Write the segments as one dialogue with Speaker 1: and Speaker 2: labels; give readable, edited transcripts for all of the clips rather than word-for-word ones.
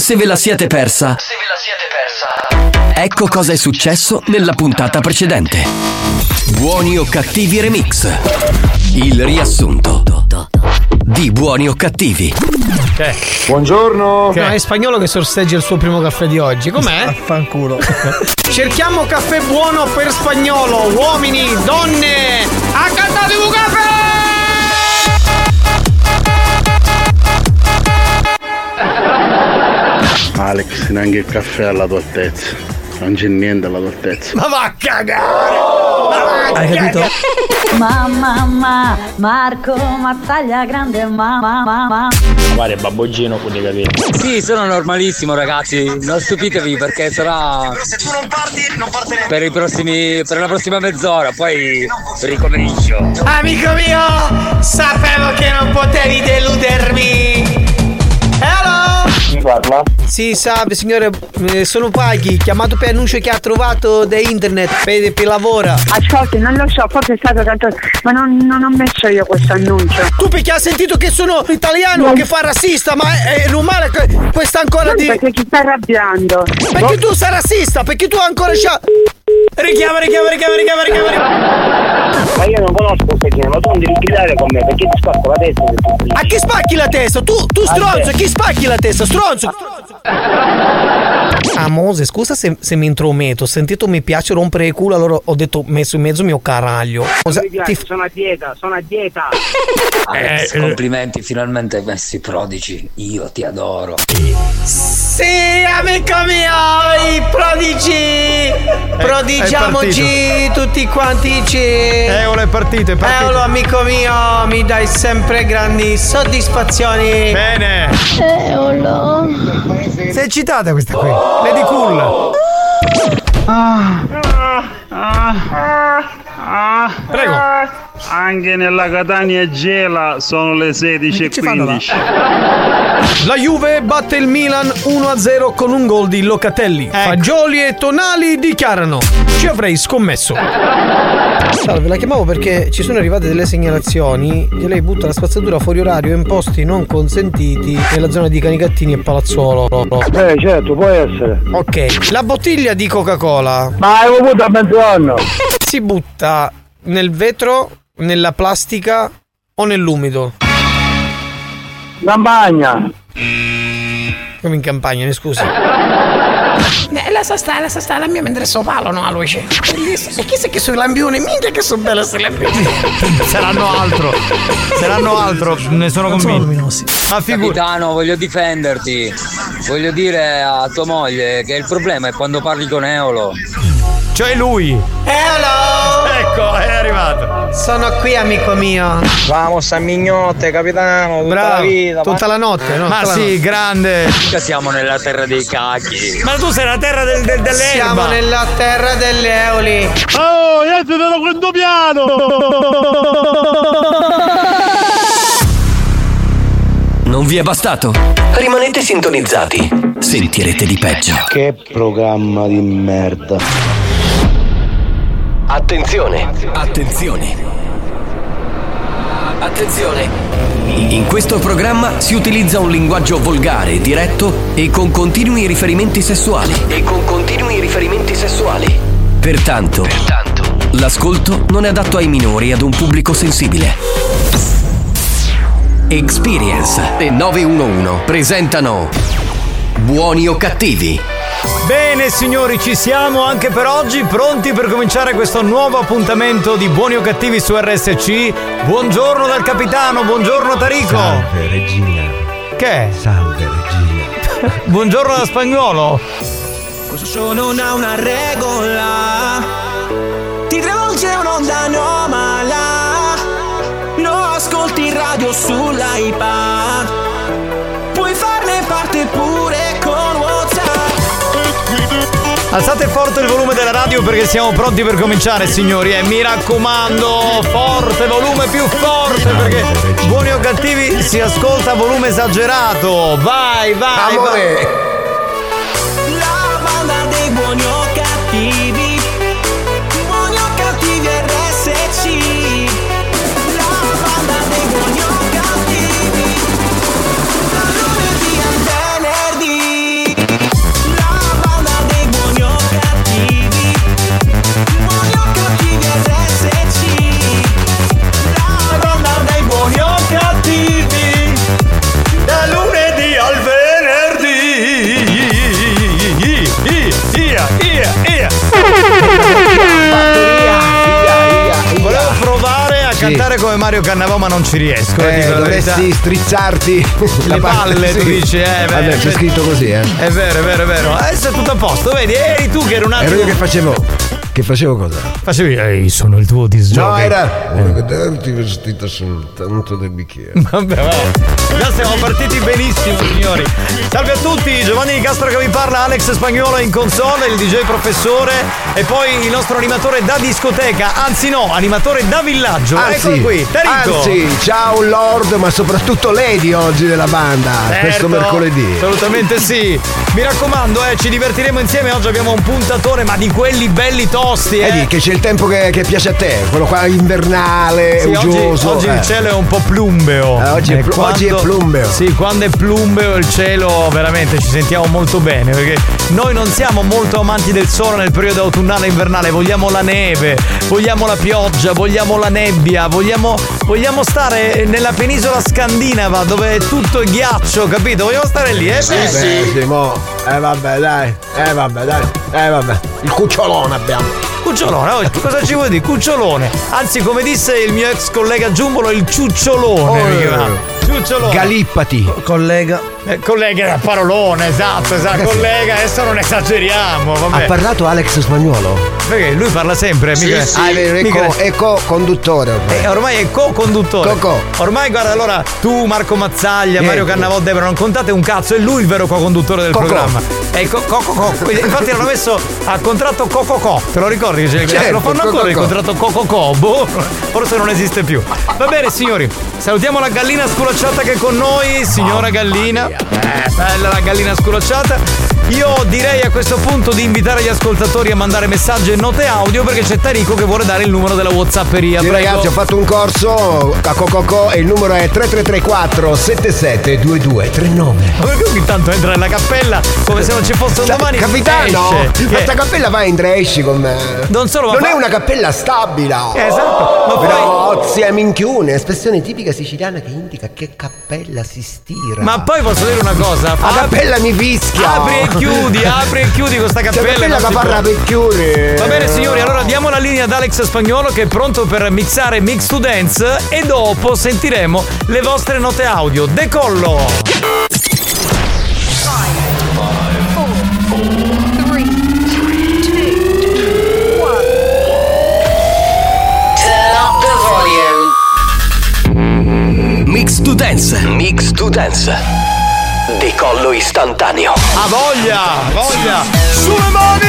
Speaker 1: se ve la siete persa, ecco cosa è successo nella puntata precedente. Buoni o cattivi remix. Il riassunto di Buoni o cattivi.
Speaker 2: Buongiorno.
Speaker 3: No, è Spagnolo che sorseggia il suo primo caffè di oggi. Com'è?
Speaker 2: Affanculo.
Speaker 3: Cerchiamo caffè buono per Spagnolo. Uomini, donne, accantatevi un caffè!
Speaker 2: Alex, neanche il caffè alla tua altezza. Non c'è niente alla tua altezza.
Speaker 3: Ma va a cagare!
Speaker 4: Hai capito?
Speaker 5: Mamma, Marco, ma taglia grande, mamma.
Speaker 6: Guarda, babboggino con i capelli.
Speaker 7: Sì, sono normalissimo, ragazzi. Non stupitevi perché sarà.
Speaker 8: Se tu non parti, non partiremo.
Speaker 7: Per la prossima mezz'ora, poi ricomincio.
Speaker 3: Amico mio, sapevo che non potevi deludermi. Hello!
Speaker 6: Chi parla?
Speaker 3: Sì, salve signore, sono Paghi, chiamato per annuncio che ha trovato da internet per lavora.
Speaker 9: Ascolti, non lo so, forse è stato tanto, ma non ho messo io questo annuncio.
Speaker 3: Tu perché ha sentito che sono italiano, che fa razzista, ma è normale che questa ancora di...
Speaker 9: Perché chi sta arrabbiando?
Speaker 3: Perché tu sei razzista, perché tu ancora c'ha... Richiama.
Speaker 6: Ma io non conosco queste gente, ma tu non devi gridare con me perché ti spacco la testa.
Speaker 3: A chi spacchi la testa? Tu stronzo, chi spacchi la testa? Stronzo! Mose, scusa se mi intrometto, ho sentito mi piace rompere il culo, allora ho detto messo in mezzo mio caraglio.
Speaker 6: Sono a dieta.
Speaker 7: Alex, complimenti, finalmente hai messo i prodigi. Io ti adoro.
Speaker 3: Sì, amico mio, i prodigi! Prodigiamoci tutti quanti ci.
Speaker 10: Eolo è partito.
Speaker 3: Eolo, amico mio, mi dai sempre grandi soddisfazioni.
Speaker 10: Bene.
Speaker 5: Eolo.
Speaker 10: Sei eccitata questa qui? Lady Cool. Prego.
Speaker 2: Anche nella Catania Gela sono le 16:15.
Speaker 3: La Juve batte il Milan 1-0 con un gol di Locatelli. Fagioli e Tonali dichiarano: ci avrei scommesso. Salve, la chiamavo perché ci sono arrivate delle segnalazioni che lei butta la spazzatura fuori orario in posti non consentiti nella zona di Canicattini e Palazzolo.
Speaker 6: Certo, può essere.
Speaker 3: Ok, la bottiglia di Coca-Cola
Speaker 6: Ma hai avuto a mezzogiorno?
Speaker 3: si butta nel vetro, nella plastica o nell'umido?
Speaker 6: Campagna.
Speaker 3: Come in campagna, mi scusi.
Speaker 4: La sa sta la mia mentre so palo, no, a luce. E chissà che sui lampioni, minchia che sono belle queste lampioni.
Speaker 10: Saranno altro, ne sono convinto. Ma
Speaker 7: Capitano, voglio difenderti. Voglio dire a tua moglie che il problema è quando parli con Eolo.
Speaker 10: Cioè lui.
Speaker 3: Eolo!
Speaker 10: Ecco, è arrivato.
Speaker 3: Sono qui, amico mio.
Speaker 6: Vamos a mignotte, capitano, tutta
Speaker 3: Bravo,
Speaker 6: la vita.
Speaker 3: tutta la notte, no?
Speaker 10: Ma
Speaker 3: Tutta la
Speaker 10: sì,
Speaker 3: notte.
Speaker 10: grande.
Speaker 7: Mica siamo nella terra dei cacchi.
Speaker 10: Ma tu sei la terra dell'erba.
Speaker 3: Siamo nella terra delle eoli.
Speaker 2: Oh, io ti do quinto piano.
Speaker 1: Non vi è bastato? Rimanete sintonizzati. Sentirete di peggio.
Speaker 6: Che programma di merda.
Speaker 1: Attenzione. In questo programma si utilizza un linguaggio volgare, diretto e con continui riferimenti sessuali. Pertanto, l'ascolto non è adatto ai minori e ad un pubblico sensibile. Experience e 911 presentano Buoni o cattivi?
Speaker 10: Bene signori, ci siamo anche per oggi, pronti per cominciare questo nuovo appuntamento di Buoni o Cattivi su RSC. Buongiorno dal capitano, buongiorno Tarico.
Speaker 11: Salve regina.
Speaker 10: Che?
Speaker 11: Salve regina.
Speaker 10: Buongiorno da Spagnolo.
Speaker 12: Questo show non ha una regola, ti travolge un'onda anomala, lo ascolti in radio sull'iPad, puoi farne parte pure con WhatsApp.
Speaker 10: Alzate forte il volume della radio perché siamo pronti per cominciare signori e mi raccomando, forte, volume più forte perché Buoni o Cattivi si ascolta a volume esagerato. Vai.
Speaker 12: Amore. La banda dei Buoni o Cattivi, Buoni o Cattivi RSC, la banda dei Buoni o Cattivi, da lunedì al venerdì.
Speaker 10: fare come Mario Cannavò, ma non ci riesco. Dico la
Speaker 13: dovessi
Speaker 10: verità.
Speaker 13: strizzarti
Speaker 10: Le palle,
Speaker 13: sì.
Speaker 10: tu dici,
Speaker 13: Vabbè, c'è scritto così,
Speaker 10: È vero. Adesso è tutto a posto, vedi? Eri tu che eri un attimo.
Speaker 13: Ero io che facevo cosa?
Speaker 10: Facevi, sono il tuo disgioco.
Speaker 13: No, era vederti vestita soltanto del bicchiere.
Speaker 10: Vabbè. Già siamo partiti benissimo, signori. Salve a tutti, Giovanni Di Castro che vi parla, Alex Spagnuolo in console, il DJ professore e poi il nostro animatore da discoteca, anzi no, animatore da villaggio. Eccolo qui, Tarico.
Speaker 13: Anzi, ciao Lord, ma soprattutto Lady oggi della banda, questo mercoledì.
Speaker 10: Assolutamente sì. Mi raccomando, ci divertiremo insieme. Oggi abbiamo un puntatore, ma di quelli belli tosti.
Speaker 13: Vedi che c'è il tempo che piace a te, quello qua invernale,
Speaker 10: sì,
Speaker 13: uggioso.
Speaker 10: Oggi il cielo è un po' plumbeo.
Speaker 13: Oggi è plumbeo.
Speaker 10: Sì, quando è plumbeo il cielo veramente ci sentiamo molto bene, perché noi non siamo molto amanti del sole nel periodo autunnale e invernale, vogliamo la neve, vogliamo la pioggia, vogliamo la nebbia, vogliamo stare nella penisola scandinava dove tutto è ghiaccio, capito? Vogliamo stare lì,
Speaker 13: Sì, vabbè, dai. Il cucciolone abbiamo.
Speaker 10: Cucciolone, cosa ci vuoi dire? Cucciolone. Anzi, come disse il mio ex collega Giumbolo, il ciucciolone. Ciucciolone.
Speaker 13: Galippati.
Speaker 3: Collega.
Speaker 10: Collega è parolone, esatto. Collega, adesso non esageriamo. Vabbè.
Speaker 13: Ha parlato Alex Spagnuolo?
Speaker 10: Perché lui parla sempre, mica.
Speaker 13: Sì. È co-conduttore
Speaker 10: ormai è co-conduttore. Ormai guarda, allora tu, Marco Mazzaglia, Mario Cannavò, Debra, non contate un cazzo, è lui il vero co-conduttore del programma. Infatti l'hanno messo a contratto co-co-co, te lo ricordi? Lo fanno ancora il contratto co-co-co? Boh, forse non esiste più. Va bene signori, salutiamo la gallina sculacciata che è con noi, signora Gallina. Bella la gallina sculacciata. Io direi a questo punto di invitare gli ascoltatori a mandare messaggi e note audio, perché c'è Tarico che vuole dare il numero della WhatsApperia.
Speaker 13: Sì,
Speaker 10: prego.
Speaker 13: ragazzi, ho fatto un corso a Cococo e il numero è 3334 772239.
Speaker 10: Ma perché ogni tanto entra nella cappella come se non ci fosse un domani?
Speaker 13: Capitano, questa cappella va in esci con me.
Speaker 10: Non solo,
Speaker 13: non è una cappella stabile.
Speaker 10: Esatto. Ma
Speaker 13: però zia minchione, espressione tipica siciliana che indica che cappella si stira.
Speaker 10: Ma poi posso dire una cosa?
Speaker 13: La cappella mi fischia.
Speaker 10: Apri e chiudi questa cappella.
Speaker 13: La caparra per chiudere.
Speaker 10: Va bene signori, allora diamo la linea ad Alex Spagnuolo che è pronto per mixare Mix to Dance e dopo sentiremo le vostre note audio. Decollo.
Speaker 12: 5, 4, 3, 2, 1.
Speaker 1: Turn up the volume. Mix to Dance. Decollo istantaneo.
Speaker 10: A voglia. Sulle mani.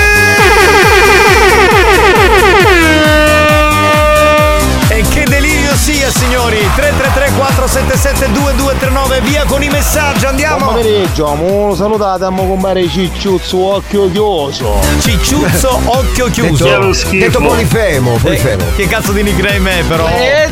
Speaker 10: E che delirio sia signori. 333-477-2239. Via con i messaggi, andiamo.
Speaker 14: Buon pomeriggio, salutate a mo compare Cicciuzzo occhio chiuso.
Speaker 10: Cicciuzzo occhio chiuso.
Speaker 13: Detto polifemo.
Speaker 10: Che cazzo di nickname è però?
Speaker 14: Che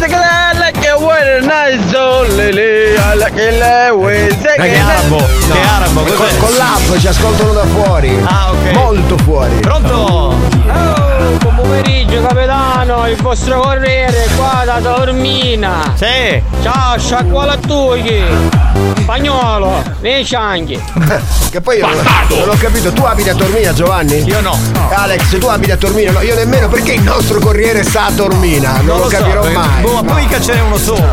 Speaker 10: arabo, cos'è?
Speaker 13: Con l'app ci ascoltano da fuori.
Speaker 10: Ah, ok.
Speaker 13: Molto fuori.
Speaker 10: Pronto?
Speaker 15: Buon pomeriggio capitano, il vostro corriere qua da Tormina.
Speaker 10: Sì.
Speaker 15: Ciao, sciacqualattucchi. Spagnolo, nei cianghi.
Speaker 13: Che poi io non ho capito, tu abiti a Tormina, Giovanni?
Speaker 10: Io no.
Speaker 13: Alex, tu abiti a Tormina? No, io nemmeno, perché il nostro corriere sta a Tormina? Non lo capirò mai.
Speaker 10: Ma poi mica ce n'è uno solo.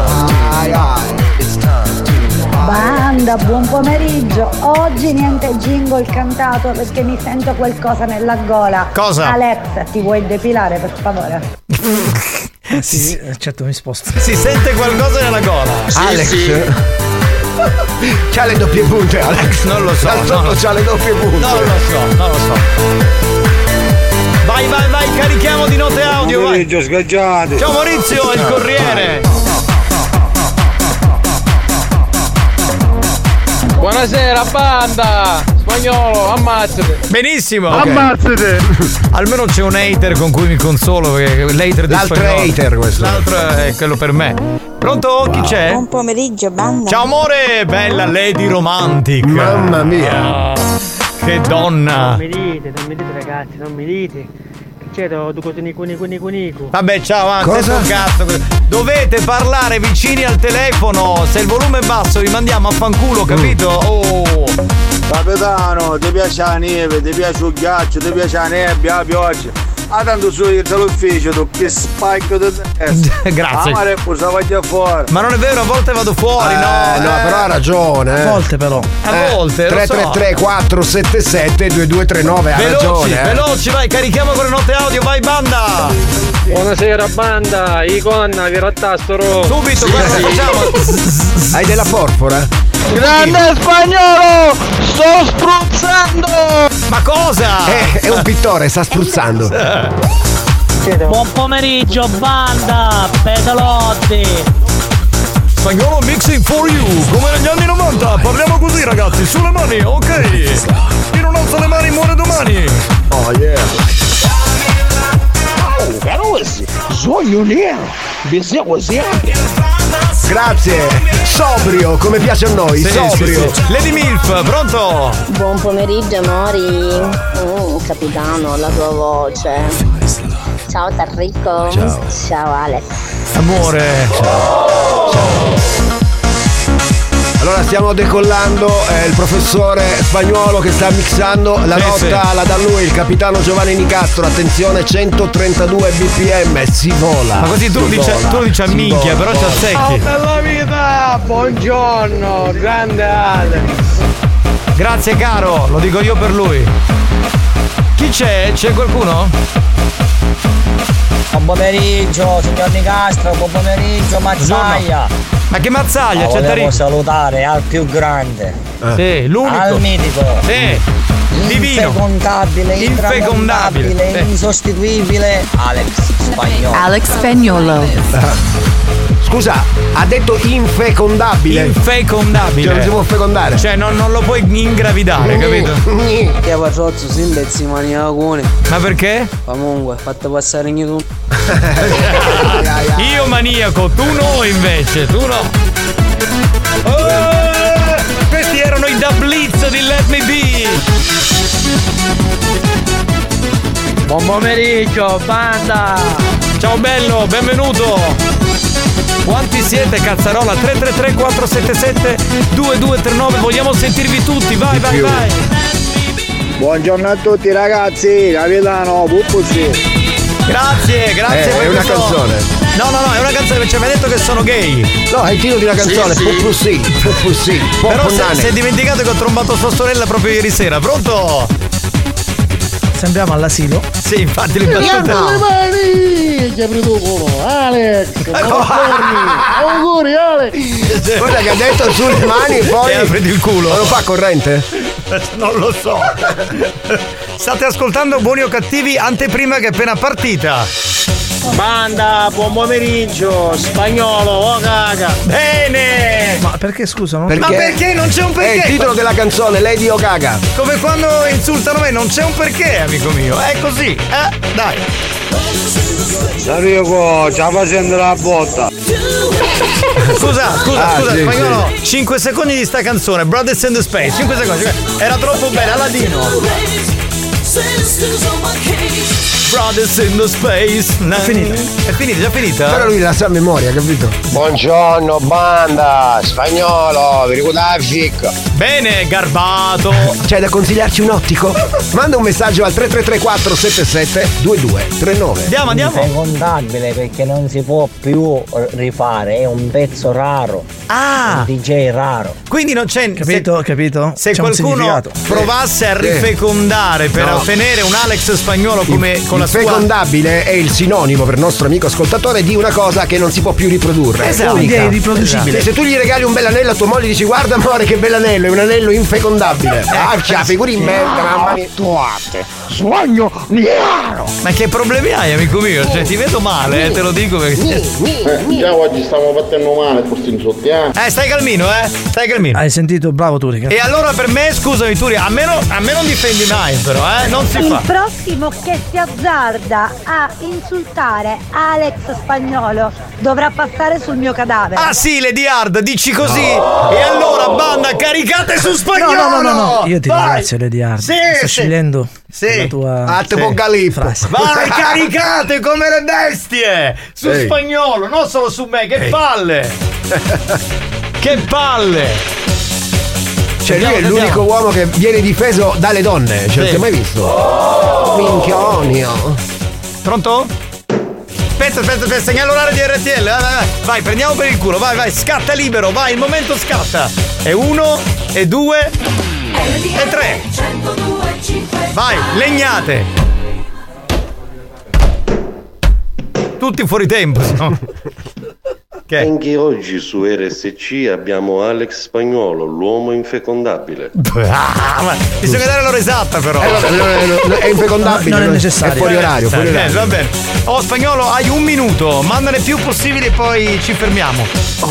Speaker 5: Banda, buon pomeriggio. Oggi niente jingle cantato perché mi sento qualcosa nella gola.
Speaker 10: Cosa?
Speaker 5: Alex, ti vuoi depilare per favore?
Speaker 3: Sì, certo, mi sposto.
Speaker 10: Si sente qualcosa nella gola.
Speaker 13: Alex? C'ha le doppie punte, Alex.
Speaker 10: Non lo so.
Speaker 13: Dal sotto c'ha le doppie punte.
Speaker 10: Non lo so. Vai, carichiamo di note audio. Vai. Ciao Maurizio, il corriere.
Speaker 15: Buonasera banda. Spagnolo, ammazzate.
Speaker 10: Benissimo.
Speaker 15: Okay.
Speaker 10: Ammazzate. Almeno c'è un hater con cui mi consolo, perché l'hater di
Speaker 13: l'altro
Speaker 10: Spagnolo.
Speaker 13: Hater questo.
Speaker 10: L'altro è quello per me. Pronto? Chi c'è?
Speaker 16: Buon pomeriggio banda.
Speaker 10: Ciao amore, bella Lady Romantic.
Speaker 13: Mamma mia.
Speaker 10: Che donna.
Speaker 15: Non mi dite ragazzi, non mi dite. C'ero nico.
Speaker 10: Vabbè, ciao,
Speaker 13: Cosa?
Speaker 10: un cazzo. Dovete parlare vicini al telefono. Se il volume è basso vi mandiamo a fanculo, capito? Oh.
Speaker 14: Capitano, ti piace la neve, ti piace il ghiaccio, ti piace la nebbia, la pioggia.
Speaker 16: tanto su dall'ufficio, tu che spacco di testa.
Speaker 10: Grazie.
Speaker 16: Ma cosa vai fuori?
Speaker 10: Ma non è vero, a volte vado fuori, no?
Speaker 13: No, però ha ragione.
Speaker 3: A volte però.
Speaker 10: A volte,
Speaker 13: 333 477 2239, ha ragione.
Speaker 10: Veloci, vai, carichiamo con le note audio, vai banda!
Speaker 15: Buonasera banda, icona, virattastro.
Speaker 10: Subito, guarda, facciamo.
Speaker 13: Hai della porpora?
Speaker 14: Grande Spagnolo! Sto spruzzando!
Speaker 10: Ma cosa?
Speaker 13: È un pittore, sta spruzzando.
Speaker 17: Buon pomeriggio banda, pedalotti.
Speaker 10: Spagnolo mixing for you, come negli anni 90, parliamo così ragazzi, sulle mani, ok? Chi non alza le mani muore domani.
Speaker 13: Oh yeah.
Speaker 14: Sogno nero, bisogna così.
Speaker 13: Grazie, sobrio, come piace a noi, sobrio.
Speaker 10: Sì. Lady Milf, pronto?
Speaker 18: Buon pomeriggio amori. Capitano, la tua voce. Ciao Tarrico. Ciao Alex.
Speaker 10: Amore.
Speaker 13: Ciao. Allora stiamo decollando, il professore Spagnuolo che sta mixando la nota, la dà lui, il capitano Giovanni Nicastro, attenzione 132 bpm, si vola.
Speaker 10: Ma così tu lo dici a minchia, però ci azzecchi.
Speaker 14: Ciao bella vita, buongiorno, grande Alex.
Speaker 10: Grazie caro, lo dico io per lui. Chi c'è? C'è qualcuno?
Speaker 17: Buon pomeriggio, signor Nicastro, buon pomeriggio, Mazzaglia.
Speaker 10: Ma che Mazzaglia? C'è
Speaker 17: Volevo salutare al più grande.
Speaker 10: Sì, l'unico.
Speaker 17: Al mitico.
Speaker 10: Sì. Divino.
Speaker 17: Infecondabile, insostituibile. Alex Spagnolo.
Speaker 19: Alex Spagnolo.
Speaker 13: Scusa, ha detto infecondabile.
Speaker 10: Infecondabile.
Speaker 13: Cioè, lo si può fecondare.
Speaker 10: Cioè, non lo puoi ingravidare, capito?
Speaker 17: Che faccio sillezzi maniacone.
Speaker 10: Ma perché?
Speaker 17: Comunque, fate passare in tu.
Speaker 10: Io maniaco, tu no invece, tu no. Questi erano i Da Blitz di Let Me Be.
Speaker 15: Buon pomeriggio, banda.
Speaker 10: Ciao bello, benvenuto. Quanti siete, cazzarola? 333 477 2239, vogliamo sentirvi tutti, vai.
Speaker 14: Buongiorno a tutti ragazzi, capitano, Puppuzzi.
Speaker 10: Grazie
Speaker 13: è una canzone.
Speaker 10: No, è una canzone, cioè mi hai detto che sono gay.
Speaker 13: No, è il titolo di una canzone, Puppuzzi.
Speaker 10: Però si è dimenticato che ho trombato sua sorella proprio ieri sera, pronto?
Speaker 3: Sembriamo all'asilo.
Speaker 10: Sì, infatti le battute.
Speaker 14: Che ridicolo, Alex! Auguri Alex!
Speaker 13: Guarda che ha detto sulle mani e poi
Speaker 10: apriti il culo.
Speaker 13: Ma lo fa corrente?
Speaker 10: Non lo so. State ascoltando Buoni o Cattivi, anteprima che è appena partita.
Speaker 15: Banda, buon pomeriggio, Spagnolo, oh caga.
Speaker 10: Bene!
Speaker 3: Ma perché scusa?
Speaker 10: Ma perché non c'è un perché?
Speaker 13: È il titolo della canzone, Lady o Gaga.
Speaker 10: Come quando insultano me, non c'è un perché, amico mio. È così, dai.
Speaker 16: Enrico, già facendo la botta.
Speaker 10: Scusa,
Speaker 13: sì,
Speaker 10: Spagnolo, 5 secondi di sta canzone, Brothers in the Space, 5 secondi. Era troppo bella, Aladino. Brothers in the Space. È già finita?
Speaker 13: Però lui la sa a memoria, capito?
Speaker 6: Buongiorno banda, Spagnolo, vi ricordate la ficca?
Speaker 10: Bene, garbato.
Speaker 13: C'è da consigliarci un ottico? Manda un messaggio al 333 477 2239.
Speaker 10: Andiamo.
Speaker 17: Infecondabile perché non si può più rifare, è un pezzo raro. Un DJ raro.
Speaker 10: Quindi non c'è.
Speaker 3: Capito?
Speaker 10: Se
Speaker 3: c'è
Speaker 10: qualcuno provasse a rifecondare per ottenere un Alex Spagnolo come con la sua.
Speaker 13: Fecondabile è il sinonimo per il nostro amico ascoltatore di una cosa che non si può più riprodurre.
Speaker 10: Esatto.
Speaker 3: È irriproducibile.
Speaker 13: Se tu gli regali un bell'anello a tua moglie dici guarda amore che bell'anello, è un anello infecondabile. Figuri in merda, mamma mia.
Speaker 14: Sogno nero.
Speaker 10: Ma che problemi hai, amico mio? Cioè ti vedo male, te lo dico perché.
Speaker 14: Già oggi stiamo battendo male questo insulti,
Speaker 10: Stai calmino, Stai calmino.
Speaker 3: Hai sentito? Bravo Turi.
Speaker 10: E allora per me, scusami Turi, a me non difendi mai però, non si fa.
Speaker 5: Il prossimo che si azzarda a insultare Alex Spagnolo dovrà passare sul mio cadavere.
Speaker 10: Ah sì, Lady Hard, dici così. E allora banda, caricate su Spagnolo.
Speaker 3: No. Io ti ringrazio Lady Hard. Sto scegliendo la tua
Speaker 13: frase.
Speaker 10: Vai, caricate come le bestie su Spagnolo, non solo su me, che palle. Che palle.
Speaker 13: Cioè lui è l'unico uomo che viene difeso dalle donne. Cioè, non si è mai visto. Minchionio.
Speaker 10: Pronto? Aspetta, segnalo l'ora di RTL. Vai, prendiamo per il culo. Vai, scatta libero, vai, il momento scatta. E 1, e 2, e 3. Vai, legnate. Tutti fuori tempo, no?
Speaker 11: Anche oggi su RSC abbiamo Alex Spagnuolo, l'uomo infecondabile.
Speaker 10: Ma bisogna dare l'ora esatta, però.
Speaker 13: È infecondabile,
Speaker 3: non è necessario.
Speaker 13: È fuori orario.
Speaker 10: Va bene. Spagnolo, hai 1 minuto, mandane più possibili e poi ci fermiamo.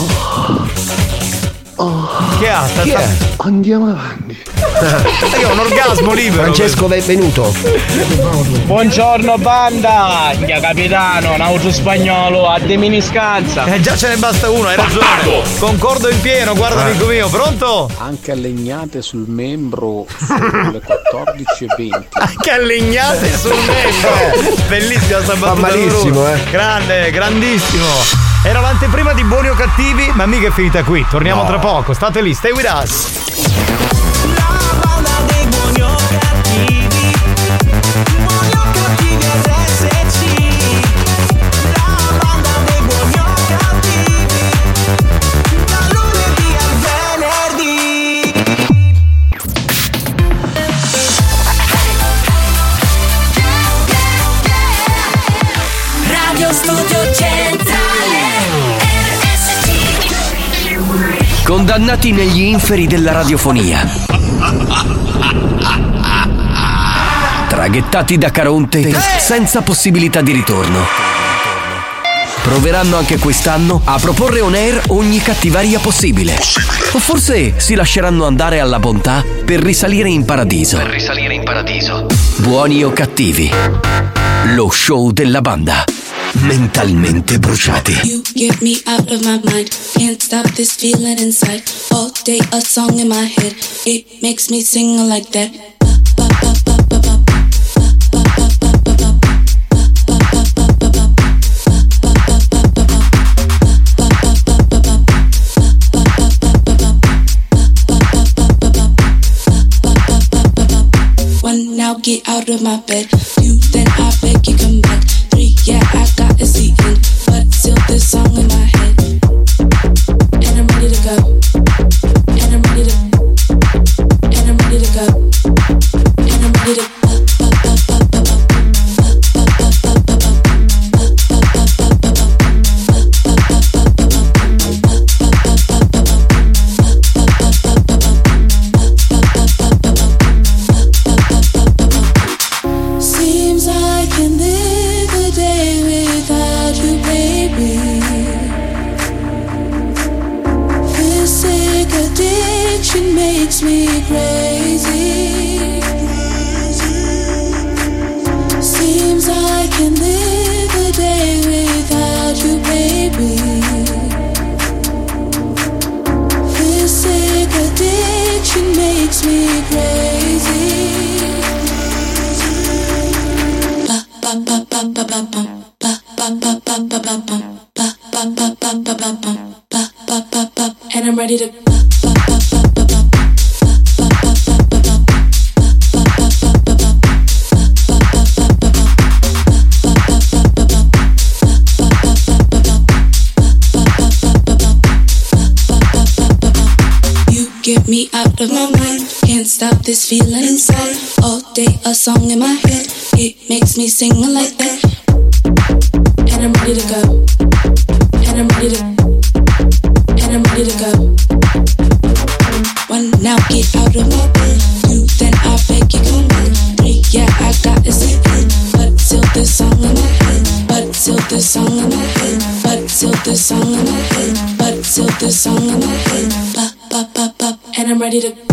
Speaker 10: Che ha?
Speaker 11: Chi è? Andiamo avanti.
Speaker 10: Io ho un orgasmo libero.
Speaker 13: Francesco Benvenuto.
Speaker 15: Buongiorno banda, capitano, un altro spagnolo a diminiscanza.
Speaker 10: Già ce ne basta uno, hai ragione. Concordo in pieno, guarda amico mio, pronto?
Speaker 20: Anche legnate sul membro sulle 14:20.
Speaker 10: Anche legnate sul membro. Bellissima sta battuta.
Speaker 13: Fa malissimo,
Speaker 10: Grande, grandissimo. Era l'anteprima di Buoni o Cattivi, ma mica è finita qui. Torniamo tra poco. State lì, stay with us.
Speaker 12: La banda dei buoni o cattivi. Buoni o cattivi RSC. La banda dei buoni o cattivi. Da lunedì al venerdì. Radio Studio Centrale.
Speaker 1: Condannati negli inferi della radiofonia. Traghettati da Caronte senza possibilità di ritorno. Proveranno anche quest'anno a proporre on air ogni cattiveria possibile. O forse si lasceranno andare alla bontà per risalire in paradiso. Buoni o Cattivi. Lo show della banda. Mentalmente bruciati.
Speaker 21: You get me out of my mind. Can't stop this feeling inside. All day a song in my head. It makes me sing like that. One, now get out of my bed. Two, then I beg you come back. Three, yeah, I got a seat in, but still this song in my head. And I'm ready to go. And I'm ready to. And I'm ready to go. And I'm ready to. Seems I can live a day without you, baby. This sick addiction makes me crazy. Seems I can live a day without you, baby. This sick addiction makes me crazy. And I'm ready to. You get me out of my mind. Can't stop this feeling inside. All day a song in my head. It makes me sing like that. And I'm ready to go. And I'm ready to. And I'm ready to go. One, now get out of my bed. Two, then I beg you come back. Three, yeah, I got a secret. But still this song in my head. But still this song in my head. But still this song in my head. But still this song in my head. Ba, ba, ba, ba. And I'm ready to.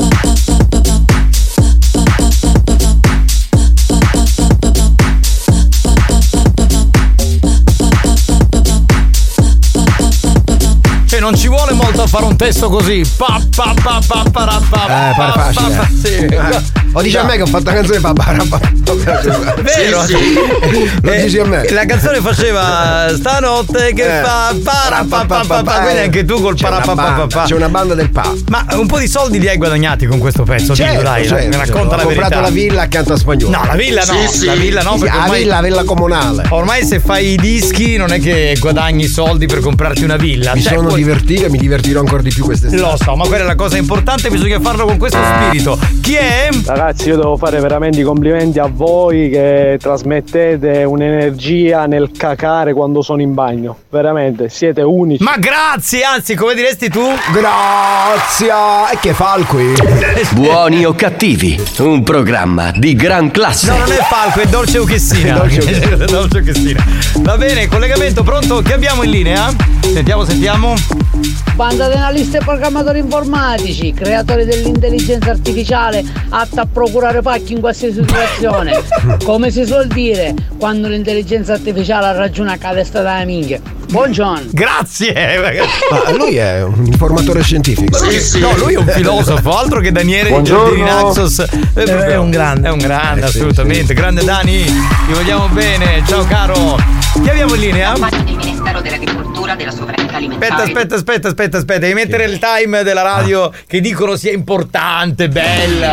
Speaker 10: Non ci vuole molto a fare un testo così.
Speaker 13: Pare facile.
Speaker 10: Sì.
Speaker 13: O dici a me che ho fatto la canzone
Speaker 10: Vero?
Speaker 13: Lo dici a me.
Speaker 10: La canzone faceva stanotte che fa parapapapapa, quindi anche tu col parapapapapa.
Speaker 13: C'è una banda del pa.
Speaker 10: Ma un po' di soldi li hai guadagnati con questo pezzo,
Speaker 13: Certo,
Speaker 10: dai,
Speaker 13: certo,
Speaker 10: mi racconta la verità.
Speaker 13: Ho comprato la villa accanto a Spagnolo.
Speaker 10: No, la villa no,
Speaker 13: Sì.
Speaker 10: la villa no, perché ormai
Speaker 13: la villa comunale.
Speaker 10: Ormai se fai i dischi non è che guadagni soldi per comprarti una villa.
Speaker 13: Mi sono divertito e mi divertirò ancora di più quest'estate.
Speaker 10: Lo so, ma quella è la cosa importante, bisogna farlo con questo spirito. Chi è?
Speaker 14: Ragazzi, io devo fare veramente i complimenti a voi che trasmettete un'energia nel cacare quando sono in bagno. Veramente, siete unici.
Speaker 10: Ma grazie, anzi, come diresti tu?
Speaker 13: Grazie. E che Falco?
Speaker 1: Buoni o cattivi, un programma di gran classe.
Speaker 10: No, non è Falco, è Dolce Uchessina. Dolce Uchessina. Va bene, collegamento pronto? Che abbiamo in linea? Sentiamo.
Speaker 8: Banda di analisti e programmatori informatici, creatori dell'intelligenza artificiale atta a procurare pacchi in qualsiasi situazione. Come si suol dire, quando l'intelligenza artificiale ha ragione cade stata la minchia. Buongiorno.
Speaker 10: Grazie.
Speaker 13: Ma lui è un informatore scientifico.
Speaker 10: Sì. No, lui è un filosofo, altro che Daniele di Naxos.
Speaker 3: È un grande.
Speaker 10: È un grande, assolutamente.
Speaker 13: Sì.
Speaker 10: Grande Dani, ti vogliamo bene. Ciao caro. Chi abbiamo in linea?
Speaker 22: Del Ministero dell'Agricoltura, della Sovranità Alimentare.
Speaker 10: Aspetta, devi mettere il time della radio che dicono sia importante, bella.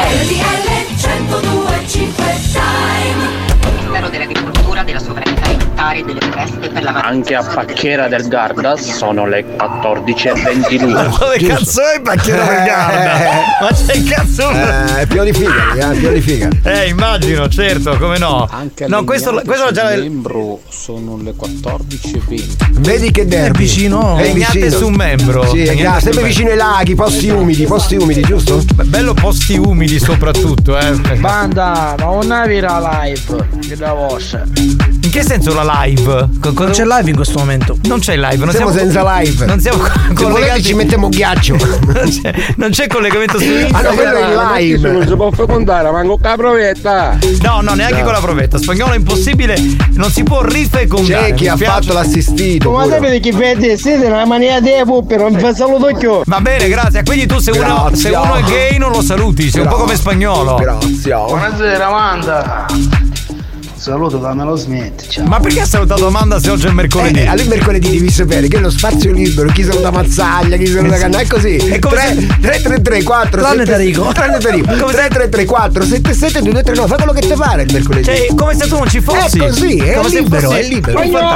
Speaker 22: Ministero dell'Agricoltura, della Sovranità Alimentare e delle Foreste per la
Speaker 20: Anche a Pacchiera del Garda sono le 14:22.
Speaker 10: Ma dove cazzo è Pacchiera del Garda? Ma c'è il cazzo?
Speaker 13: È pieno di figa,
Speaker 10: immagino, certo, come no.
Speaker 20: Anche
Speaker 10: no, questo l'ho già
Speaker 20: membro sono le 14:20.
Speaker 13: Vedi che derby.
Speaker 3: È vicino.
Speaker 10: È vicino su un membro.
Speaker 13: Sì, sempre vicino ai laghi, posti umidi, giusto?
Speaker 10: Bello posti umidi soprattutto,
Speaker 14: Banda, ma non è la live che la vostra.
Speaker 10: In che senso la live?
Speaker 3: Non c'è live in questo momento.
Speaker 10: Non c'è live, non
Speaker 13: siamo senza live.
Speaker 10: Non siamo collegati.
Speaker 13: Ci mettiamo ghiaccio.
Speaker 10: non c'è collegamento su internet.
Speaker 13: Ah, no, quello è in live.
Speaker 16: Non si può fecondare, manco con la provetta.
Speaker 10: No, neanche con la provetta. Spagnolo è impossibile, non si può rifecondare.
Speaker 13: C'è chi ha fatto l'assistito.
Speaker 14: Ma sapete che vede, siete nella mania dei puppe, non vi saluto più.
Speaker 10: Va bene, grazie. Quindi tu se uno è gay non lo saluti, sei un po' come Spagnolo.
Speaker 13: Grazie.
Speaker 14: Buonasera, Amanda. Saluto da Melo Smith, ciao.
Speaker 10: Ma perché ha salutato Amanda se oggi è mercoledì?
Speaker 13: Allora mercoledì devi sapere che è lo spazio libero, chi saluta Mazzaglia, chi saluta Canna, è così. È come 333 4
Speaker 3: Tranne Tarico.
Speaker 13: 333 4 77 2239, fai quello che ti pare il mercoledì.
Speaker 10: Cioè, come se tu non ci fossi.
Speaker 13: È così, è
Speaker 10: come
Speaker 13: libero,
Speaker 10: se
Speaker 13: è libero.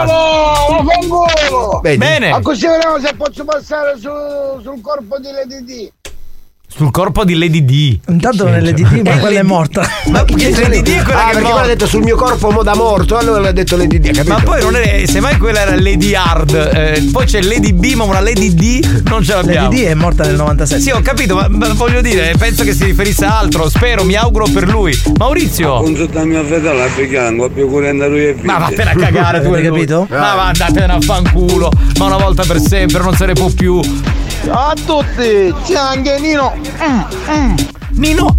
Speaker 14: Fanculo!
Speaker 13: Bene.
Speaker 14: A così vediamo se posso passare sul corpo di Lady D.
Speaker 10: Sul corpo di Lady D.
Speaker 3: Intanto non è Lady D, ma quella è morta.
Speaker 10: Ma che Lady D è quella che
Speaker 13: perché poi ha detto sul mio corpo da morto, allora l'ha detto Lady D, capito?
Speaker 10: Ma poi non è, semmai quella era Lady Hard, poi c'è Lady B, ma una Lady D non ce l'abbiamo.
Speaker 3: Lady D è morta nel 97.
Speaker 10: Sì, ho capito, ma voglio dire, penso che si riferisse a altro, spero, mi auguro per lui. Maurizio.
Speaker 2: Consulta mio fratello a Ficango, più curenda lui e
Speaker 10: ma vattene a cagare, tu hai
Speaker 3: capito?
Speaker 10: Ma andatene a fanculo, ma una volta per sempre, non se ne può più.
Speaker 14: Ciao a tutti, c'è anche Nino.
Speaker 10: Nino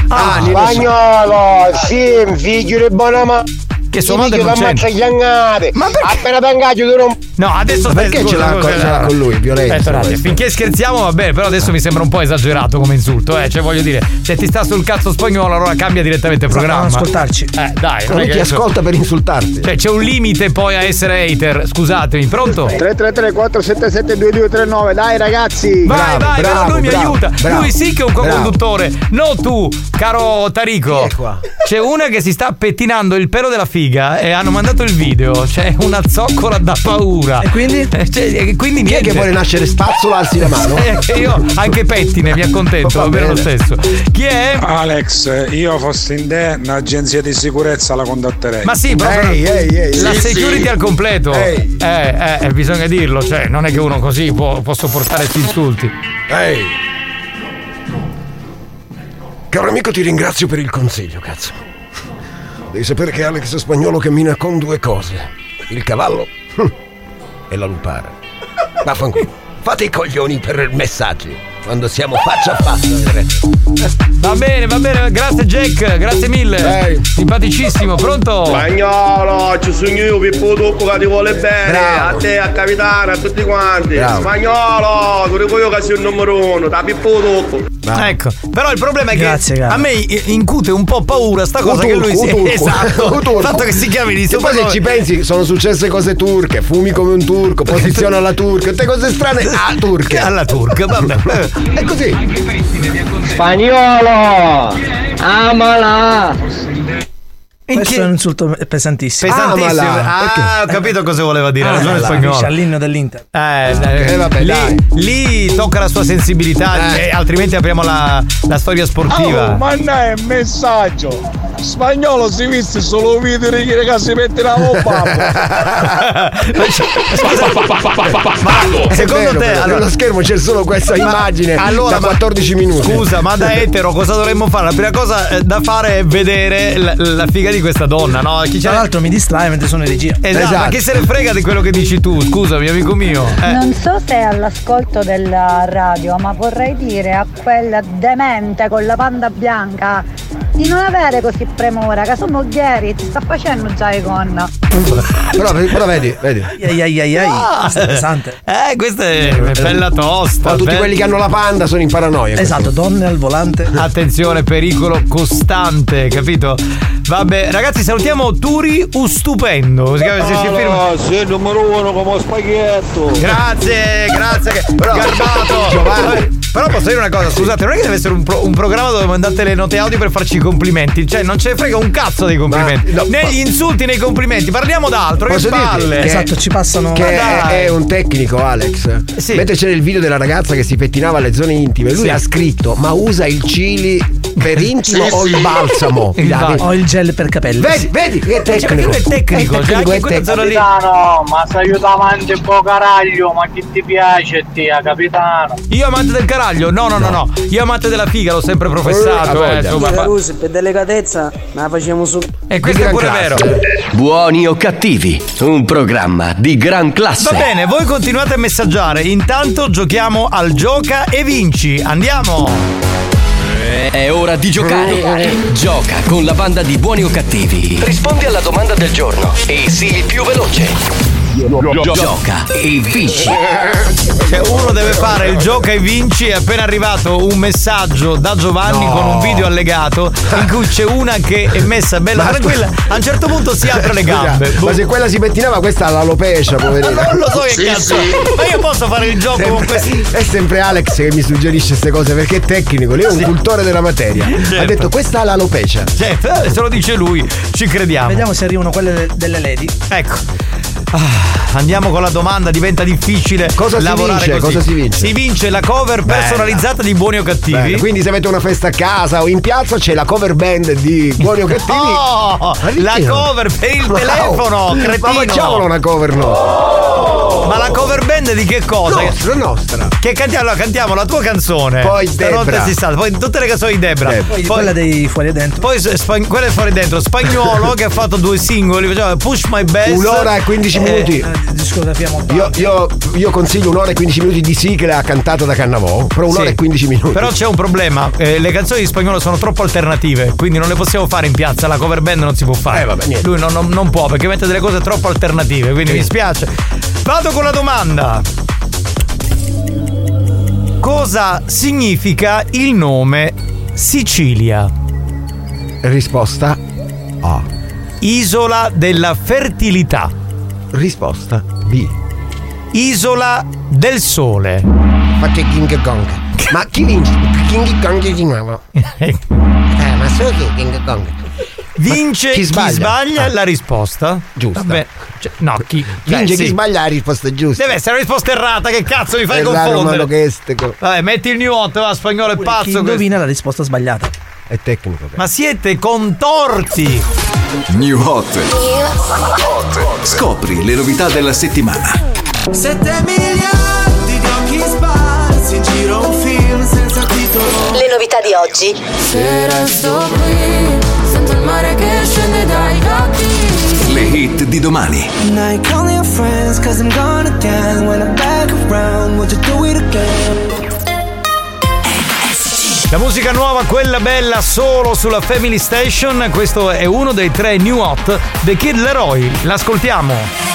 Speaker 6: Spagnolo, sì, figlio di buona mamma.
Speaker 10: Che sua madre non c'è.
Speaker 6: Ma appena tangaggio tu non.
Speaker 10: No, adesso
Speaker 13: perché ce l'ha con lui, violenza.
Speaker 10: Finché scherziamo va bene, però adesso mi sembra un po' esagerato come insulto, cioè voglio dire, se ti sta sul cazzo Spagnolo allora cambia direttamente il programma.
Speaker 3: Non ascoltarci.
Speaker 10: Dai,
Speaker 13: non ti ascolta per insultarti.
Speaker 10: Cioè c'è un limite poi a essere hater, scusatemi, pronto?
Speaker 14: 333 477 2239, dai ragazzi.
Speaker 10: Vai, bravo, lui mi aiuta. Bravo, lui sì che è un co-conduttore, no tu, caro Tarico. C'è una che si sta pettinando il pelo della figa e hanno mandato il video, c'è una zoccola da paura.
Speaker 3: E quindi?
Speaker 10: Quindi
Speaker 13: chi è che vuole nascere spazzola, alzi la mano?
Speaker 10: Io anche pettine, mi accontento, va bene lo stesso. Chi è?
Speaker 2: Alex, io fossi in te, un'agenzia di sicurezza la contatterei.
Speaker 10: Ma sì, proprio la security al completo. Bisogna dirlo, cioè non è che uno così può sopportare questi insulti.
Speaker 13: Caro amico, ti ringrazio per il consiglio, cazzo. Devi sapere che Alex Spagnolo cammina con due cose: il cavallo e la lupara. Vaffanculo. Fate i coglioni per messaggi. quando siamo faccia a faccia.
Speaker 10: Va bene, grazie Jack, grazie mille. Simpaticissimo, pronto?
Speaker 16: Spagnolo, ci sono io Pippo Tocco che ti vuole bene.
Speaker 13: Bravo.
Speaker 16: A te, a capitano, a tutti quanti.
Speaker 13: Bravo.
Speaker 16: Spagnolo, tu dico io che sei il numero uno, da Pippo Tocco.
Speaker 10: Ecco, però il problema è che
Speaker 3: Grazie.
Speaker 10: a me incute un po' paura sta cosa che lui si esatto. Il fatto che si chiami di
Speaker 13: E poi se ci pensi sono successe cose turche, fumi come un turco, posizione alla turca, tutte cose strane turche.
Speaker 10: Alla turca, vabbè.
Speaker 13: È così.
Speaker 17: Spagnolo! Amala!
Speaker 3: Questo è un insulto pesantissimo.
Speaker 10: Pesantissimo. Ho capito cosa voleva dire. Ha ragione Spagnolo.
Speaker 3: All'inno dell'Inter.
Speaker 13: Vabbè,
Speaker 10: lì tocca la sua sensibilità, altrimenti apriamo la storia sportiva.
Speaker 4: Ma no, è un messaggio. Spagnolo si viste solo video di che si mette la bomba.
Speaker 10: Secondo te
Speaker 13: allo schermo c'è solo questa immagine da 14 minuti.
Speaker 10: Scusa, ma da etero cosa dovremmo fare? La prima cosa da fare è vedere la figa di questa donna, no?
Speaker 3: Tra l'altro mi distrae mentre sono in regia.
Speaker 10: Esatto, ma chi se ne frega di quello che dici tu? Scusami, amico mio.
Speaker 5: Non so se è all'ascolto della radio, ma vorrei dire a quella demente con la panda bianca di non avere così premura, che sono moglieri, ti sta facendo già i gonna.
Speaker 13: Però vedi.
Speaker 3: Questo è pesante.
Speaker 10: Questa è bella tosta.
Speaker 13: Ma tutti quelli che hanno la panda sono in paranoia.
Speaker 3: Esatto, donne al volante.
Speaker 10: Attenzione, pericolo costante, capito? Vabbè, ragazzi, salutiamo Turi Stupendo.
Speaker 16: Sei il numero uno come spaghetto.
Speaker 10: Grazie. Garbato. Però posso dire una cosa, scusate, non è che deve essere un programma dove mandate le note audio per farci i complimenti. Cioè, non ce ne frega un cazzo dei complimenti. Né gli insulti né i complimenti. Parliamo d'altro. Che palle.
Speaker 3: Esatto, ci passano.
Speaker 13: Che è un tecnico, Alex.
Speaker 10: Sì.
Speaker 13: Mentre c'era il video della ragazza che si pettinava le zone intime, lui ha scritto: ma usa il chili per intimo o il balsamo?
Speaker 3: O il gel per capelli.
Speaker 13: Vedi, che è tecnico.
Speaker 10: È tecnico,
Speaker 13: è tecnico.
Speaker 17: Capitano, ma sei io davanti un po' caraglio, ma chi ti piace te, capitano?
Speaker 10: Io amante del caraglio? No. Io amante della figa, l'ho sempre professato.
Speaker 8: Per delicatezza la facciamo su.
Speaker 10: E questo è pure vero.
Speaker 1: Buoni o cattivi, un programma di gran classe.
Speaker 10: Va bene, voi continuate a messaggiare. Intanto giochiamo al Gioca e Vinci. Andiamo.
Speaker 1: È ora di giocare. Gioca con la banda di Buoni o Cattivi. Rispondi alla domanda del giorno e sii il più veloce. Gioca e vinci.
Speaker 10: Cioè, uno deve fare il Gioca e Vinci. È appena arrivato un messaggio da Giovanni con un video allegato in cui c'è una che è messa bella tranquilla. A un certo punto si apre le gambe.
Speaker 13: Ma se quella si pettinava, questa ha l'alopecia, poverina.
Speaker 10: Non lo so che cazzo. Ma io posso fare il gioco con questi.
Speaker 13: È sempre Alex che mi suggerisce queste cose perché è tecnico, lui è un cultore della materia.
Speaker 10: Certo.
Speaker 13: Ha detto questa ha l'alopecia.
Speaker 10: Certo, se lo dice lui, ci crediamo.
Speaker 3: Vediamo se arrivano quelle delle lady.
Speaker 10: Ecco. Andiamo con la domanda, diventa difficile lavorare così.
Speaker 13: Cosa si vince?
Speaker 10: Si vince la cover personalizzata di Buoni o Cattivi.
Speaker 13: Bene. Quindi se avete una festa a casa o in piazza c'è la cover band di Buoni o Cattivi.
Speaker 10: Oh, la cover per il telefono, cretino.
Speaker 13: Ma facciamola una cover,
Speaker 10: Ma la cover band di che cosa?
Speaker 13: Nostra.
Speaker 10: Che cantiamo? Allora, cantiamo la tua canzone.
Speaker 13: Poi Debra.
Speaker 10: Poi tutte le canzoni di Debra.
Speaker 3: Poi quella dei Fuori Dentro.
Speaker 10: Poi quella è Fuori Dentro. Spagnolo che ha fatto 2 singoli. Faceva Push My Best.
Speaker 13: 1 ora e 15 minuti.
Speaker 3: Discografia montata.
Speaker 13: Io consiglio 1 ora e 15 minuti di sigla cantata da Cannavò. Però 1 ora e 15 minuti.
Speaker 10: Però c'è un problema. Le canzoni di Spagnolo sono troppo alternative. Quindi non le possiamo fare in piazza. La cover band non si può fare.
Speaker 13: Vabbè, niente.
Speaker 10: Lui non può perché mette delle cose troppo alternative. Quindi mi spiace. Vado con la domanda. Cosa significa il nome Sicilia?
Speaker 13: Risposta A.
Speaker 10: Isola della fertilità.
Speaker 13: Risposta B.
Speaker 10: Isola del sole.
Speaker 13: Ma che King Kong? Ma chi vince? King Kong di nuovo. Ma so che King Kong.
Speaker 10: Vince chi sbaglia la risposta
Speaker 13: giusta.
Speaker 10: Vabbè, no, chi
Speaker 13: vince chi sbaglia la risposta giusta.
Speaker 10: Deve essere la risposta errata, che cazzo mi fai confondere? Vabbè, metti il new hot, va, Spagnolo è pazzo.
Speaker 3: Chi indovina la risposta sbagliata.
Speaker 13: È tecnico.
Speaker 10: Ma siete contorti.
Speaker 9: New Hot. Scopri le novità della settimana.
Speaker 12: 7 miliardi di occhi sparsi, giro un film senza titolo.
Speaker 23: Le novità di oggi.
Speaker 12: Se resto qui, sento il mare che scende dai occhi.
Speaker 9: Le hit di domani.
Speaker 12: Now call your friends cause I'm gone again. When I'm back around, would you do it again?
Speaker 10: La musica nuova, quella bella, solo sulla Family Station. Questo è uno dei 3 new hot The Kid Laroi. L'ascoltiamo.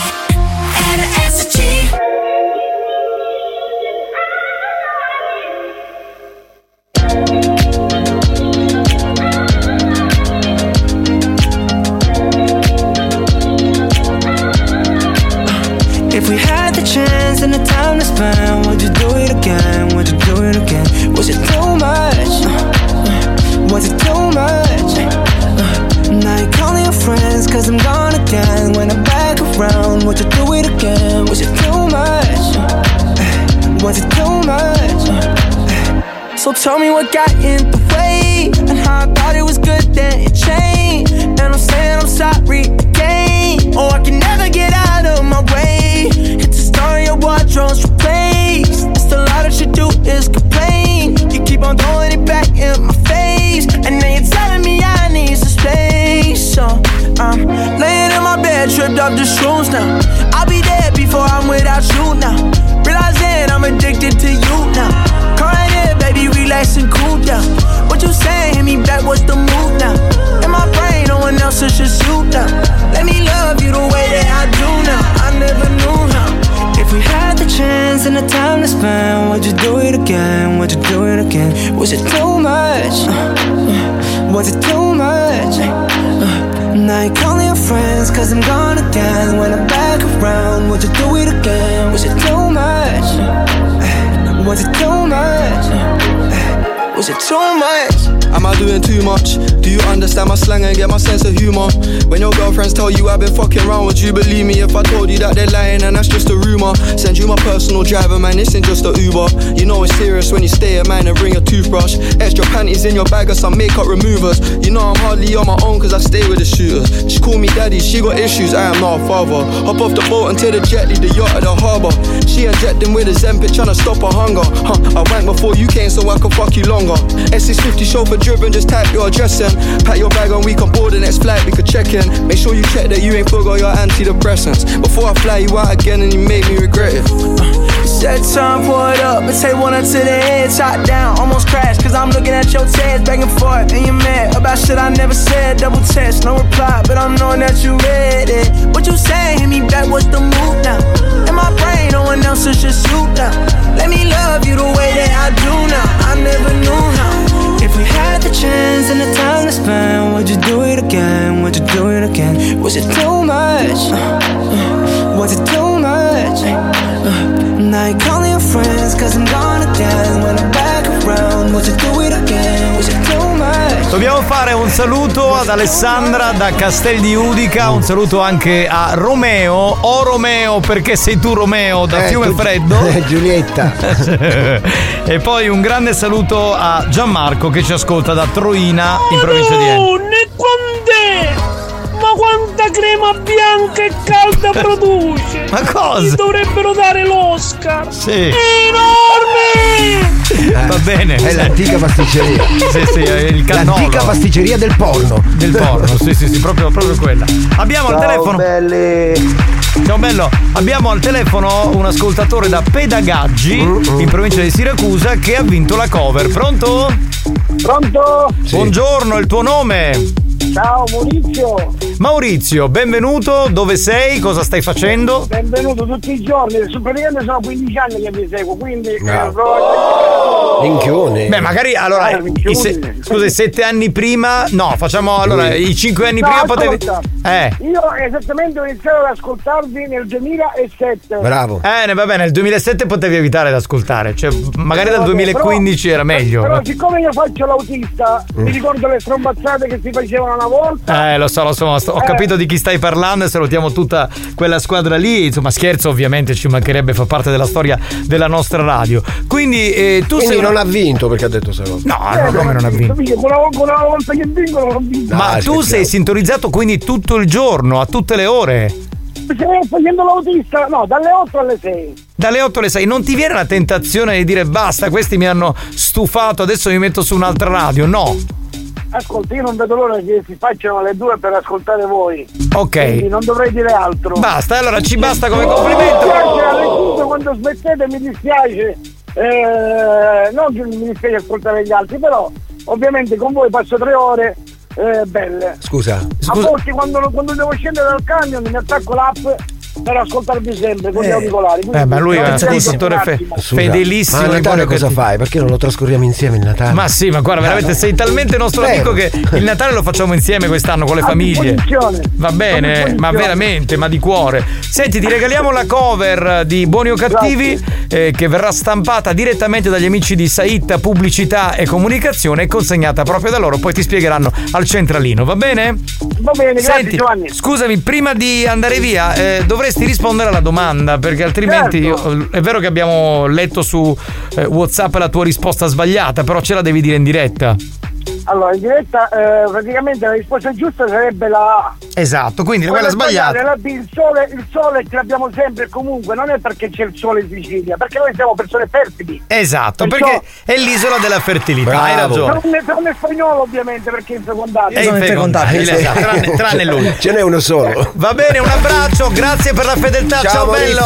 Speaker 12: If we had the chance and the time to spend, would you do it again? Would you do it again? Was it too much? Was it too much? Now you're calling your friends cause I'm gone again. When I'm back around, would you do it again? Was it too much? Was it too much? So tell me what got in the way, and how I thought it was good then it changed. And I'm saying I'm sorry again. Oh, I can never get out of my way. It's a story of wardrobes replaced. It's a lot that you do is complain. You keep on throwing it back in my face, and then you're telling me I need some space. So I'm laying in my bed, tripped off the shrooms now. I'll be dead before I'm without you now. Realizing I'm addicted to you now. Come right here, baby, relax and cool down. What you saying? Hit me back, what's the move now? In my brain, no one else is just you now. Let me love you the way that I do now. I never knew how. If we had the chance and the time to spend, would you do it again? Would you do it again? Was it too much? Was it too much? Now you're calling your friends cause I'm gone again. When I'm back around, would you do it again? Was it too much? Was it too much? Was it too much?
Speaker 7: Am I doing too much? Do you understand my slang and get my sense of humor? When your girlfriends tell you I've been fucking around, would you believe me if I told you that they're lying and that's just a rumor? Send you my personal driver, man, this ain't just a Uber. You know it's serious when you stay at mine and bring a toothbrush. Extra panties in your bag or some makeup removers. You know I'm hardly on my own cause I stay with the shooters. She call me daddy, she got issues, I am not a father. Hop off the boat until the jet leave the yacht at the harbour. She injecting with a Zempic tryna stop her hunger. I went before you came so I could fuck you longer. S650 chauffeur driven, just type your address in. Pack your bag and we can board the next flight, we could check in. Make sure you check that you ain't forgot your antidepressants before I fly you out again and you make me regret it.
Speaker 12: Set time, pour it up, and take one up to the head, top down, almost crashed, cause I'm looking at your tears, back and forth, and you're mad about shit I never said, double text, no reply, but I'm knowing that you read it. What you saying, hit me back, what's the move now? In my brain, no one else is just you now. Let me love you the way that I do now, I never knew how. If we had the chance and the time to spend, would you do it again, would you do it again? Was it too much? Was it too much? Now you're calling your friends cause I'm gone again. When I'm back around, would you do it again? Was it too much?
Speaker 10: Dobbiamo fare un saluto ad Alessandra da Castel di Udica, un saluto anche a Romeo. Oh Romeo, perché sei tu Romeo da Fiume Freddo?
Speaker 13: Giulietta.
Speaker 10: E poi un grande saluto a Gianmarco che ci ascolta da Troina in provincia di Enna.
Speaker 15: Ma quanta crema bianca e calda produce!
Speaker 10: Ma cosa?
Speaker 15: Gli dovrebbero dare l'Oscar!
Speaker 10: Sì!
Speaker 15: Enorme!
Speaker 10: Va bene.
Speaker 13: È l'antica pasticceria.
Speaker 10: Sì, è il cannolo.
Speaker 13: L'antica pasticceria del porno.
Speaker 10: Del porno, sì, proprio quella. Abbiamo al telefono.
Speaker 7: Belli.
Speaker 10: Ciao bello, abbiamo al telefono un ascoltatore da Pedagaggi in provincia di Siracusa che ha vinto la cover. Pronto?
Speaker 4: Pronto?
Speaker 10: Sì. Buongiorno, il tuo nome?
Speaker 4: Ciao Maurizio.
Speaker 10: Maurizio, benvenuto, dove sei? Cosa stai facendo?
Speaker 4: Benvenuto tutti i giorni, praticamente sono 15 anni che vi seguo, quindi
Speaker 13: minchione.
Speaker 10: Beh, magari allora scusa, 7 anni prima. No, facciamo allora i 5 anni prima potevi.
Speaker 4: Io esattamente ho iniziato ad ascoltarvi nel 2007.
Speaker 10: Bravo. Vabbè, nel 2007 potevi evitare di ascoltare, cioè magari dal 2015 era meglio.
Speaker 4: Però siccome io faccio l'autista, mi ricordo le strombazzate che si facevano una volta.
Speaker 10: Lo so, ho capito di chi stai parlando e salutiamo tutta quella squadra lì. Insomma, scherzo, ovviamente, ci mancherebbe, fa parte della storia della nostra radio. Quindi tu sei.
Speaker 13: Non ha vinto perché ha detto se no.
Speaker 10: No, come non ha vinto?
Speaker 4: Una volta che vincono non vinco.
Speaker 10: Ma tu sei sintonizzato quindi tutto il giorno, a tutte le ore?
Speaker 4: Stiamo facendo l'autista, no, dalle 8 alle 6.
Speaker 10: Dalle 8 alle 6, non ti viene la tentazione di dire basta, questi mi hanno stufato, adesso mi metto su un'altra radio? No.
Speaker 4: Ascolta, io non vedo l'ora che si facciano le 2 per ascoltare voi.
Speaker 10: Ok.
Speaker 4: Quindi non dovrei dire altro.
Speaker 10: Basta, allora ci basta come complimento.
Speaker 4: Mi dispiace alle 5 quando smettete, mi dispiace. non che mi dispiace ascoltare gli altri, però ovviamente con voi passo 3 ore belle.
Speaker 13: Scusa.
Speaker 4: A volte quando devo scendere dal camion mi attacco l'app per ascoltarvi sempre con gli auricolari.
Speaker 10: Ma lui è un ascoltatore fedelissimo.
Speaker 13: Ma a Natale cosa fai? Perché non lo trascorriamo insieme il Natale?
Speaker 10: Ma sì, ma guarda, veramente sei talmente nostro amico che il Natale lo facciamo insieme quest'anno con le famiglie. Va bene, ma veramente, ma di cuore. Senti, ti regaliamo la cover di Buoni o Cattivi che verrà stampata direttamente dagli amici di Saita Pubblicità e Comunicazione e consegnata proprio da loro. Poi ti spiegheranno al centralino, va bene?
Speaker 4: Va bene, grazie.
Speaker 10: Senti,
Speaker 4: Giovanni.
Speaker 10: Scusami, prima di andare via, dovresti rispondere alla domanda, perché altrimenti è vero che abbiamo letto su WhatsApp la tua risposta sbagliata, però ce la devi dire in diretta.
Speaker 4: Allora, in diretta praticamente la risposta giusta sarebbe la A.
Speaker 10: Esatto, quindi quella sbagliata.
Speaker 4: La B, il sole ce l'abbiamo sempre e comunque, non è perché c'è il sole in Sicilia, perché noi siamo persone fertili.
Speaker 10: Esatto, perché è l'isola della fertilità.
Speaker 13: Bravo.
Speaker 10: Hai ragione.
Speaker 4: Tranne spagnolo ovviamente, perché è infecondabile.
Speaker 10: È infecondabile, esatto. tranne lui.
Speaker 13: Ce n'è uno solo.
Speaker 10: Va bene, un abbraccio, grazie per la fedeltà. Ciao bello.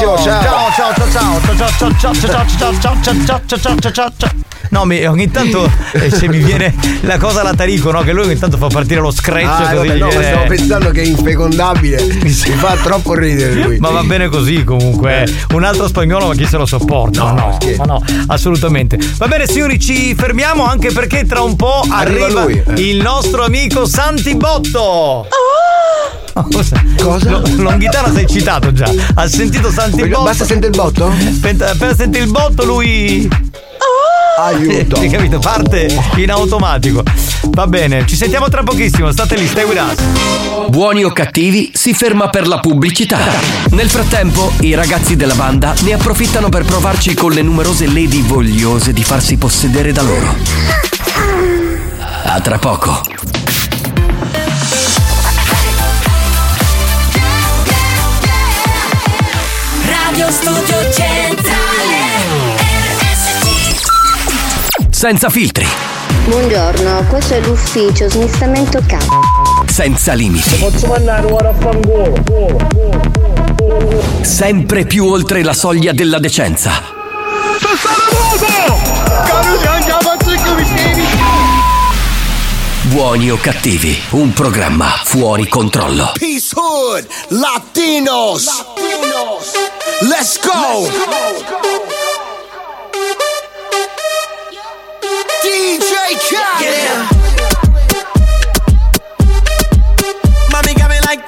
Speaker 10: Ciao. No, ogni tanto se mi viene la cosa alla Tarico, no? Che lui ogni tanto fa partire lo scratch così.
Speaker 13: Vabbè, no, ma stavo pensando che è infecondabile. Mi fa troppo ridere lui.
Speaker 10: Ma va bene così comunque. Un altro spagnolo, ma chi se lo sopporta? No, assolutamente. Va bene signori, ci fermiamo anche perché tra un po' arriva lui, il nostro amico Santi Botto.
Speaker 13: Cosa?
Speaker 10: Longhitano sei citato già. Ha sentito Santi Botto?
Speaker 13: Basta sentire il botto?
Speaker 10: Appena senti il botto lui
Speaker 13: aiuto.
Speaker 10: Hai capito? Parte in automatico. Va bene, ci sentiamo tra pochissimo. State lì, stay with us.
Speaker 1: Buoni o Cattivi si ferma per la pubblicità. Nel frattempo, i ragazzi della banda ne approfittano per provarci con le numerose lady vogliose di farsi possedere da loro. A tra poco.
Speaker 12: Radio Studio Centrale.
Speaker 1: Senza filtri.
Speaker 18: Buongiorno, questo è l'ufficio smistamento capo.
Speaker 1: Senza limiti.
Speaker 4: Posso mandare ora a fangolo.
Speaker 1: Sempre più oltre la soglia della decenza. Buoni o Cattivi, un programma fuori controllo.
Speaker 19: Peace Hood, Latinos. Let's go. DJ Khaled. Yeah. Mommy got me like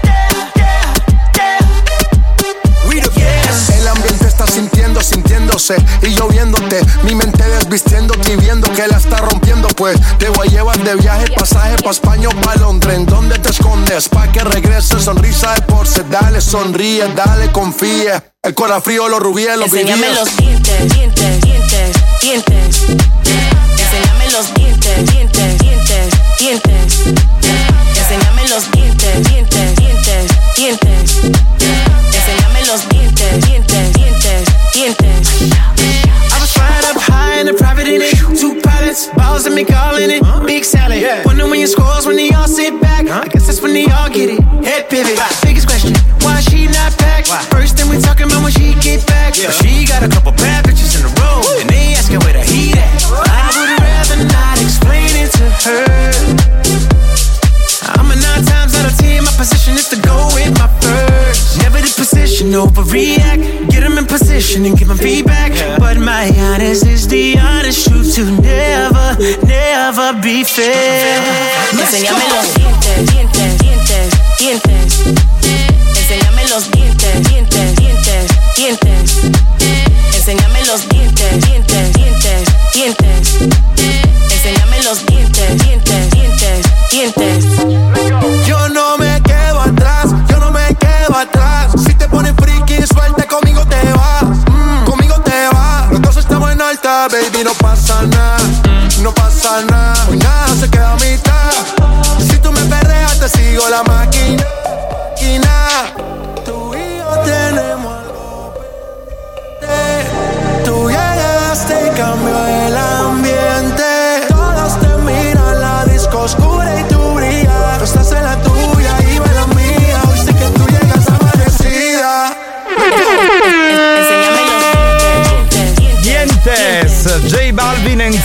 Speaker 19: we the best. El ambiente está sintiéndose y yo viéndote, mi mente desvistiéndote y viendo que la está rompiendo, pues te voy a llevar de viaje, pasaje pa' España o pa' Londres. ¿En dónde te escondes? Pa' que regrese, sonrisa de porce, dale, sonríe, dale, confía. El corazón frío, los rubíes, los vivíes.
Speaker 12: Enséñame los dientes, dientes, dientes, dientes. Enséñame los dientes, dientes, dientes, dientes. Enséñame los dientes, dientes, dientes, dientes. Enséñame los dientes, dientes, dientes, dientes.
Speaker 23: I was flying up high in a private in it. 2 pilots, balls and me calling it Big Sally. Wonder when your scores when they all sit back. I guess that's when they all get it. Head pivot. Biggest question, why she not back? First thing we talking about when she get back. But she got a couple bad bitches in a row, and they asking where the heat at. I would rather not explain it to her. I'm a 9 times out of 10, my position is to go with my first. Never the position, overreact. Get them in position and give them feedback. But my honest is the honest truth to never, never be fair.
Speaker 12: Enséñame los dientes, dientes, dientes, dientes. Enséñame los dientes, dientes, dientes, dientes. Enséñame los dientes, dientes, dientes, dientes. Enséñame los dientes, dientes, dientes, dientes.
Speaker 19: Yo no me quedo atrás, yo no me quedo atrás. Si te pones friki, suelta, conmigo te vas, conmigo te vas. Los dos estamos en alta, baby, no pasa nada, no pasa nada. Hoy nada se queda a mitad. Si tú me perreas, te sigo la máquina. Tú y yo tenemos algo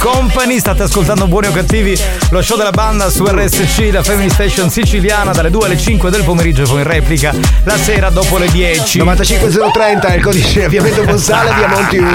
Speaker 10: Company. State ascoltando Buoni o Cattivi, lo show della banda su RSC, la Family Station siciliana, dalle 2 alle 5 del pomeriggio, poi in replica la sera dopo le 10.
Speaker 13: 95030 è il codice di avviamento postale via Monti 1.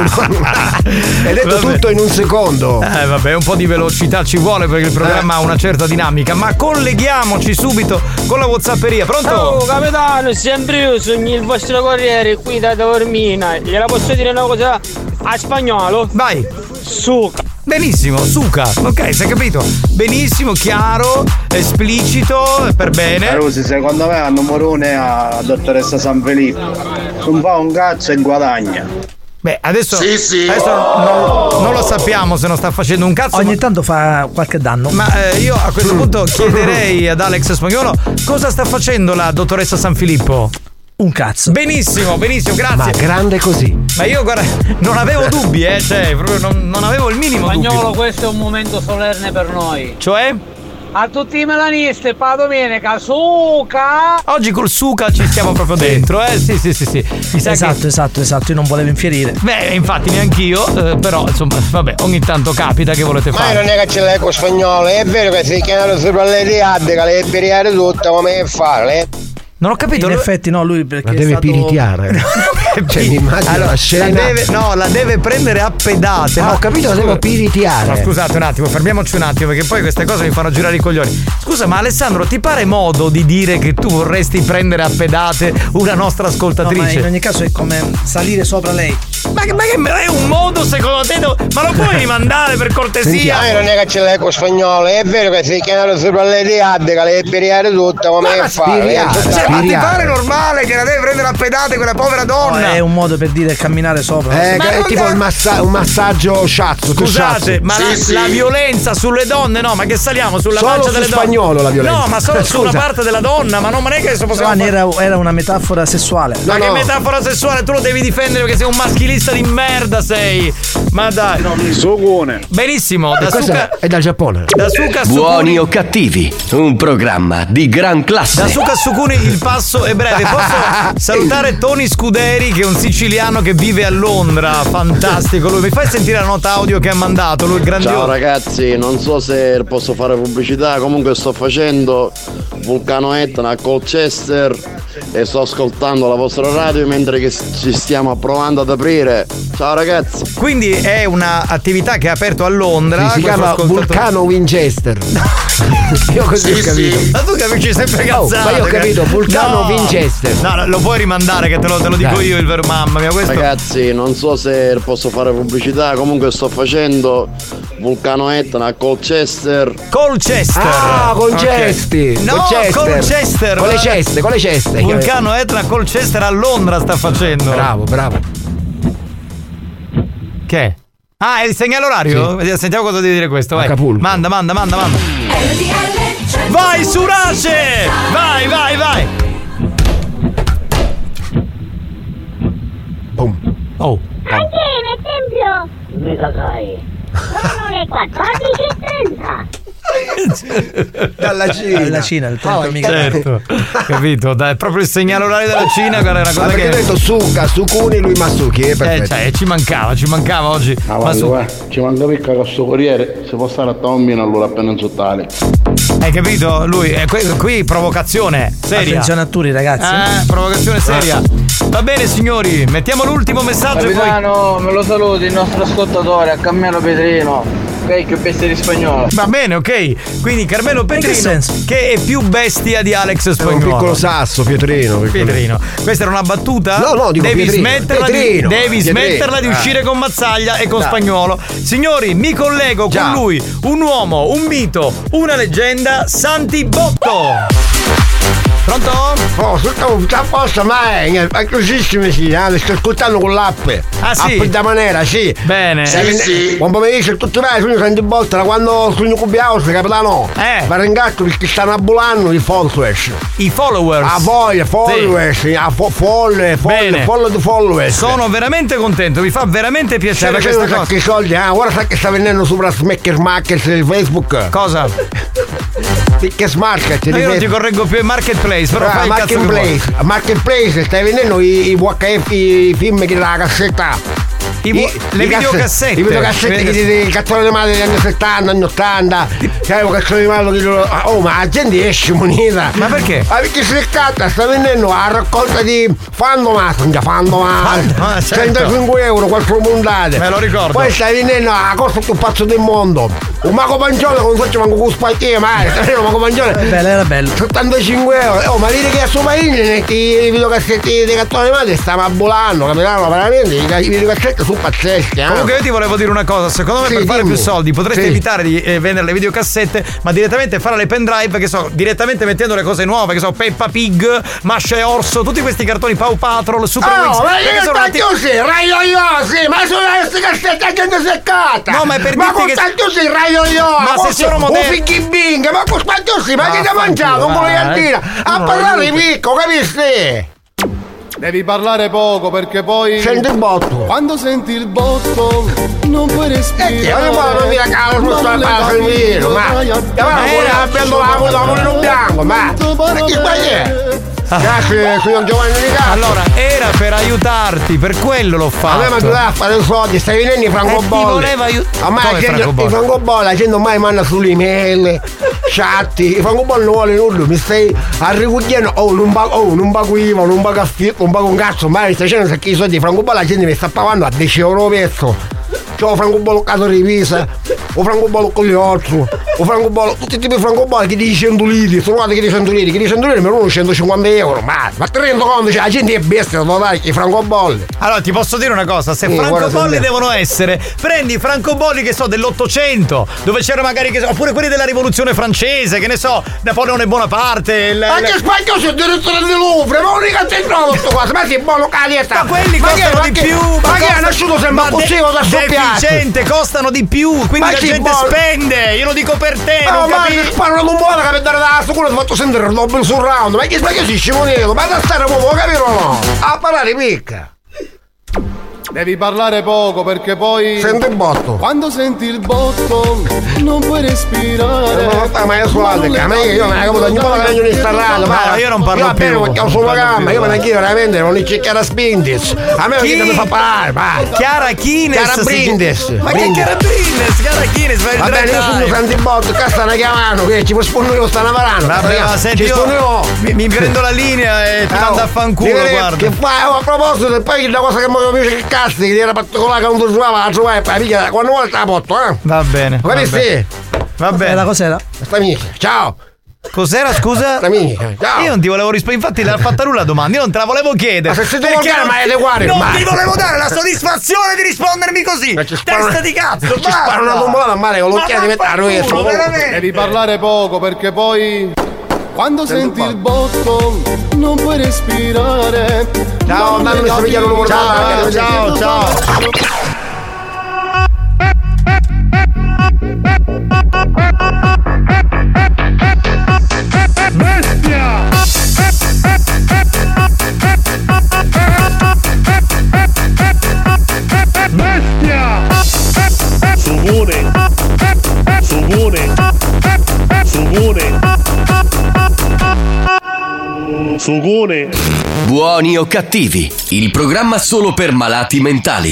Speaker 13: È detto tutto in un secondo.
Speaker 10: Vabbè, un po' di velocità ci vuole perché il programma ha una certa dinamica, ma colleghiamoci subito con la WhatsApperia. Pronto?
Speaker 15: Oh capitano, sempre io sogno il vostro corriere qui da Taormina. Gliela posso dire una cosa a spagnolo?
Speaker 10: Vai.
Speaker 15: Suca.
Speaker 10: Benissimo, suca. Ok, si è capito. Benissimo, chiaro, esplicito, per bene.
Speaker 16: Carusi, secondo me al numero 1 è a dottoressa San Filippo. Non fa un cazzo e guadagna.
Speaker 10: Beh, adesso,
Speaker 16: sì.
Speaker 10: adesso non lo sappiamo se non sta facendo un cazzo.
Speaker 3: Ogni tanto fa qualche danno.
Speaker 10: Ma io a questo punto chiederei ad Alex Spagnolo cosa sta facendo la dottoressa San Filippo.
Speaker 3: Un cazzo.
Speaker 10: Benissimo, grazie.
Speaker 13: Ma grande così.
Speaker 10: Ma io guarda, non avevo dubbi, cioè, proprio non avevo il minimo dubbio.
Speaker 8: Spagnolo, questo è un momento solenne per noi.
Speaker 10: Cioè?
Speaker 8: A tutti i melanisti, per la domenica, suca!
Speaker 10: Oggi col suca ci stiamo proprio dentro, Sì. Mi sa
Speaker 3: esatto, io non volevo infierire.
Speaker 10: Beh, infatti neanch'io, però insomma, vabbè, ogni tanto capita, che volete fare.
Speaker 6: Ma non è che c'è l'eco spagnolo, è vero che si chiamano sopra le riadde, che le periare tutta, come fare?
Speaker 10: Non ho capito.
Speaker 3: In effetti no, lui perché
Speaker 13: la deve piritiare. Cioè mi immagino
Speaker 10: allora,
Speaker 13: la scena.
Speaker 10: La deve prendere a pedate.
Speaker 13: Ho capito, la devo piritiare.
Speaker 10: No, scusate un attimo, fermiamoci un attimo perché poi queste cose mi fanno girare i coglioni. Scusa, ma Alessandro, ti pare modo di dire che tu vorresti prendere a pedate una nostra ascoltatrice?
Speaker 3: No, ma in ogni caso è come salire sopra lei.
Speaker 10: Ma che è un modo secondo te? Ma lo puoi rimandare per cortesia?
Speaker 6: Ma non è che c'è l'eco spagnolo, è vero che si chiamano sopra le riadde, che le deve periare tutta, come fare?
Speaker 10: Ma ti pare normale che la deve prendere a pedate quella povera donna?
Speaker 3: No, è un modo per dire camminare sopra.
Speaker 13: È tipo un massaggio sciazzo.
Speaker 10: Scusate, ma la violenza sulle donne, no? Ma che saliamo sulla pancia delle donne?
Speaker 13: Spagnolo la violenza.
Speaker 10: No, ma solo sulla parte della donna, ma non è che adesso possiamo.
Speaker 3: Era una metafora sessuale.
Speaker 10: Ma che metafora sessuale? Tu lo devi difendere perché sei un maschilista di merda, sei. Ma dai.
Speaker 16: Sugone.
Speaker 10: Benissimo, da Suka.
Speaker 13: È dal Giappone.
Speaker 10: Da Suka
Speaker 1: Buoni o cattivi, un programma di gran classe.
Speaker 10: Da Suka Sukuni il passo è breve. Posso salutare Tony Scuderi, che è un siciliano che vive a Londra. Fantastico. Lui mi fai sentire la nota audio che ha mandato? Lui è grandioso.
Speaker 11: Ciao ragazzi, non so se posso fare pubblicità, comunque sto facendo Vulcano Etna a Colchester e sto ascoltando la vostra radio mentre che ci stiamo provando ad aprire. Ciao ragazzi.
Speaker 10: Quindi è un'attività che ha aperto a Londra.
Speaker 13: Si chiama Vulcano Winchester. Io così ho capito.
Speaker 10: Ma tu capisci sempre cazzate.
Speaker 13: Ma io ho capito, Vulcano Winchester.
Speaker 10: No, lo puoi rimandare che te lo dico io il vero, mamma mia. Questo...
Speaker 11: Ragazzi, non so se posso fare pubblicità, comunque sto facendo Vulcano Etna a Colchester.
Speaker 10: Ah,
Speaker 13: Colchester.
Speaker 10: Okay. No, Colchester.
Speaker 13: Con le ceste.
Speaker 10: Vulcano Etna a Colchester a Londra sta facendo.
Speaker 13: Bravo.
Speaker 10: Che? Ah, è il segnale orario? Sì. Sentiamo cosa devi dire questo, vai.
Speaker 13: Acapulco.
Speaker 10: Manda. Vai, Surace! Vai!
Speaker 13: Boom.
Speaker 10: Oh.
Speaker 21: Anche nel tempio! Mi cagai. Sono le 14:30.
Speaker 13: Dalla Cina,
Speaker 3: il tempo mica.
Speaker 10: Certo, capito? Dai, proprio il segnale orario della Cina, quella è una cosa che.
Speaker 13: Ha detto Suka, Sukuni, lui Masuki, perfetto.
Speaker 10: Cioè, ci mancava oggi.
Speaker 16: Ci manca picca con sto corriere, si può stare a Taormina allora appena in sottale.
Speaker 10: Hai capito? Lui qui provocazione seria.
Speaker 3: Attenzione a tutti, ragazzi.
Speaker 10: Provocazione seria. Va bene signori, mettiamo l'ultimo messaggio.
Speaker 15: Capitano, me lo saluti il nostro ascoltatore, a Carmelo Pedrino. Vecchio bestia di spagnolo.
Speaker 10: Va bene, ok. Quindi Carmelo Pedrino, che è più bestia di Alex Spagnolo.
Speaker 13: Un piccolo sasso, Pietrino.
Speaker 10: Questa era una battuta?
Speaker 13: No, dico
Speaker 10: devi
Speaker 13: Pietrino.
Speaker 10: smetterla di uscire con Mazzaglia e con Spagnolo. Signori, mi collego con lui, un uomo, un mito, una leggenda, Santi Botto. Pronto?
Speaker 22: Oh, tutto a posto, ma è cosissimo, sì, le sto ascoltando con l'app.
Speaker 10: Ah sì?
Speaker 22: App da manera, sì.
Speaker 10: Bene.
Speaker 22: Sì. Buon pomeriggio a tutti voi, sono Santi Botto, da quando sono cubiato, capitano. Ma ringrazio perché stanno abbulando i followers.
Speaker 10: I followers?
Speaker 22: A voi, followers, a followers.
Speaker 10: Sono veramente contento, mi fa veramente piacere questa cosa.
Speaker 22: Che soldi, ora sa che sta venendo sopra Smackers Market su Facebook.
Speaker 10: Cosa?
Speaker 22: Che Market.
Speaker 10: Io non ti correggo più, è Marketplace. Però fai
Speaker 22: Marketplace, stai vendendo i VHF, i film della cassetta.
Speaker 10: le videocassette.
Speaker 22: I videocassette che dei cartoni animati degli anni 70, anni 80. Sai, un cartone animato che oh, ma la gente esce munita.
Speaker 10: Ma perché?
Speaker 22: Ma perché si scatta, sta venendo a raccolta di Fandomas, 35 euro, 4 puntate.
Speaker 10: Me lo ricordo.
Speaker 22: Poi sta venendo a costo più pazzo del mondo. Un mago pancione con faccio manco con spaghetti, ma un mago pancione.
Speaker 3: Era bello.
Speaker 22: 75 euro. Oh, ma dire che a suo paese i videocassetti dei cartoni animati stanno abbolando, capitano, veramente i videocassetti sono pazzeschi.
Speaker 10: Comunque io ti volevo dire una cosa, secondo me per fare più soldi potresti evitare di vendere le videocassette, ma direttamente fare le pendrive, che so, direttamente mettendo le cose nuove, che so, Peppa Pig, Masha e Orso, tutti questi cartoni, Paw Patrol, Super Wings.
Speaker 22: Ma io sono così, ma sono queste cassette a gente seccata.
Speaker 10: No, ma è per
Speaker 22: ma
Speaker 10: dirti che
Speaker 22: così, ma
Speaker 10: se sono moderni.
Speaker 22: Un Figgy Bing, ma con così, ma che ti ha mangiato? Un vogliardina a parlare di picco, capisci?
Speaker 2: Devi parlare poco perché poi
Speaker 22: senti il botto.
Speaker 2: Quando senti il botto non puoi respirare.
Speaker 22: Non mi la cavo sul suo palazzo, ma era bello la mulino bianco, ma che sbagliare? Grazie, signor Giovanni Di Castro.
Speaker 10: Allora, era per aiutarti, per quello l'ho fatto.
Speaker 22: A me mi aiutava a fare i soldi, stai venendo i francobolli.
Speaker 10: Ti voleva aiutare.
Speaker 22: A me i francobolli, la gente mai manda sull'email, chat, i francobolli non vuole nulla, mi stai arricchiando, non pago IVA, non pago affitto, non pago un cazzo, ma stai facendo se che i soldi i francobolli la gente mi sta pagando a 10 euro pezzo. C'ho un francobollo caso rivisa, un francobollo con gli occhi, un francobollo, tutti i tipi di francobolli che di 100 litri, sono guardate che di 100 litri, che di 100 litri mi danno 150 euro, ma ti rendo conto, cioè, la gente è bestia, dai, i francobolli.
Speaker 10: Allora ti posso dire una cosa, se francobolli devono essere, prendi i francobolli che so dell'800, dove c'era magari, che so, oppure quelli della rivoluzione francese, che ne so, Napoleone Bonaparte.
Speaker 22: Anche spagnolo il direttore del Louvre, ma non riga centrale questo qua, ma si buono calietta.
Speaker 10: Ma quelli costano di più,
Speaker 22: ma che è nasciuto sembra possibile da soppiare.
Speaker 10: Gente, costano di più, quindi ma la gente spende. Io lo dico per te, non capisci?
Speaker 22: Ma non buona che per dare da sicuro ti ho fatto sentire il double surround. Ma che si scimonello? Ma da stare proprio, capire o no? A parlare picca.
Speaker 2: Devi parlare poco perché poi
Speaker 22: senti il botto.
Speaker 2: Quando senti il botto non puoi respirare.
Speaker 22: Ma io suonate, che a me io me la capo ogni volta che vengo installato.
Speaker 10: Ma io non parlo più.
Speaker 22: Io perché ho solo gamma, io me la chiedo veramente, non c'è Chiara Spindis. A me non mi fa parlare, vai.
Speaker 10: Chiara Kines.
Speaker 22: Chiara Brindis.
Speaker 10: Ma che Chiara Brindis? Chiara Kines, vai.
Speaker 22: Va bene, io sono senti il botto, qua stanno chiamando, che ci puoi spondere io stanno parlando.
Speaker 10: Vabbè, ma senti, io mi prendo la linea e ti mando a fanculo, guarda.
Speaker 22: Che fai? A proposito, e poi la cosa che mi piace che cazzi, che era particolare che non si trovava, la trovai per la quando vuole la porto,
Speaker 10: Va bene.
Speaker 22: Va
Speaker 10: bene.
Speaker 3: Cos'era?
Speaker 22: Sta amica, ciao.
Speaker 10: Cos'era, scusa?
Speaker 22: Amica, ciao.
Speaker 10: Io non ti volevo rispondere, infatti l'ha fatta lui la domanda, io non te la volevo chiedere.
Speaker 22: Ma se ti vuoi chiedere, ma è uguale.
Speaker 10: Non ti volevo dare la soddisfazione di rispondermi così. Testa di cazzo,
Speaker 22: ci sparo una tombolata a mare con l'occhiale di metà rovescio.
Speaker 2: Devi parlare poco perché poi quando senti il botto non puoi respirare.
Speaker 22: Ciao, dammi questo pigliano numero. Ciao.
Speaker 2: Bestia! Bestia! Sugone!
Speaker 1: Buoni o cattivi, il programma solo per malati mentali.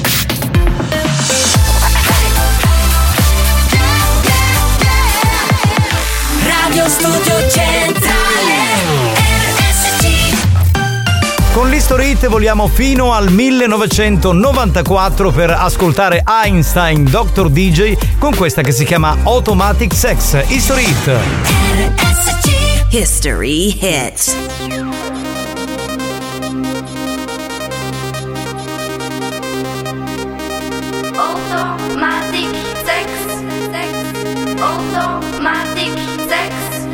Speaker 14: Radio Studio Centrale RSC.
Speaker 10: Con l'History Hit voliamo fino al 1994 per ascoltare Einstein, Dr. DJ, con questa che si chiama Automatic Sex. History Hit.
Speaker 14: RSC. History Hit.
Speaker 20: Automatic sex, automatic sex.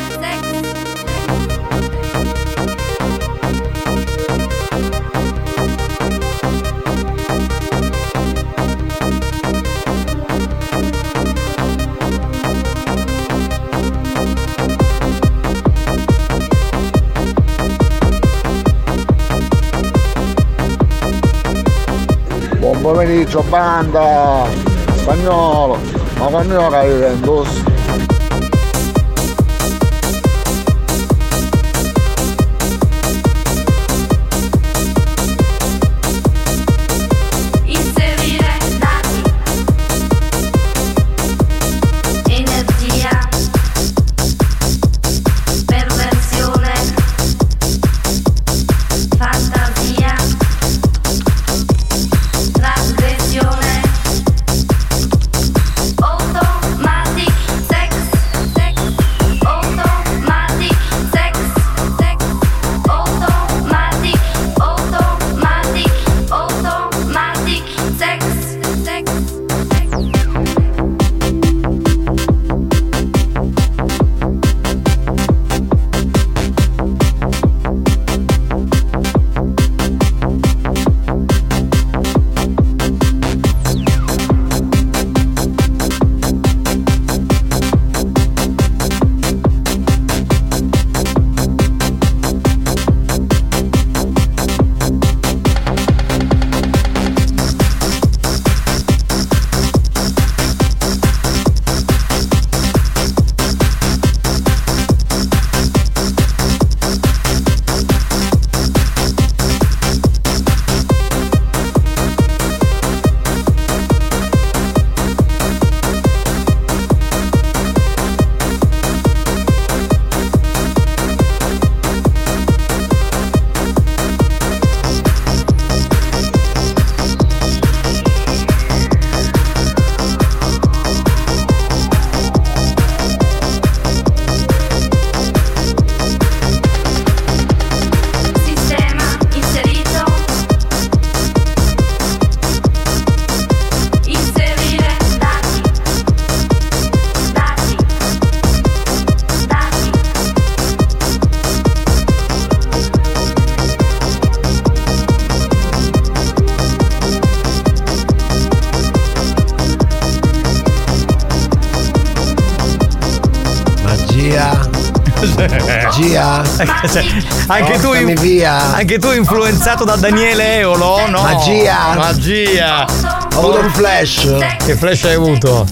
Speaker 4: Buon pomeriggio banda, spagnolo, ma quando io caio vendos?
Speaker 20: In Sevilla
Speaker 22: Magia.
Speaker 10: Anche tu influenzato da Daniele Eolo, no? Magia.
Speaker 22: Ho avuto un flash.
Speaker 10: Che flash hai avuto?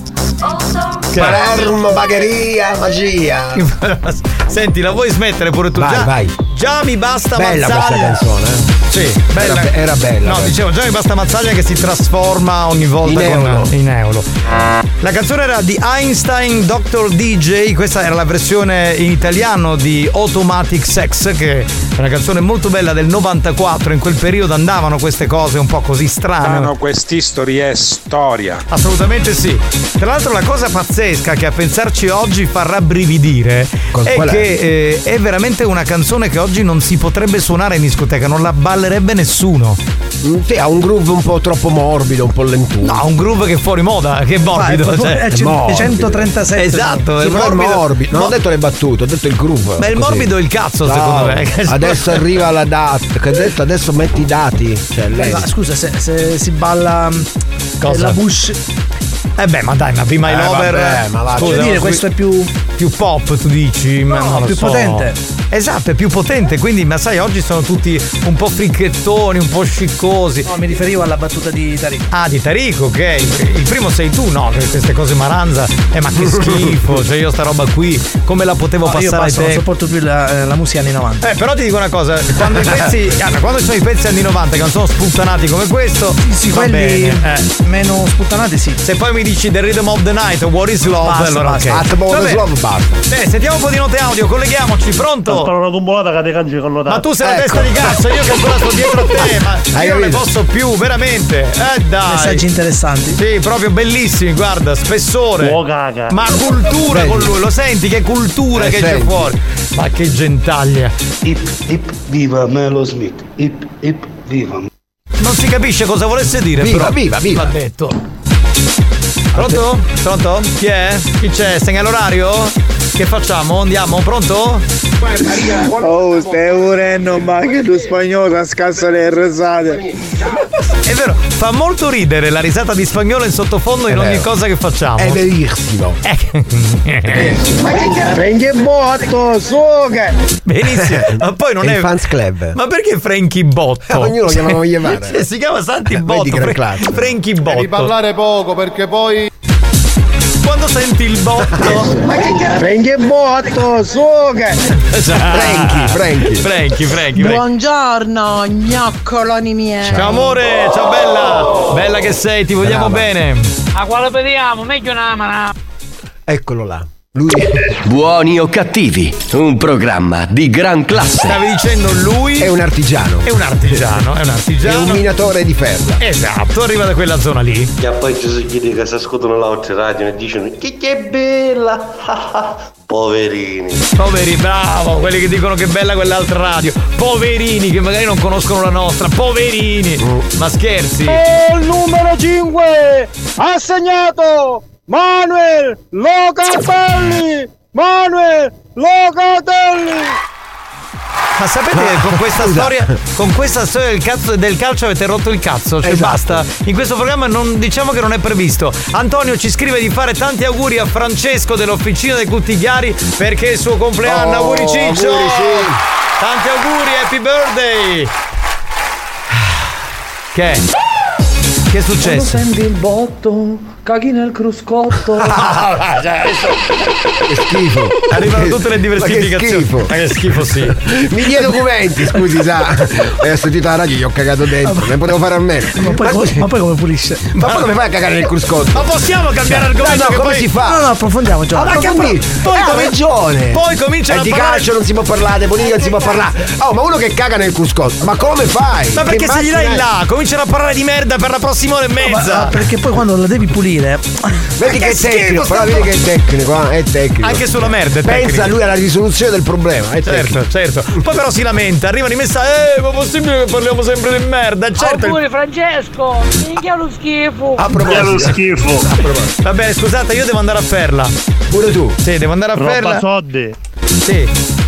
Speaker 22: Palermo, bagheria, magia.
Speaker 10: Senti, la vuoi smettere pure tu?
Speaker 22: Vai.
Speaker 10: Già mi basta
Speaker 22: bella
Speaker 10: Mazzaglia.
Speaker 22: questa canzone,
Speaker 10: Sì, bella.
Speaker 22: Era bella.
Speaker 10: No, dicevo, già mi basta Mazzaglia che si trasforma ogni volta in euro. La canzone era di Einstein Dr. DJ, questa era la versione in italiano di Automatic Sex, che è una canzone molto bella del 94, in quel periodo andavano queste cose un po' così strane.
Speaker 5: Quest'history è storia.
Speaker 10: Assolutamente sì. Tra l'altro la cosa pazzesca che a pensarci oggi fa rabbrividire è che è veramente una canzone che oggi non si potrebbe suonare in discoteca, non la ballerebbe nessuno.
Speaker 22: Sì, ha un groove un po' troppo morbido, un po' lentuno.
Speaker 10: No, un groove che è fuori moda, che è morbido.
Speaker 3: È 137.
Speaker 10: Esatto,
Speaker 22: è morbido. Non ho detto le battute, ho detto il groove.
Speaker 10: Ma il morbido è il cazzo, secondo me.
Speaker 22: Adesso arriva la data. Che ha detto adesso metti i dati. Cioè, lei.
Speaker 3: Ma scusa, se si balla la Bush.
Speaker 10: Ma dai, ma Be My Lover.
Speaker 3: Scusa, dire, questo è più
Speaker 10: pop, tu dici?
Speaker 3: No,
Speaker 10: non lo
Speaker 3: più
Speaker 10: so.
Speaker 3: potente.
Speaker 10: Esatto, è più potente, quindi, ma sai, oggi sono tutti un po' fricchettoni, un po' sciccosi.
Speaker 3: No, mi riferivo alla battuta di Tarico.
Speaker 10: Ah, di Tarico, ok. Il primo sei tu, no? Queste cose maranza. Ma che schifo, cioè io sta roba qui, come la potevo passare a te?
Speaker 3: Non sopporto più la musica anni 90.
Speaker 10: Però ti dico una cosa, quando i pezzi. quando sono i pezzi anni 90 che non sono sputtanati come questo,
Speaker 3: sì,
Speaker 10: va
Speaker 3: quelli
Speaker 10: bene.
Speaker 3: Meno sputtanati, sì.
Speaker 10: Se poi mi dici The Rhythm of the Night o What is Love,
Speaker 3: basta,
Speaker 10: allora
Speaker 3: basta.
Speaker 10: ok.
Speaker 22: Basta.
Speaker 10: Beh, sentiamo un po' di note audio, colleghiamoci, pronto?
Speaker 9: Sparo una tombolata che te cangi con notata.
Speaker 10: Ma tu sei la testa di cazzo, io che ancora sto dietro a te, ma io non ne posso più, veramente. Dai.
Speaker 3: Messaggi interessanti.
Speaker 10: Sì, proprio bellissimi, guarda, spessore.
Speaker 9: Oh, caga.
Speaker 10: Ma cultura con lui, lo senti che cultura che c'è fuori. Ma che gentaglia.
Speaker 9: Hip hip viva Melo Smith. Hip hip viva.
Speaker 10: Non si capisce cosa volesse dire,
Speaker 22: viva,
Speaker 10: però.
Speaker 22: Viva.
Speaker 10: L'ha detto. Pronto? Pronto? Chi è? Chi c'è? Sei all'orario? Che facciamo? Andiamo? Pronto?
Speaker 16: Oh, stai morendo, ma che tu spagnolo a scassa le risate.
Speaker 10: È vero, fa molto ridere la risata di Spagnolo in sottofondo in ogni cosa che facciamo.
Speaker 22: È verissimo.
Speaker 16: Prendi botto, suga.
Speaker 10: Benissimo. Ma poi non è
Speaker 22: il fans club.
Speaker 10: Ma perché Frankie Botto?
Speaker 22: Ognuno lo chiamava Iemare.
Speaker 10: Si chiama Santi Botto. Frankie Botto.
Speaker 2: Devi parlare poco perché poi
Speaker 10: quando senti il botto
Speaker 16: prendi botto, suga.
Speaker 10: Frankie.
Speaker 8: Buongiorno, gnoccoloni miei.
Speaker 10: Ciao amore, ciao bella che sei, ti vogliamo bene.
Speaker 15: A quale vediamo? Meglio una mano.
Speaker 22: Eccolo là. Lui.
Speaker 1: Buoni o cattivi, un programma di gran classe.
Speaker 10: Stavi dicendo lui
Speaker 22: è un artigiano.
Speaker 10: È un
Speaker 22: minatore di ferro.
Speaker 10: Esatto, arriva da quella zona lì.
Speaker 9: E poi ci si chiede che si ascoltano l'altra radio e dicono che bella. Poverini,
Speaker 10: bravo, quelli che dicono che bella quell'altra radio. Poverini che magari non conoscono la nostra. Poverini. Ma scherzi.
Speaker 16: E il numero 5 ha segnato Manuel Locatelli.
Speaker 10: Ma sapete che con questa storia del calcio avete rotto il cazzo, cioè basta. In questo programma diciamo che non è previsto. Antonio ci scrive di fare tanti auguri a Francesco dell'Officina dei Cuttigliari perché è il suo compleanno. Auguri Ciccio! Tanti auguri, happy birthday! Che è successo?
Speaker 8: Quando senti il botto, caghi nel cruscotto.
Speaker 22: Che schifo.
Speaker 10: Arrivano tutte le diversificazioni. Ma che schifo, sì.
Speaker 22: Mi dia documenti, scusi, sa. Ho sentito la radio, gli ho cagato dentro. Ne potevo fare a me.
Speaker 3: Ma poi come pulisce?
Speaker 22: Ma poi come fai a cagare nel cruscotto?
Speaker 10: Ma possiamo cambiare argomento?
Speaker 22: No, come
Speaker 10: poi
Speaker 22: si fa?
Speaker 3: No, approfondiamo già.
Speaker 22: Poi ha ragione.
Speaker 10: Poi comincia a
Speaker 22: di
Speaker 10: parlare.
Speaker 22: calcio non si può parlare, di politica non si può parlare. Oh, ma uno che caga nel cruscotto, ma come fai?
Speaker 10: Ma perché se gli dai là, cominciano a parlare di merda per la prossima ora e mezza.
Speaker 3: Ma perché poi quando la devi pulire.
Speaker 22: Vedi che è tecnico, però vedi che è tecnico, è tecnico.
Speaker 10: Anche sulla merda è tecnico.
Speaker 22: Pensa lui alla risoluzione del problema, è tecnico.
Speaker 10: Certo. Poi però si lamenta, arrivano i messaggi, ma possibile che parliamo sempre di merda? Certo.
Speaker 15: Oppure Francesco, minchia lo schifo.
Speaker 22: A proposito.
Speaker 10: Va bene, scusate, io devo andare a Ferla.
Speaker 22: Pure tu?
Speaker 10: Sì, devo andare a Ferla.
Speaker 9: Soldi.
Speaker 10: Sì.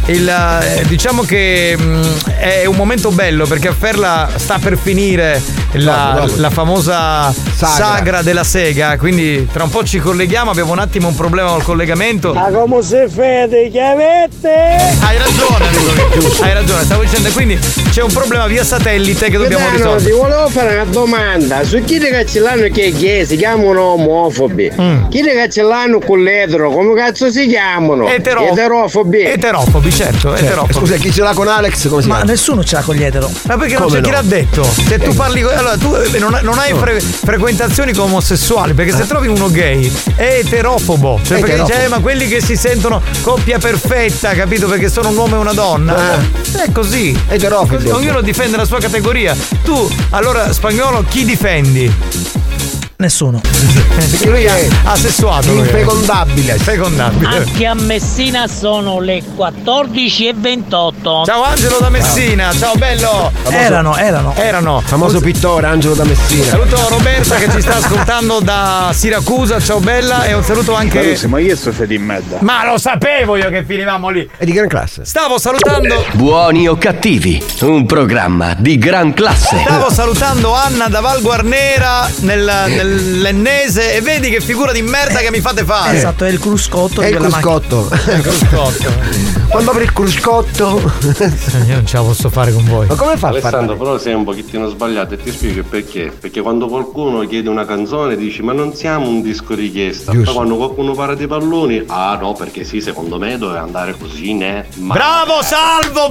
Speaker 10: diciamo che è un momento bello perché a Ferla sta per finire la famosa sagra della sega, quindi tra un po' ci colleghiamo, abbiamo un attimo un problema col collegamento.
Speaker 21: Ma come se fede chiavette?
Speaker 10: Hai ragione, stavo dicendo, quindi c'è un problema via satellite che dobbiamo risolvere.
Speaker 6: Ti volevo fare una domanda su chi che ce l'hanno che si chiamano omofobi, chi che ce l'hanno con l'etero, come cazzo si chiamano? Eterofobi,
Speaker 10: certo.
Speaker 13: Scusa, chi ce l'ha con Alex come si chiama?
Speaker 3: Nessuno ce l'ha con gli etero.
Speaker 10: Ma perché non c'è chi l'ha detto? Se tu parli allora tu non hai frequentazioni con omosessuali, perché se trovi uno gay è eterofobo, cioè perché dice ma quelli che si sentono coppia perfetta, capito? Perché sono un uomo e una donna. È così.
Speaker 13: Eterofobo.
Speaker 10: Ognuno difende la sua categoria. Tu allora Spagnolo chi difendi?
Speaker 3: Nessuno.
Speaker 13: Perché lui è
Speaker 10: asessuato.
Speaker 13: Infecondabile.
Speaker 8: Anche a Messina sono le 14:28.
Speaker 10: Ciao Angelo da Messina, ciao bello. Erano.
Speaker 13: Famoso pittore Angelo da Messina.
Speaker 10: Saluto Roberta che ci sta ascoltando da Siracusa, ciao bella, e un saluto anche.
Speaker 16: Ma io sto di merda.
Speaker 10: Ma lo sapevo io che finivamo lì.
Speaker 13: È di gran classe.
Speaker 10: Stavo salutando.
Speaker 1: Buoni o cattivi, un programma di gran classe.
Speaker 10: Stavo salutando Anna da Val Guarnera nell'Ennese e vedi che figura di merda che mi fate fare.
Speaker 3: Esatto, è il cruscotto.
Speaker 13: È il cruscotto. Quando apri il cruscotto.
Speaker 10: Io non ce la posso fare con voi.
Speaker 13: Ma come fa a
Speaker 9: Alessandro, però sei un pochettino sbagliato e ti spiego il perché. Perché quando qualcuno chiede una canzone dici ma non siamo un disco richiesta. Poi quando qualcuno parla di palloni, no, perché sì, secondo me doveva andare così, né?
Speaker 10: Bravo Salvo,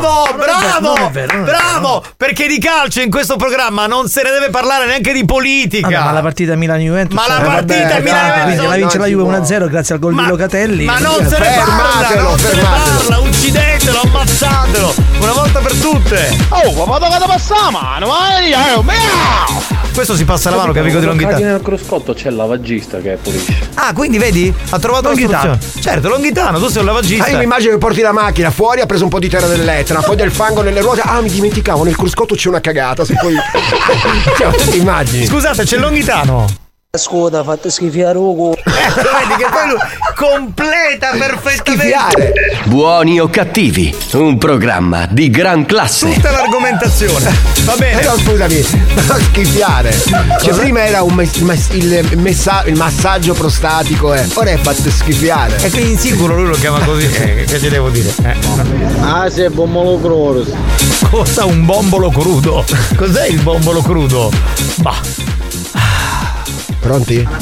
Speaker 10: bravo! Perché di calcio in questo programma non se ne deve parlare neanche di politica.
Speaker 3: Ma la partita Milan-Juventus.
Speaker 10: Ma la partita Milan-Juventus.
Speaker 3: La vince la Juve 1-0 grazie al gol di Locatelli.
Speaker 10: Ma non se ne parla, uccidetelo, ammazzatelo, una volta per tutte.
Speaker 21: Ma dove passa la mano?
Speaker 10: Questo si passa la mano che amico di Longhitano.
Speaker 7: Nel cruscotto c'è il lavagista che pulisce.
Speaker 10: Ah, quindi vedi? Ha trovato Longhitano. Certo, Longhitano, tu sei un lavagista.
Speaker 13: Io mi immagino che porti la macchina fuori, ha preso un po' di terra dell'Etna, poi del fango nelle ruote. Mi dimenticavo, nel cruscotto c'è una cagata. Se poi ti immagini.
Speaker 10: Scusate, c'è Longhitano.
Speaker 8: Scusa, fate schifare Ugo.
Speaker 10: Vedi che poi lui completa perfettamente.
Speaker 13: Schifiare.
Speaker 1: Buoni o cattivi, un programma di gran classe.
Speaker 10: Tutta l'argomentazione. Va bene.
Speaker 13: No, scusami, però schifiare. Cioè, prima era il massaggio prostatico, ora è fatto schifiare.
Speaker 10: E quindi sicuro lui lo chiama così. Che ci devo dire?
Speaker 6: Sei bombolo crudo.
Speaker 10: Cosa un bombolo crudo? Cos'è il bombolo crudo? Bah.
Speaker 13: Pronti?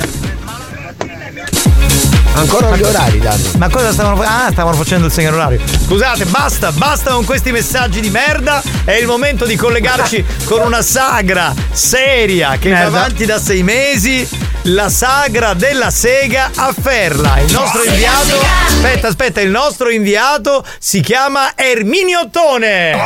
Speaker 13: Ancora gli orari danno.
Speaker 10: Ma cosa stavano facendo il segno orario. Scusate, basta con questi messaggi di merda. È il momento di collegarci con una sagra seria che va avanti da 6 mesi. La sagra della sega a Ferla. Il nostro inviato. Aspetta, il nostro inviato si chiama Erminio Ottone.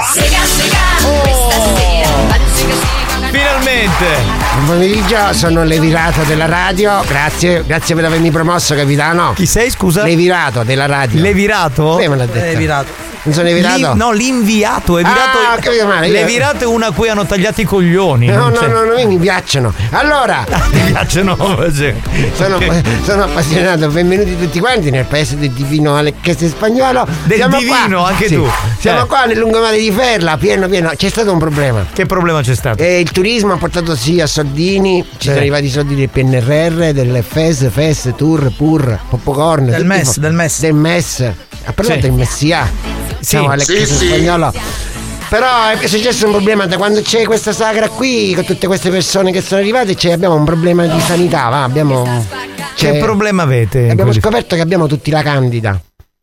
Speaker 10: Finalmente!
Speaker 22: Buon pomeriggio, sono Levirato della radio. Grazie per avermi promosso, capitano.
Speaker 10: Chi sei, scusa?
Speaker 22: Levirato della radio.
Speaker 10: Levirato?
Speaker 22: Sì, me l'ha detto.
Speaker 3: Levirato.
Speaker 22: Non sono Levirato?
Speaker 10: No, l'inviato.
Speaker 22: Ho capito male.
Speaker 10: Levirato è una a cui hanno tagliato i coglioni.
Speaker 22: No, mi piacciono. Allora.
Speaker 10: Mi piacciono.
Speaker 22: Sono appassionato. Benvenuti tutti quanti nel paese del divino Alex Spagnolo.
Speaker 10: Siamo divino, qua. Anche tu.
Speaker 22: Siamo qua nel lungomare di Ferla, pieno. C'è stato un problema.
Speaker 10: Che problema c'è stato?
Speaker 22: Il turismo ha portato sia soldini, ci sono arrivati i soldi del PNRR, del FES, TUR, PUR, Popcorn.
Speaker 3: Del MES.
Speaker 22: Ha parlato del Messia. Siamo Alex Spagnolo. Però è successo un problema da quando c'è questa sagra qui, con tutte queste persone che sono arrivate, abbiamo un problema di sanità,
Speaker 10: Che problema avete?
Speaker 22: Abbiamo scoperto che abbiamo tutti la candida.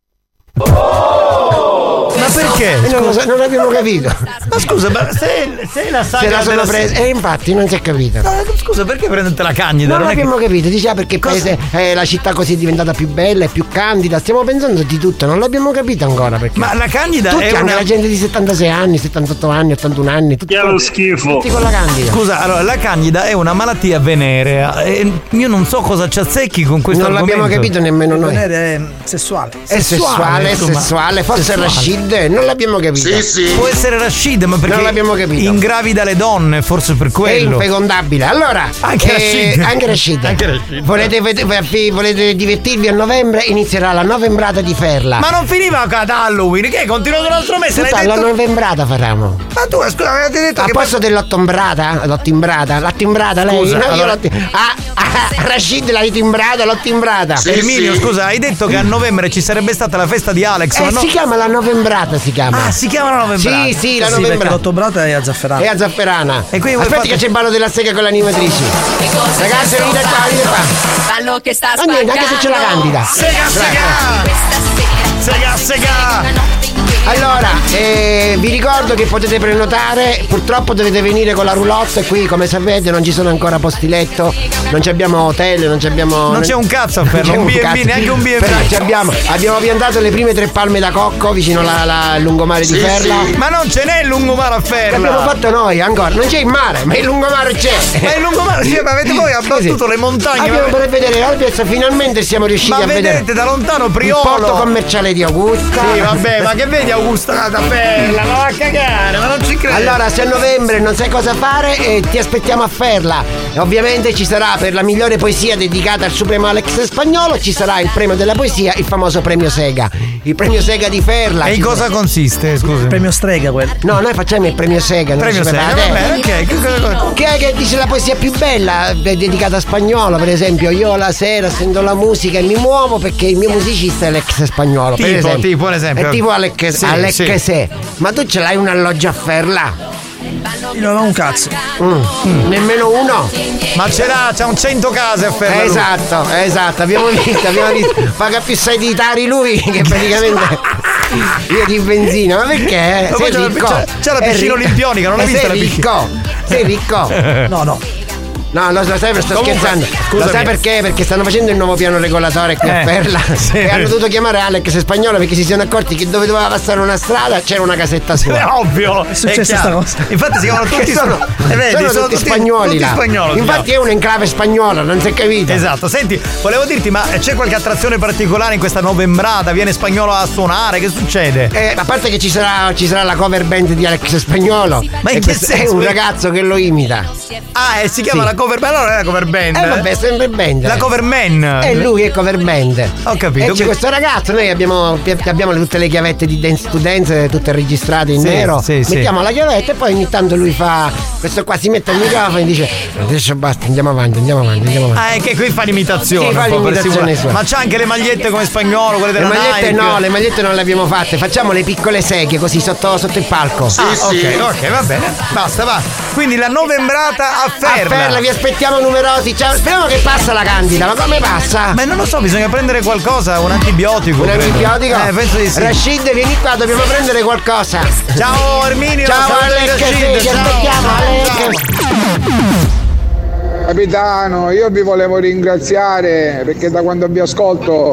Speaker 10: Ma perché?
Speaker 22: Non abbiamo capito.
Speaker 10: Ma scusa, ma se la sagra
Speaker 22: se la sono presa. Infatti non si è capito.
Speaker 10: Scusa, perché prendete la candida?
Speaker 22: Non abbiamo capito. Diceva perché il paese, la città così è diventata più bella e più candida. Stiamo pensando di tutto, non l'abbiamo capito ancora. Perché
Speaker 10: ma la candida
Speaker 22: tutti,
Speaker 10: è
Speaker 22: anche la gente di 76 anni, 78 anni, 81 anni. Tutti
Speaker 16: lo schifo.
Speaker 22: Tutti con la candida.
Speaker 10: Scusa, allora la candida è una malattia venerea. Io non so cosa ci azzecchi con questo
Speaker 22: non
Speaker 10: argomento.
Speaker 22: Non l'abbiamo capito nemmeno noi.
Speaker 3: È sessuale.
Speaker 22: È sessuale. Forse è Rashid. Non l'abbiamo capito.
Speaker 10: Può essere Rashid, ma perché
Speaker 22: non l'abbiamo capito.
Speaker 10: ingravida le donne, forse per quello.
Speaker 22: È infecondabile. Allora, anche Rashid. Volete divertirvi a novembre? Inizierà la novembrata di Ferla.
Speaker 10: Ma non finiva ad Halloween, che continua un altro mese?
Speaker 22: Tutta la novembrata faremo.
Speaker 10: Ma tu, scusa, avete detto
Speaker 22: a posto dell'ottombrata, l'ho timbrata, lei?
Speaker 10: Scusa,
Speaker 22: No,
Speaker 10: allora...
Speaker 22: Rashid l'hai timbrata, l'ho timbrata.
Speaker 10: Emilio, scusa, hai detto che a novembre ci sarebbe stata la festa di Alex,
Speaker 22: si chiama la novembrata, si chiama.
Speaker 10: Ah, si chiama la novembrata?
Speaker 22: Sì, la novembrata.
Speaker 3: Perché l'ottombrata è a Zafferana.
Speaker 22: È a Zafferana.
Speaker 10: E quindi
Speaker 22: aspetta che c'è il ballo della sega con le animatrici. Ragazzi, venite qua.
Speaker 14: Ballo che sta
Speaker 22: niente, anche se c'è la Candida.
Speaker 10: Sega.
Speaker 22: Allora, vi ricordo che potete prenotare. Purtroppo dovete venire con la roulotte. Qui, come sapete, non ci sono ancora posti letto. Non abbiamo hotel, non
Speaker 10: c'è un cazzo a Ferla, un B&B, neanche un B&B.
Speaker 22: Però abbiamo piantato le prime 3 palme da cocco vicino al lungomare di Ferla.
Speaker 10: Ma non ce n'è il lungomare a Ferla.
Speaker 22: L'abbiamo fatto noi ancora. Non c'è il mare, ma il lungomare c'è.
Speaker 10: Ma il lungomare c'è, ma avete voi abbattuto le montagne.
Speaker 22: Abbiamo per vedere adesso finalmente siamo riusciti a vedere.
Speaker 10: Ma vedete da lontano Priolo,
Speaker 22: il porto commerciale di Augusta.
Speaker 10: Sì, vabbè, ma che vedi Augusta da Ferla? Ma va a cagare, ma non ci credo.
Speaker 22: Allora, se a novembre non sai cosa fare, ti aspettiamo a Ferla. E ovviamente ci sarà, per la migliore poesia dedicata al supremo Alex Spagnolo, ci sarà il premio della poesia, il famoso premio Sega. Il premio Sega di Ferla.
Speaker 10: E in cosa consiste, scusa?
Speaker 3: Il premio Strega quello.
Speaker 22: No, noi facciamo il premio Sega.
Speaker 10: Premio Sega, va bene, ok.
Speaker 22: Che dice la poesia più bella dedicata a Spagnolo, per esempio. Io la sera sento la musica e mi muovo perché il mio musicista è Alex Spagnolo.
Speaker 10: Tipo ad esempio.
Speaker 22: È tipo Alex Se. Ma tu ce l'hai un alloggio a Ferla?
Speaker 3: Io non ho un cazzo.
Speaker 22: Nemmeno uno?
Speaker 10: Ma c'ha un 100 case a Ferla.
Speaker 22: Esatto, abbiamo visto. Paga più 6 di Tari lui che praticamente io di benzina. Ma perché? Sei ricco.
Speaker 10: C'è la piscina olimpionica, non l'hai vista la piscina?
Speaker 22: Sei ricco?
Speaker 3: No.
Speaker 22: No, lo sai, sto scherzando. Lo sai perché? Perché stanno facendo il nuovo piano regolatore qui a Ferla. E hanno dovuto chiamare Alex Spagnolo perché si sono accorti che dove doveva passare una strada c'era una casetta sua.
Speaker 10: È ovvio.
Speaker 3: È successa sta cosa.
Speaker 10: Infatti si chiamano tutti
Speaker 22: sono tutti spagnoli.
Speaker 10: Tutti spagnoli.
Speaker 22: Infatti è un'enclave spagnola, non si è capito.
Speaker 10: Esatto. Senti, volevo dirti, ma c'è qualche attrazione particolare in questa novembrata? Viene Spagnolo a suonare? Che succede?
Speaker 22: A parte che ci sarà la cover band di Alex Spagnolo.
Speaker 10: Ma in che senso?
Speaker 22: È un ragazzo che lo imita.
Speaker 10: Si chiama la cover band. Allora è la cover band.
Speaker 22: Vabbè, sempre band.
Speaker 10: La cover man.
Speaker 22: E lui è cover band.
Speaker 10: Ho capito.
Speaker 22: E c'è questo ragazzo, noi abbiamo tutte le chiavette di Dance to Dance, tutte registrate in nero. Mettiamo la chiavetta e poi ogni tanto lui fa. Questo qua si mette al microfono e dice: adesso basta, andiamo avanti.
Speaker 10: Ah, è che qui fa l'imitazione. Ma c'ha anche le magliette come Spagnolo, quelle della
Speaker 22: Nike.
Speaker 10: No,
Speaker 22: le magliette non le abbiamo fatte. Facciamo le piccole seghe così sotto il palco.
Speaker 10: Ok, va bene. Basta, va. Quindi la novembrata a Ferla.
Speaker 22: Vi aspettiamo numerosi. Ciao, speriamo che passa la Candida. Ma come passa?
Speaker 10: Ma non lo so, bisogna prendere qualcosa, un antibiotico.
Speaker 22: Un antibiotico?
Speaker 10: Penso di sì.
Speaker 22: Rashid, vieni qua, dobbiamo prendere qualcosa.
Speaker 10: Ciao Erminio.
Speaker 22: Ciao Alex, ci aspettiamo Alex.
Speaker 4: Capitano, io vi volevo ringraziare perché da quando vi ascolto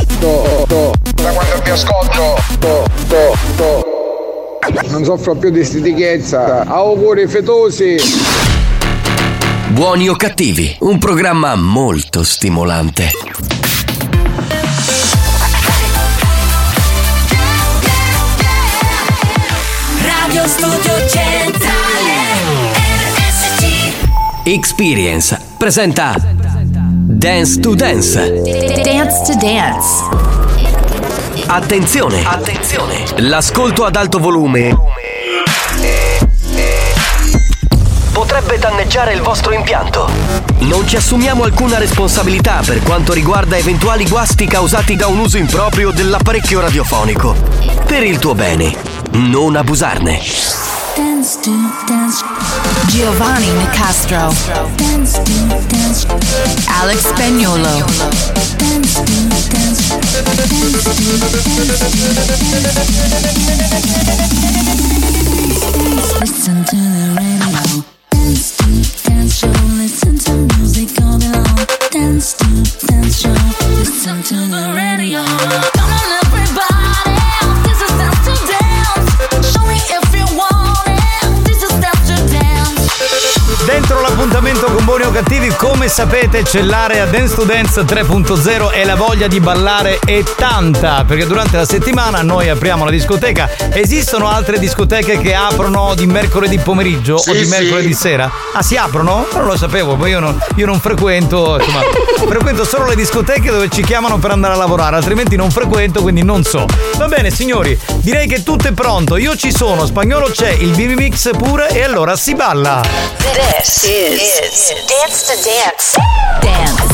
Speaker 4: non soffro più di stitichezza. Auguri fetosi.
Speaker 1: Buoni o cattivi, un programma molto stimolante.
Speaker 14: Radio Studio Centrale RSC.
Speaker 1: Experience presenta Dance to Dance.
Speaker 17: Dance to Dance.
Speaker 1: Attenzione, l'ascolto ad alto volume potrebbe danneggiare il vostro impianto. Non ci assumiamo alcuna responsabilità per quanto riguarda eventuali guasti causati da un uso improprio dell'apparecchio radiofonico. Per il tuo bene, non abusarne.
Speaker 17: Dance to dance. Giovanni Nicastro. Dance to dance. Alex Spagnolo. Dance to dance. Listen to the radio. Dance to dance show. Listen to music all day long. Dance to dance show. Listen to the radio. Come on everybody, this is dance to dance. Show me if you want it. This is dance to dance.
Speaker 10: Dentro l'appuntamento con Buoni o cattivi, come sapete c'è l'area Dance to Dance 3.0 e la voglia di ballare è tanta, perché durante la settimana noi apriamo la discoteca. Esistono altre discoteche che aprono di mercoledì pomeriggio o di mercoledì sera? Ah, si aprono? Non lo sapevo, poi io non frequento, insomma, frequento solo le discoteche dove ci chiamano per andare a lavorare, altrimenti non frequento, quindi non so. Va bene signori, direi che tutto è pronto, io ci sono, Spagnolo c'è, il BB Mix pure, e allora si balla.
Speaker 14: This is Dance to Dance. Dance.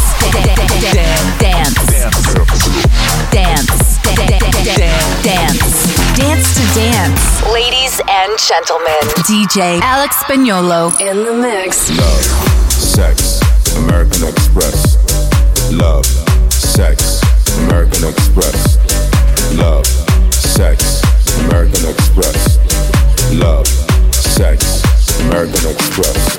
Speaker 14: Dance to Dance. Ladies and gentlemen, DJ Alex Spagnolo in the mix.
Speaker 12: Love, sex, American Express. Love, sex, American Express. Love, sex, American Express. Love, sex, American Express.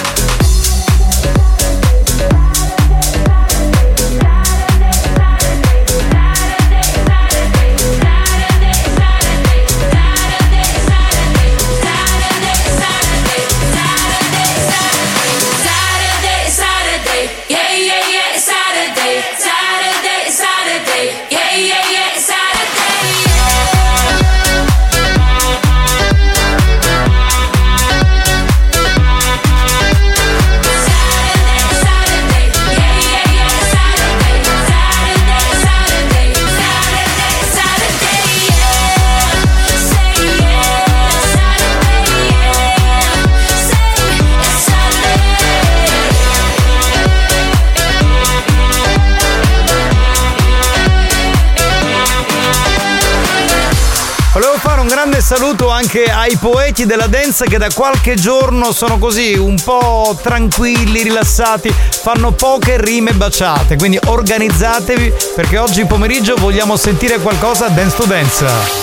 Speaker 10: Saluto anche ai poeti della dance che da qualche giorno sono così un po' tranquilli, rilassati, fanno poche rime baciate, quindi organizzatevi perché oggi pomeriggio vogliamo sentire qualcosa dance to dance.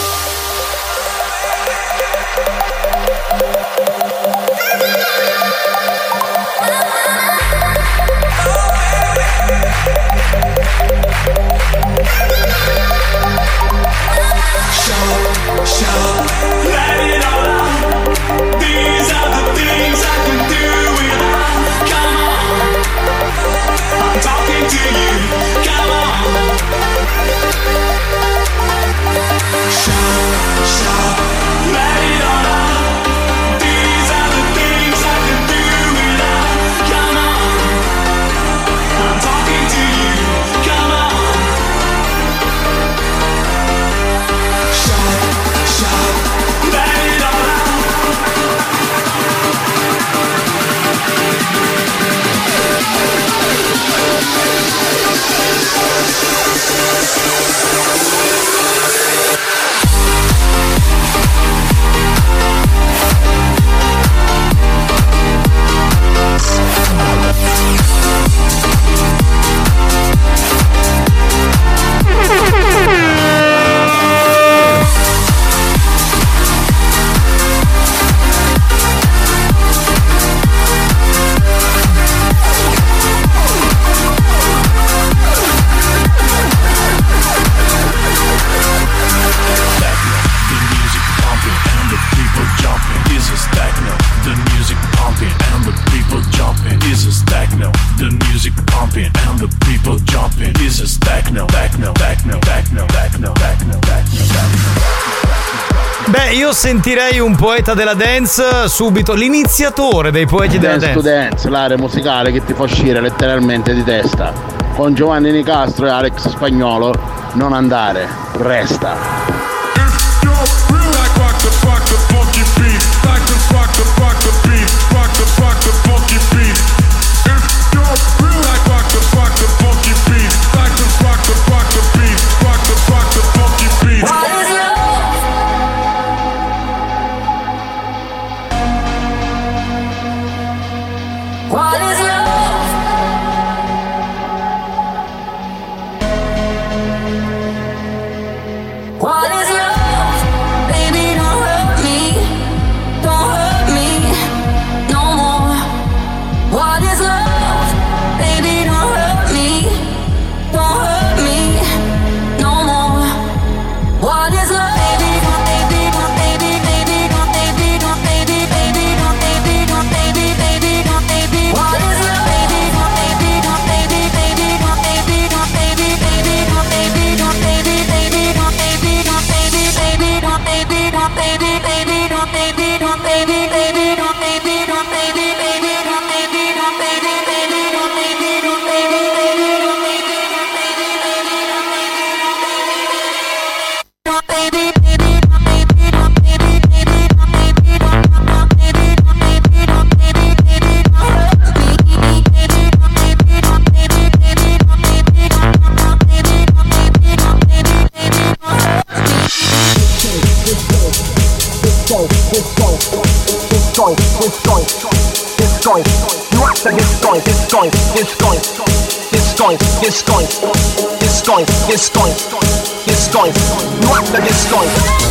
Speaker 10: Sentirei un poeta della dance subito, l'iniziatore dei poeti della dance.
Speaker 11: Dance to Dance, l'area musicale che ti fa uscire letteralmente di testa. Con Giovanni Nicastro e Alex Spagnolo, non andare, resta.
Speaker 14: What is love? Baby, don't hurt me. Don't
Speaker 17: going, it's going, it's going. You rock the it's going, it's going, it's going, it's going, it's going, it's going, it's going, it's going. You rock the it's going.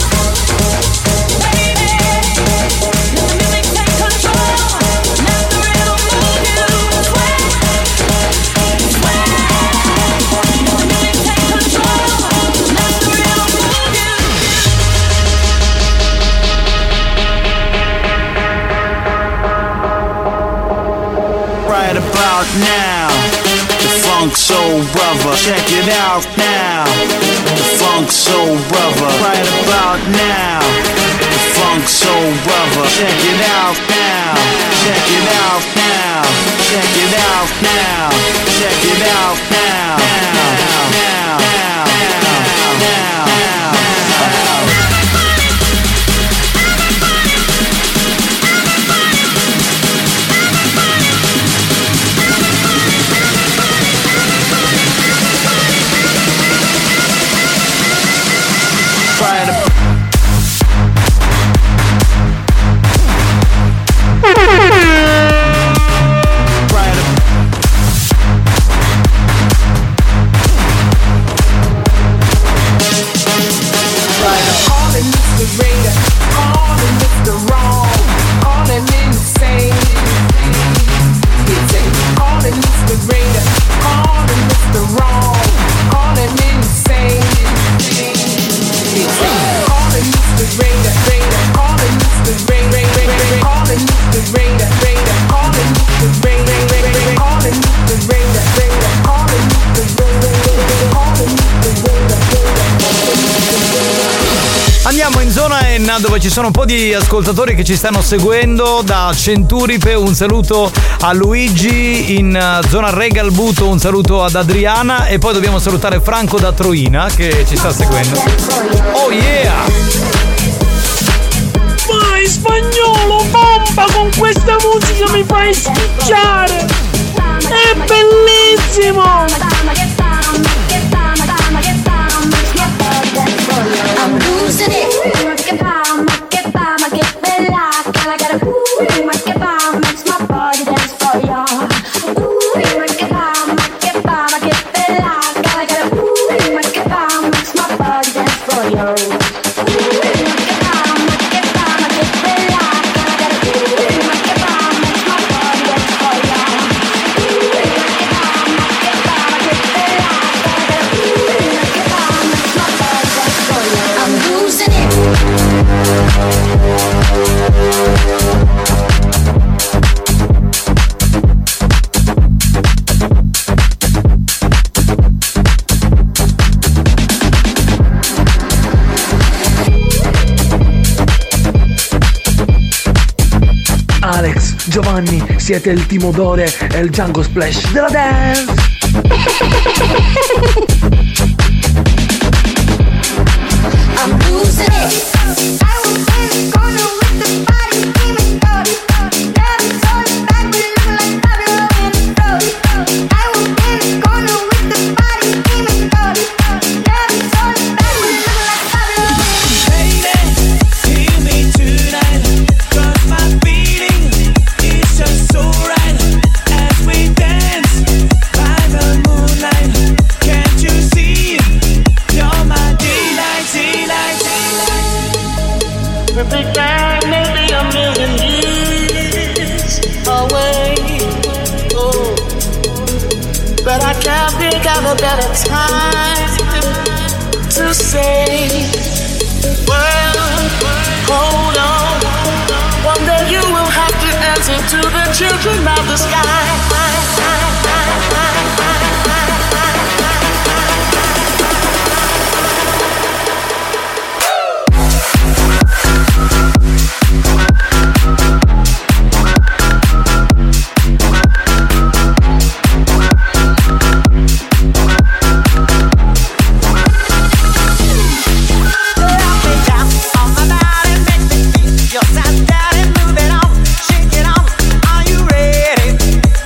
Speaker 18: Right about now, the Funk Soul Brother. Check it out now, the Funk Soul Brother. Right about now, the Funk Soul Brother. Check it out now, check it out now, check it out now, check it out now, now, now, now, now, now.
Speaker 10: Andiamo in zona Enna, dove ci sono un po' di ascoltatori che ci stanno seguendo. Da Centuripe un saluto a Luigi, in zona Regalbuto un saluto ad Adriana, e poi dobbiamo salutare Franco da Troina che ci sta seguendo. Oh yeah!
Speaker 21: Vai Spagnolo, bomba, con questa musica mi fai schicciare! È bellissimo!
Speaker 17: I'm losing it. Get bomb, get bella. Gotta get a ooh, get bomb, makes my body dance for ya. Ooh, get bomb, get bella. Gotta get a ooh, get bomb, makes my body dance for ya.
Speaker 19: Alex, Giovanni, siete il Timodore e il Django Splash della dance!
Speaker 17: I'm losing it. I was in the corner with the body screaming dirty. Love is all back, we look like Pablo in the road. I was in the corner with the body screaming dirty. Love is all back, we look like Pablo in the road. Baby, hear me tonight, 'cause my feeling is just so right as we dance by the moonlight. Can't you see? You're my daylight, daylight, daylight. Perfect time, maybe a million years away. Oh, but I can't think of a better time to say, well, hold on. One day you will have to answer to the children of the sky.
Speaker 18: Your side, daddy, move it on, shake it on. Are you ready?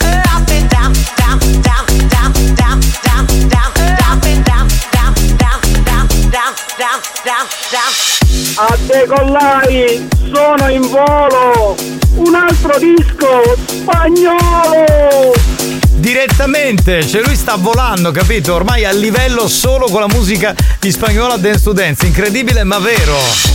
Speaker 21: A decollai, sono in volo, un altro disco spagnolo.
Speaker 10: Direttamente, cioè lui sta volando, capito? Ormai a livello solo con la musica di Spagnola Dance to Dance, incredibile ma vero.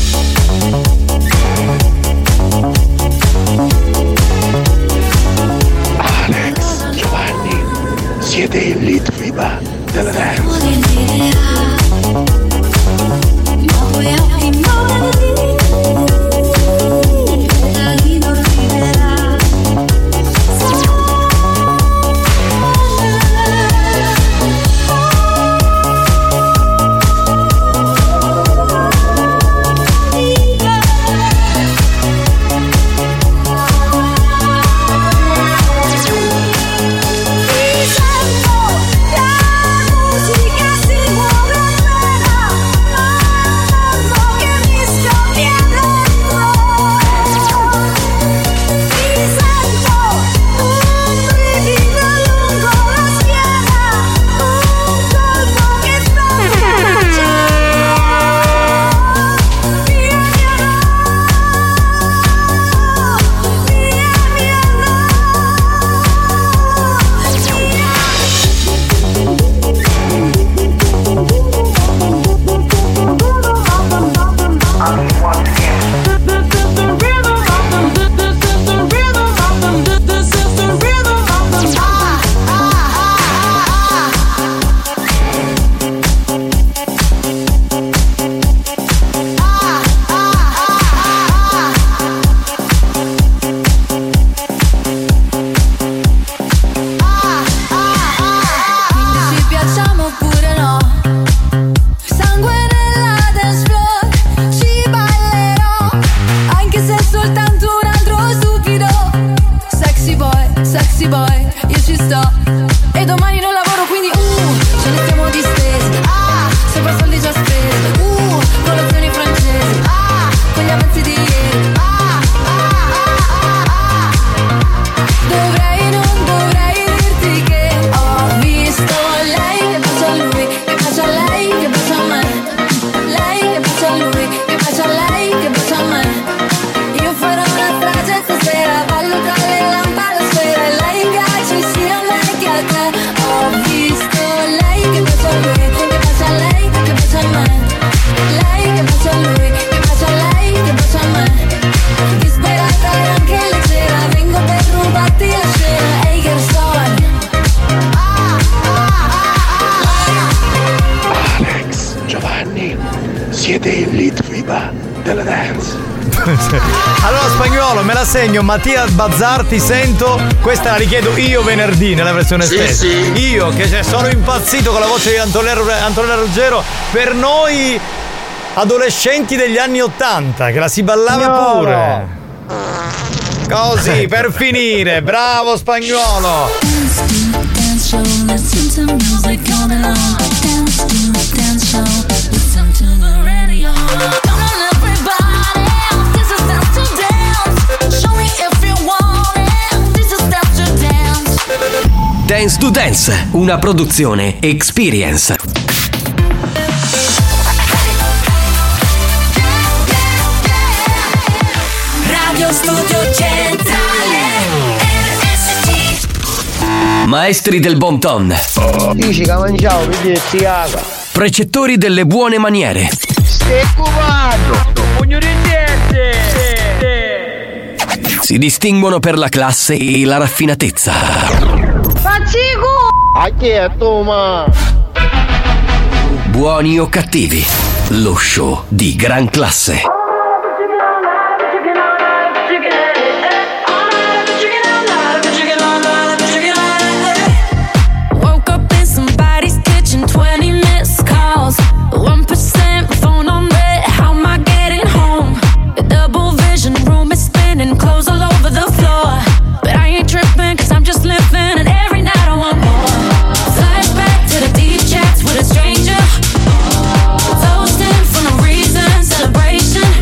Speaker 5: Alex, Giovanni, siete il lead FIBA della dance. Siete il lead FIBA della dance.
Speaker 10: Allora Spagnuolo, me la segno. Mattia Bazzar, ti sento. Questa la richiedo io venerdì nella versione stessa.
Speaker 5: Sì.
Speaker 10: Io che sono impazzito con la voce di Antonella Ruggero. Per noi adolescenti degli anni '80 che la si ballava pure. Così per finire. Bravo Spagnuolo.
Speaker 1: Dance to Dance, una produzione Experience.
Speaker 17: Radio Studio Centrale RSC.
Speaker 1: Maestri del bon ton.
Speaker 6: Dici che mangiavo, vedi ziaga.
Speaker 1: Precettori delle buone maniere.
Speaker 6: Stai cubando. Pugno di
Speaker 1: Si distinguono per la classe e la raffinatezza.
Speaker 6: Faccico! A chi è tu, ma?
Speaker 1: Buoni o cattivi, lo show di gran classe.
Speaker 17: Stranger, toasting for no reason, celebration.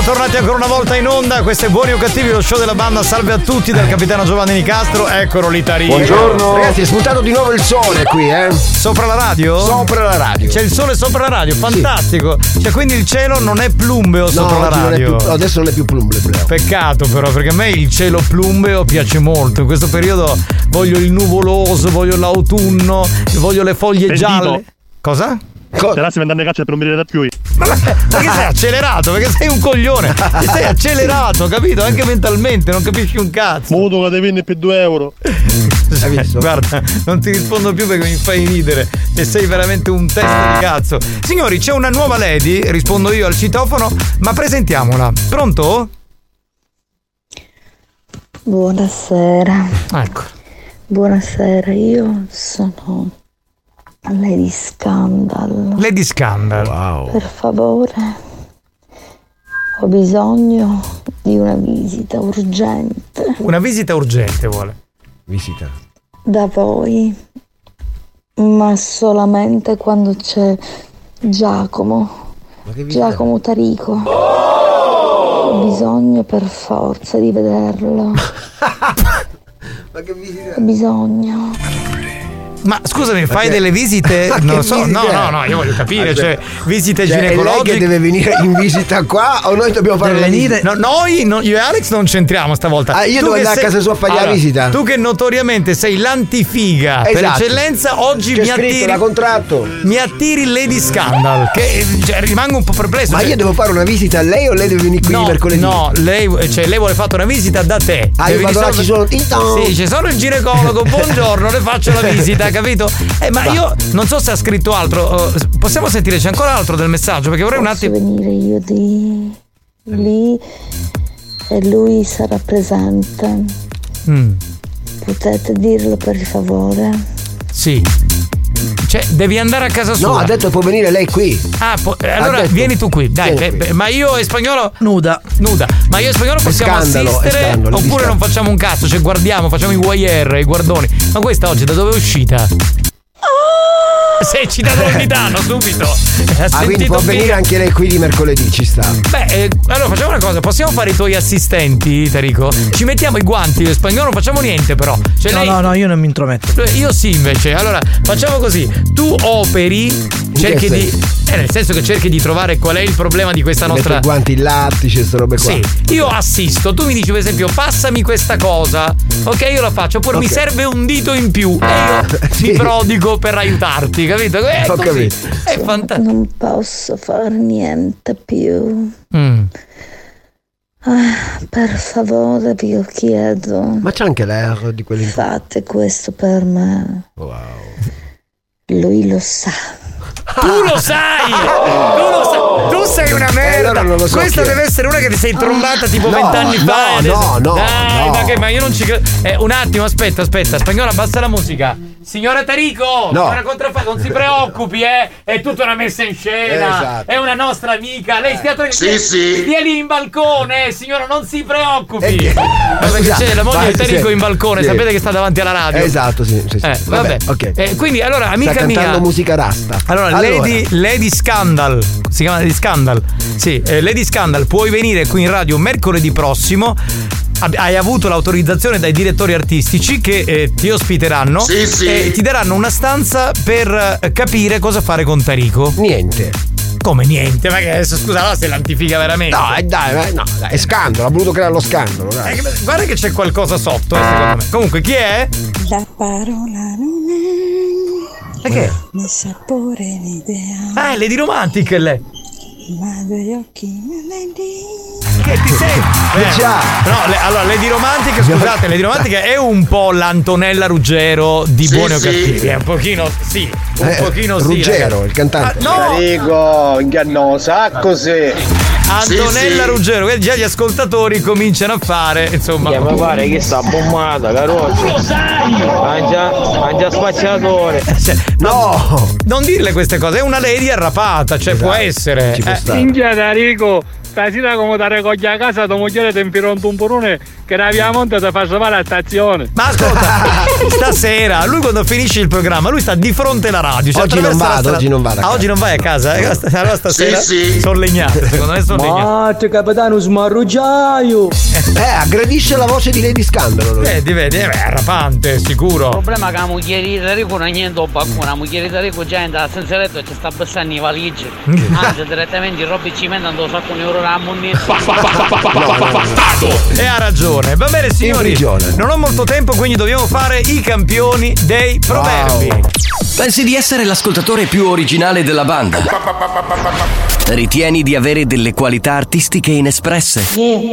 Speaker 10: bentornati ancora una volta in onda. Questo è Buoni o Cattivi, lo show della banda. Salve a tutti dal capitano Giovanni Nicastro. Eccolo lì, Tarico.
Speaker 13: Buongiorno. Ragazzi, è spuntato di nuovo il sole qui,
Speaker 10: Sopra la radio?
Speaker 13: Sopra la radio.
Speaker 10: C'è il sole sopra la radio, fantastico. Sì. Cioè, quindi il cielo non è plumbeo sopra la radio.
Speaker 13: Adesso non è più plumbeo.
Speaker 10: Peccato però, perché a me il cielo plumbeo piace molto. In questo periodo voglio il nuvoloso, voglio l'autunno, voglio le foglie gialle. Cosa?
Speaker 2: Se là si vende a caccia per non venire da più.
Speaker 10: Ma perché sei accelerato? Perché sei un coglione. Sei accelerato, capito? Anche mentalmente, non capisci un cazzo.
Speaker 2: Muto che devi per 2 euro.
Speaker 10: Hai visto? Guarda, non ti rispondo più perché mi fai ridere. E sei veramente un testo di cazzo. Signori, c'è una nuova lady, rispondo io al citofono, ma presentiamola. Pronto?
Speaker 20: Buonasera.
Speaker 10: Ecco.
Speaker 20: Buonasera, io sono Lady Scandal.
Speaker 10: Lady Scandal. Wow.
Speaker 20: Per favore, ho bisogno di una visita urgente.
Speaker 10: Una visita urgente vuole.
Speaker 13: Visita.
Speaker 20: Da voi, ma solamente quando c'è Giacomo. Giacomo Tarico. Ho bisogno per forza di vederlo.
Speaker 13: Ma che visita?
Speaker 20: Ho bisogno.
Speaker 10: Ma scusami, fai delle visite? Non lo so, no, io voglio capire, cioè visite ginecologiche.
Speaker 13: Lei che deve venire in visita qua o noi dobbiamo fare
Speaker 10: venire? No, io e Alex non c'entriamo stavolta.
Speaker 13: Io devo andare a casa sua a fare la visita.
Speaker 10: Tu che notoriamente sei l'antifiga per eccellenza, oggi mi attiri
Speaker 13: da contratto.
Speaker 10: Mi attiri Lady Scandal, che rimango un po' perplesso.
Speaker 13: Ma io devo fare una visita a lei o lei deve venire qui mercoledì?
Speaker 10: No, lei vuole fare una visita da te.
Speaker 13: Io vado là, ci sono.
Speaker 10: Sì, ci sono il ginecologo, buongiorno, le faccio la visita, capito? Ma io non so se ha scritto altro. Possiamo sentire, c'è ancora altro del messaggio? Perché vorrei un attimo.
Speaker 20: Posso venire io di lì e lui sarà presente. Potete dirlo per favore?
Speaker 10: Sì. Cioè, devi andare a casa sua.
Speaker 13: No, ha detto può venire lei qui.
Speaker 10: Allora vieni tu qui, dai. Ma io e Spagnolo.
Speaker 3: Nuda.
Speaker 10: Ma io e Spagnolo possiamo assistere oppure non facciamo un cazzo, cioè guardiamo, facciamo i voyeur, i guardoni. Ma questa oggi da dove è uscita? Sei eccitato ogni danno subito.
Speaker 13: Quindi può venire anche lei qui di mercoledì, ci sta.
Speaker 10: Allora facciamo una cosa, possiamo fare i tuoi assistenti, Tarico? Ci mettiamo i guanti, io e Spagnolo non facciamo niente però. Cioè,
Speaker 3: no, io non mi intrometto.
Speaker 10: Io sì invece. Allora facciamo così, tu operi, cerchi di nel senso che cerchi di trovare qual è il problema di questa nostra.
Speaker 13: Metto i guanti lattici, queste robe qua.
Speaker 10: Sì, io assisto, tu mi dici per esempio passami questa cosa, ok, io la faccio, oppure mi serve un dito in più e io mi prodigo per aiutarti, capito? È
Speaker 20: Ho
Speaker 10: così.
Speaker 20: capito.
Speaker 10: È fantastico.
Speaker 20: Non posso fare niente più. Per favore vi lo chiedo.
Speaker 13: Ma c'è anche l'air di quelli.
Speaker 20: Fate questo per me.
Speaker 13: Wow.
Speaker 20: Lui lo sa.
Speaker 10: Tu lo sai! Tu sei una merda!
Speaker 13: Allora non lo so
Speaker 10: questa deve essere una che ti sei trombata tipo 20 anni fa. Dai, ma io non ci credo. Un attimo, aspetta. Spagnolo, abbassa la musica. Signora Tarico, signora Contraffatto, non si preoccupi, è tutta una messa in scena.
Speaker 13: Esatto.
Speaker 10: È una nostra amica. Lei stia
Speaker 9: Sì.
Speaker 10: stia lì in balcone, signora, non si preoccupi. Perché c'è la moglie di Tarico in balcone, sapete che sta davanti alla radio.
Speaker 13: Esatto, sì.
Speaker 10: Vabbè.
Speaker 13: Ok.
Speaker 10: Quindi allora, amica
Speaker 13: sta cantando musica rasta.
Speaker 10: Allora, Lady Scandal, si chiama Lady Scandal. Sì, Lady Scandal, puoi venire qui in radio mercoledì prossimo. Hai avuto l'autorizzazione dai direttori artistici che ti ospiteranno e ti daranno una stanza per capire cosa fare con Tarico.
Speaker 13: Niente.
Speaker 10: Come niente? Ma che adesso scusa, sei l'antifiga veramente?
Speaker 13: Dai, è scandalo, ha voluto creare lo scandalo. Dai.
Speaker 10: Guarda che c'è qualcosa sotto, secondo me. Comunque, chi è?
Speaker 20: La parola non è.
Speaker 10: E che?
Speaker 20: Né sapore né idea.
Speaker 10: Lady Romantic è lei.
Speaker 20: Ma due occhi me di.
Speaker 10: Che ti sei? Allora Lady Romantic, scusate, Lady Romantic è un po' l'Antonella Ruggero di Buoni o Cattivi. È un pochino sì.
Speaker 13: Ruggero, il cantante.
Speaker 6: Tarico, ingannosa, così.
Speaker 10: Antonella Ruggero, che già gli ascoltatori cominciano a fare, insomma.
Speaker 15: Ma pare che sta bombata, caroccia. Mangia spacciatore.
Speaker 10: No! Non dirle queste cose, è una lady arrapata, cioè può essere.
Speaker 15: Minchia Tarico,
Speaker 21: stasera come ti raccogli a casa tua moglie ti impira un tumporone che la via monte ti fa salvare la stazione.
Speaker 10: Ma ascolta, stasera, lui quando finisce il programma, lui sta di fronte alla radio. Cioè
Speaker 13: Oggi non vado a casa.
Speaker 10: Oggi non vai a casa? Allora stasera
Speaker 11: Sì.
Speaker 10: sono legnate, secondo me sono legnate.
Speaker 19: Ma te capitano smarrugiaio.
Speaker 13: Aggredisce la voce di Lady Scandalo.
Speaker 10: Ti vedi, è rapante, sicuro.
Speaker 15: Il problema è che la moglie di Tarico non è niente baccuna, la moglie di Tarico già entra senza letto e ci sta passando i valigie. Anzi, direttamente il Robby ci manda un sacco di euro alla monnezza.
Speaker 10: E ha ragione. Va bene signori, non ho molto tempo, quindi dobbiamo fare i campioni dei proverbi.
Speaker 1: Pensi di essere l'ascoltatore più originale della banda? Ritieni di avere delle qualità artistiche inespresse?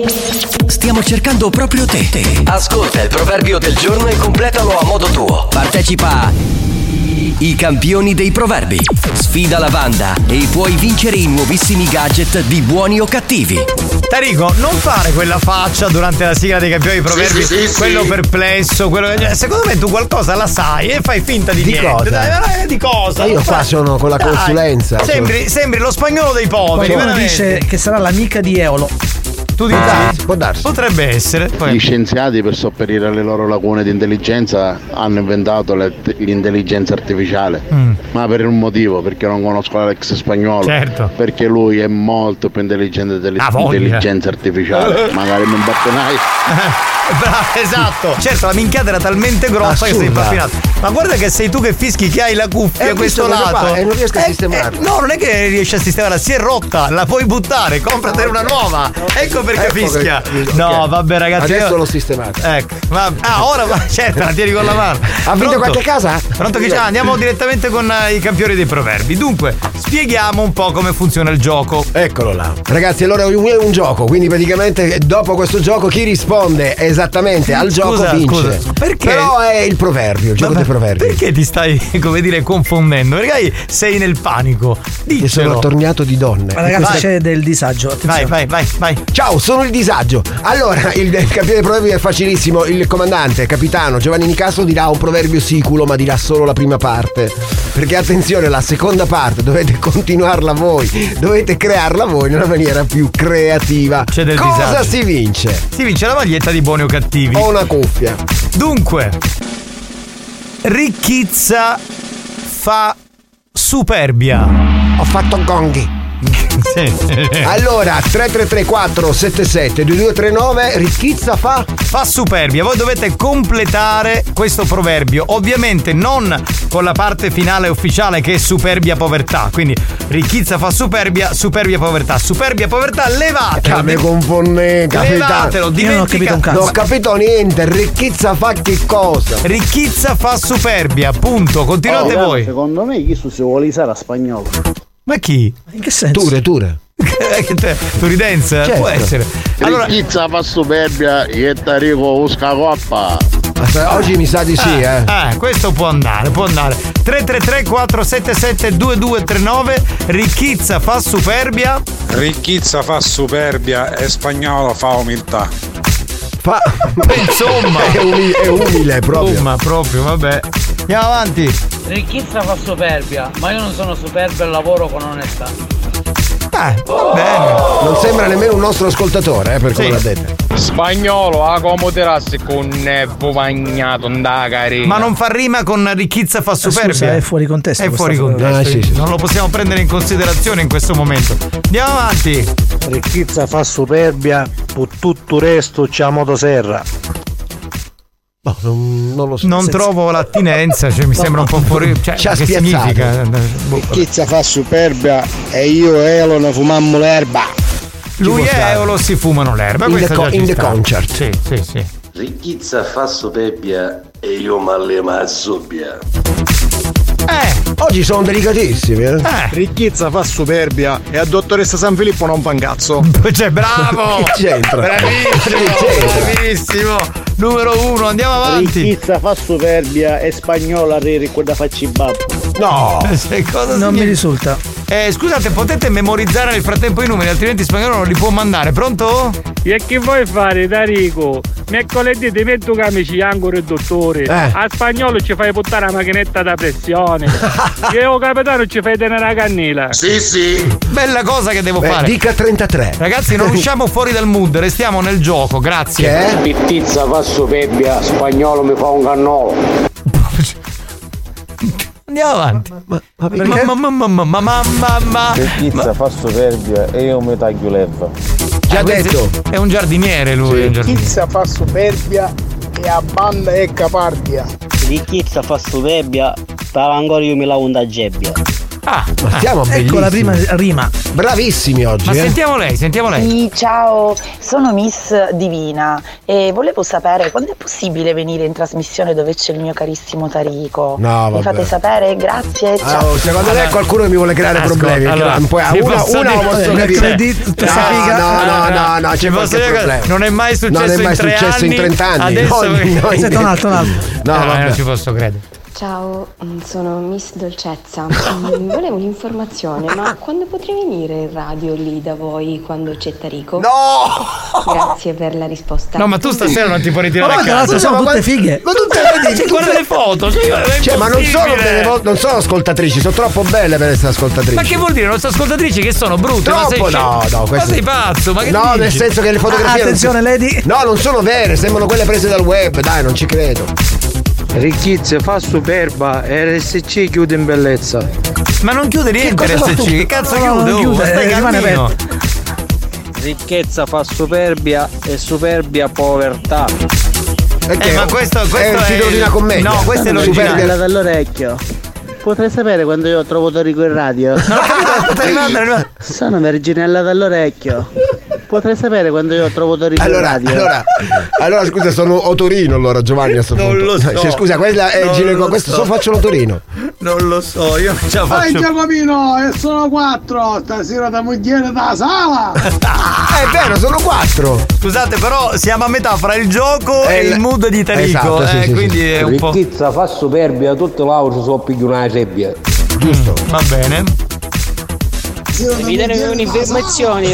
Speaker 1: Stiamo cercando proprio te. Ascolta il proverbio del giorno e completalo a modo tuo. Partecipa a I campioni dei proverbi. Sfida la banda e puoi vincere i nuovissimi gadget di Buoni o Cattivi.
Speaker 10: Tarico, non fare quella faccia durante la sigla dei campioni dei proverbi, quello perplesso, quello che... Secondo me tu qualcosa la sai e fai finta di niente.
Speaker 13: Cosa?
Speaker 10: Dai, di cosa?
Speaker 13: Io qua sono con la consulenza.
Speaker 10: Sembri lo spagnolo dei poveri.
Speaker 3: Qualcuno dice che sarà l'amica di Eolo.
Speaker 10: Tu dici?
Speaker 13: Può darsi.
Speaker 10: Potrebbe essere.
Speaker 11: Gli scienziati, per sopperire alle loro lacune di intelligenza, hanno inventato l'intelligenza artificiale. Ma per un motivo, perché non conosco l'Alex spagnolo.
Speaker 10: Certo.
Speaker 11: Perché lui è molto più intelligente dell'intelligenza artificiale. Magari mi imbattonai.
Speaker 10: Bravo, esatto. Certo, la minchiata era talmente grossa che sei impappinato. Ma guarda che sei tu che fischi che hai la cuffia a questo lato.
Speaker 13: E non riesco a sistemarla.
Speaker 10: No, non è che riesci a sistemarla, si è rotta, la puoi buttare, compratene una nuova. Ecco perché fischia. No, vabbè ragazzi.
Speaker 13: Adesso l'ho sistemato.
Speaker 10: Ecco. Ora certo, la tieni con la mano.
Speaker 13: Ha vinto qualche casa?
Speaker 10: Pronto che c'è? Andiamo direttamente con i campioni dei proverbi. Dunque, spieghiamo un po' come funziona il gioco.
Speaker 13: Eccolo là. Ragazzi, allora è un gioco, quindi praticamente dopo questo gioco chi risponde esattamente al gioco vince.
Speaker 10: Perché?
Speaker 13: Però è il proverbio, il gioco dei proverbi.
Speaker 10: Perché ti stai, come dire, confondendo? Perché sei nel panico?
Speaker 13: Io sono attorniato di donne.
Speaker 3: Ma ragazzi, c'è del disagio. Attenzione.
Speaker 10: Vai.
Speaker 13: Ciao, sono il disagio. Allora, il campione dei proverbi è facilissimo. Il comandante, capitano Giovanni Nicastro dirà un proverbio siculo, ma dirà solo la prima parte. Perché attenzione, la seconda parte dovete continuarla voi, dovete crearla voi in una maniera più creativa.
Speaker 10: C'è del
Speaker 13: Cosa
Speaker 10: disagio.
Speaker 13: si vince?
Speaker 10: Si vince la maglietta di Buoni o Cattivi.
Speaker 13: O una cuffia.
Speaker 10: Dunque, ricchezza fa superbia.
Speaker 13: Ho fatto gonghi. Allora 333-477-2239 ricchezza fa
Speaker 10: superbia. Voi dovete completare questo proverbio, ovviamente non con la parte finale ufficiale che è superbia povertà. Quindi ricchezza fa superbia, superbia povertà, levatelo.
Speaker 13: Mi confondete,
Speaker 10: levatelo,
Speaker 3: io non ho capito un cazzo.
Speaker 13: Non ho capito niente. Ricchezza fa che cosa?
Speaker 10: Ricchezza fa superbia, punto. Continuate voi.
Speaker 16: Secondo me chi si vuole usare a spagnolo.
Speaker 10: Ma chi?
Speaker 3: In che senso?
Speaker 13: Ture.
Speaker 10: Turidenza?
Speaker 13: Certo.
Speaker 10: Può essere. Allora,
Speaker 11: Ricchezza fa superbia e Tarico usca coppa.
Speaker 13: Oggi mi sa di sì,
Speaker 10: questo può andare. 333-477-2239. Ricchezza fa superbia.
Speaker 7: Ricchezza fa superbia e spagnolo fa umiltà.
Speaker 10: Insomma,
Speaker 13: è umile proprio.
Speaker 10: Proprio, vabbè. Andiamo avanti.
Speaker 15: Ricchezza fa superbia, ma io non sono superbio e lavoro con onestà.
Speaker 10: Va bene.
Speaker 13: Non sembra nemmeno un nostro ascoltatore, per come l'ha detto.
Speaker 21: Spagnolo, accomoderassi con nebbo bagnato, ndagari.
Speaker 10: Ma non fa rima con ricchezza fa superbia.
Speaker 3: Scusa, è fuori contesto.
Speaker 10: È fuori contesto.
Speaker 13: Sì.
Speaker 10: Non lo possiamo prendere in considerazione in questo momento. Andiamo avanti.
Speaker 16: Ricchezza fa superbia, per tutto il resto c'è a motosserra.
Speaker 13: No, non lo so.
Speaker 10: Non trovo l'attinenza, mi sembra un po' fuori. Cioè,
Speaker 13: ci ha
Speaker 10: che
Speaker 13: spiazzato.
Speaker 10: significa?
Speaker 6: Ricchezza fa superbia e io e Elo ne fumammo l'erba.
Speaker 10: Lui e Eolo si fumano l'erba.
Speaker 13: In the concert.
Speaker 10: Sì.
Speaker 9: Ricchezza fa superbia e io malle mazzobbia.
Speaker 13: Oggi sono delicatissimi.
Speaker 16: Ricchezza fa superbia e a dottoressa San Filippo non fa un cazzo.
Speaker 10: Cioè, bravo!
Speaker 13: Che c'entra?
Speaker 10: Bravissimo! Numero 1, andiamo avanti.
Speaker 16: Ricchezza fa superbia e spagnolo arriva quando facci babbo.
Speaker 13: No!
Speaker 3: Non mi risulta.
Speaker 10: Scusate, potete memorizzare nel frattempo i numeri, altrimenti Spagnolo non li può mandare. Pronto?
Speaker 21: E che vuoi fare, Tarico? Mercoledì ti metto camici ancora il dottore. A Spagnolo ci fai portare la macchinetta da pressione. E o capitano ci fai tenere la cannella.
Speaker 10: Sì. Bella cosa che devo fare.
Speaker 13: Dica 33.
Speaker 10: Ragazzi, non usciamo fuori dal mood, restiamo nel gioco, grazie.
Speaker 6: Pittizza fa superbia, Spagnolo mi fa un cannolo.
Speaker 10: Andiamo avanti.
Speaker 8: Pittizza fa superbia e io mi taglio l'erba.
Speaker 10: Già detto. È un giardiniere lui.
Speaker 22: Pizza fa superbia e a banda è capardia.
Speaker 23: Ricchezza fa superbia, stava ancora io mi lavo da gebbia.
Speaker 10: Ma
Speaker 13: stiamo
Speaker 3: ecco la prima rima.
Speaker 13: Bravissimi oggi.
Speaker 10: Ma sentiamo lei.
Speaker 24: Sì, ciao, sono Miss Divina e volevo sapere quando è possibile venire in trasmissione dove c'è il mio carissimo Tarico.
Speaker 13: No,
Speaker 24: mi fate sapere, grazie. Ciao.
Speaker 13: Secondo me qualcuno mi vuole creare problemi.
Speaker 10: Allora,
Speaker 13: una lo posso capire. No, c'è qualche problema.
Speaker 10: Non è mai successo in 30 anni. Adesso
Speaker 3: un altro.
Speaker 10: No, non ci posso credere.
Speaker 25: Ciao, sono Miss Dolcezza. Volevo un'informazione, ma quando potrei venire in radio lì da voi quando c'è Tarico?
Speaker 13: No!
Speaker 25: Grazie per la risposta.
Speaker 10: No, ma tu stasera non ti puoi ritirare a casa.
Speaker 3: Sono tutte fighe.
Speaker 13: Ma tutte vedi?
Speaker 10: Guarda le foto.
Speaker 13: Ma non sono ascoltatrici, sono troppo belle per essere ascoltatrici.
Speaker 10: Ma che vuol dire? Non sono ascoltatrici che sono brutte?
Speaker 13: Troppo, no,
Speaker 10: ma sei pazzo? Ma che
Speaker 13: no,
Speaker 10: dici?
Speaker 13: nel senso che le fotografie.
Speaker 3: Attenzione, Lady.
Speaker 13: No, non sono vere, sembrano quelle prese dal web, dai, non ci credo.
Speaker 8: Ricchizia fa superba e RSC chiude in bellezza.
Speaker 10: Ma non chiude niente RSC, che cazzo chiude? Stai calmino.
Speaker 23: Ricchezza fa superbia e superbia povertà.
Speaker 10: Ma questo
Speaker 13: è il titolo di una commedia.
Speaker 10: No, questo è l'originale.
Speaker 23: Superbia dall'orecchio. Potrei sapere quando io trovo Tarico in radio? Sono Virginella dall'orecchio. Potrei sapere quando io trovo Tarico in radio?
Speaker 13: Allora scusa, sono Otorino allora, Giovanni, a sto punto.
Speaker 10: Non lo so.
Speaker 13: Scusa, quella è Gineco, questo so faccio l'Otorino.
Speaker 10: Non lo so, io ce la faccio.
Speaker 22: Giacomino, e sono 4, stasera da mogliere da sala.
Speaker 13: È vero, sono 4.
Speaker 10: Scusate, però siamo a metà fra il gioco e il mood di Tarico,
Speaker 13: esatto, sì,
Speaker 10: quindi è un po'.
Speaker 6: Ricchezza fa superbia, tutte l'auto sono più di una sebbia.
Speaker 13: Giusto.
Speaker 10: Va bene.
Speaker 23: Mi dare un'informazione,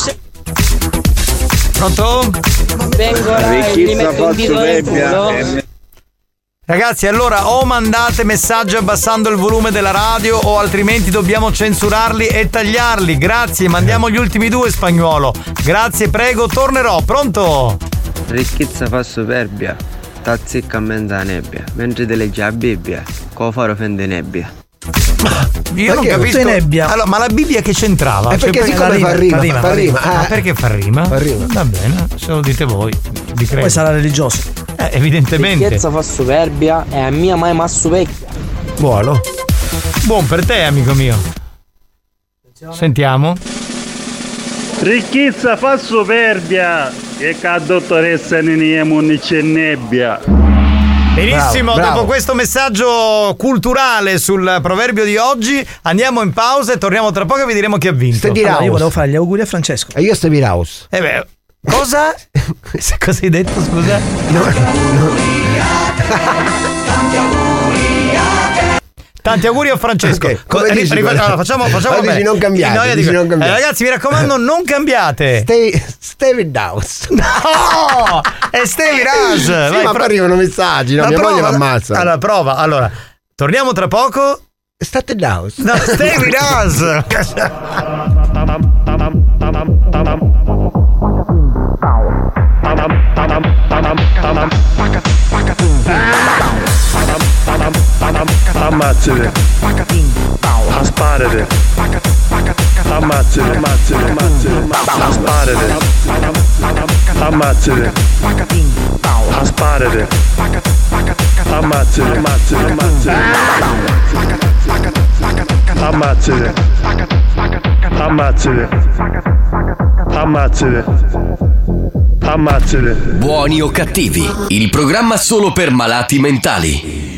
Speaker 10: Pronto?
Speaker 23: Vengo là e mi metto un dito nel culo.
Speaker 10: Ragazzi, allora o mandate messaggi abbassando il volume della radio o altrimenti dobbiamo censurarli e tagliarli. Grazie, mandiamo gli ultimi 2, Spagnolo. Grazie, prego, tornerò. Pronto?
Speaker 8: Ricchezza fa superbia, tazzicca a mezza nebbia, mentre te leggi la Bibbia, come fare fende nebbia.
Speaker 10: Io non capisco.
Speaker 3: Nebbia.
Speaker 10: Allora, ma la Bibbia che c'entrava?
Speaker 13: Perché siccome fa rima.
Speaker 10: Perché fa rima? Va bene, se lo dite voi, vi credo.
Speaker 3: Poi sarà religioso.
Speaker 10: Evidentemente.
Speaker 23: Ricchezza fa superbia e a mia mai massu vecchia.
Speaker 13: Buono.
Speaker 10: Buon per te, amico mio. Sentiamo.
Speaker 21: Ricchezza fa superbia e che la dottoressa non c'è nebbia.
Speaker 10: Benissimo,
Speaker 13: bravo.
Speaker 10: Dopo questo messaggio culturale sul proverbio di oggi andiamo in pausa e torniamo tra poco e vi diremo chi ha vinto.
Speaker 3: Allora, io volevo fare gli auguri a Francesco.
Speaker 13: E io Stevi House.
Speaker 10: Cosa? Cosa hai detto, scusa? Tanti auguri a Francesco.
Speaker 13: Okay,
Speaker 10: allora, facciamo
Speaker 13: dici non cambiate.
Speaker 10: Ragazzi, mi raccomando, non cambiate.
Speaker 13: Stevi House.
Speaker 10: No! È Stevi House.
Speaker 13: Sì, ma arrivano messaggi, no? Mia moglie mi ammazza.
Speaker 10: Allora, prova. Allora, torniamo tra poco.
Speaker 13: State House.
Speaker 10: No, Stevi House.
Speaker 2: Ammazzate. Asparate. Ammazzate. Asparate. Ammazzate. Asparate. Ammazzate. Ammazzate. Ammazzate.
Speaker 1: Buoni o cattivi, il programma solo per malati mentali.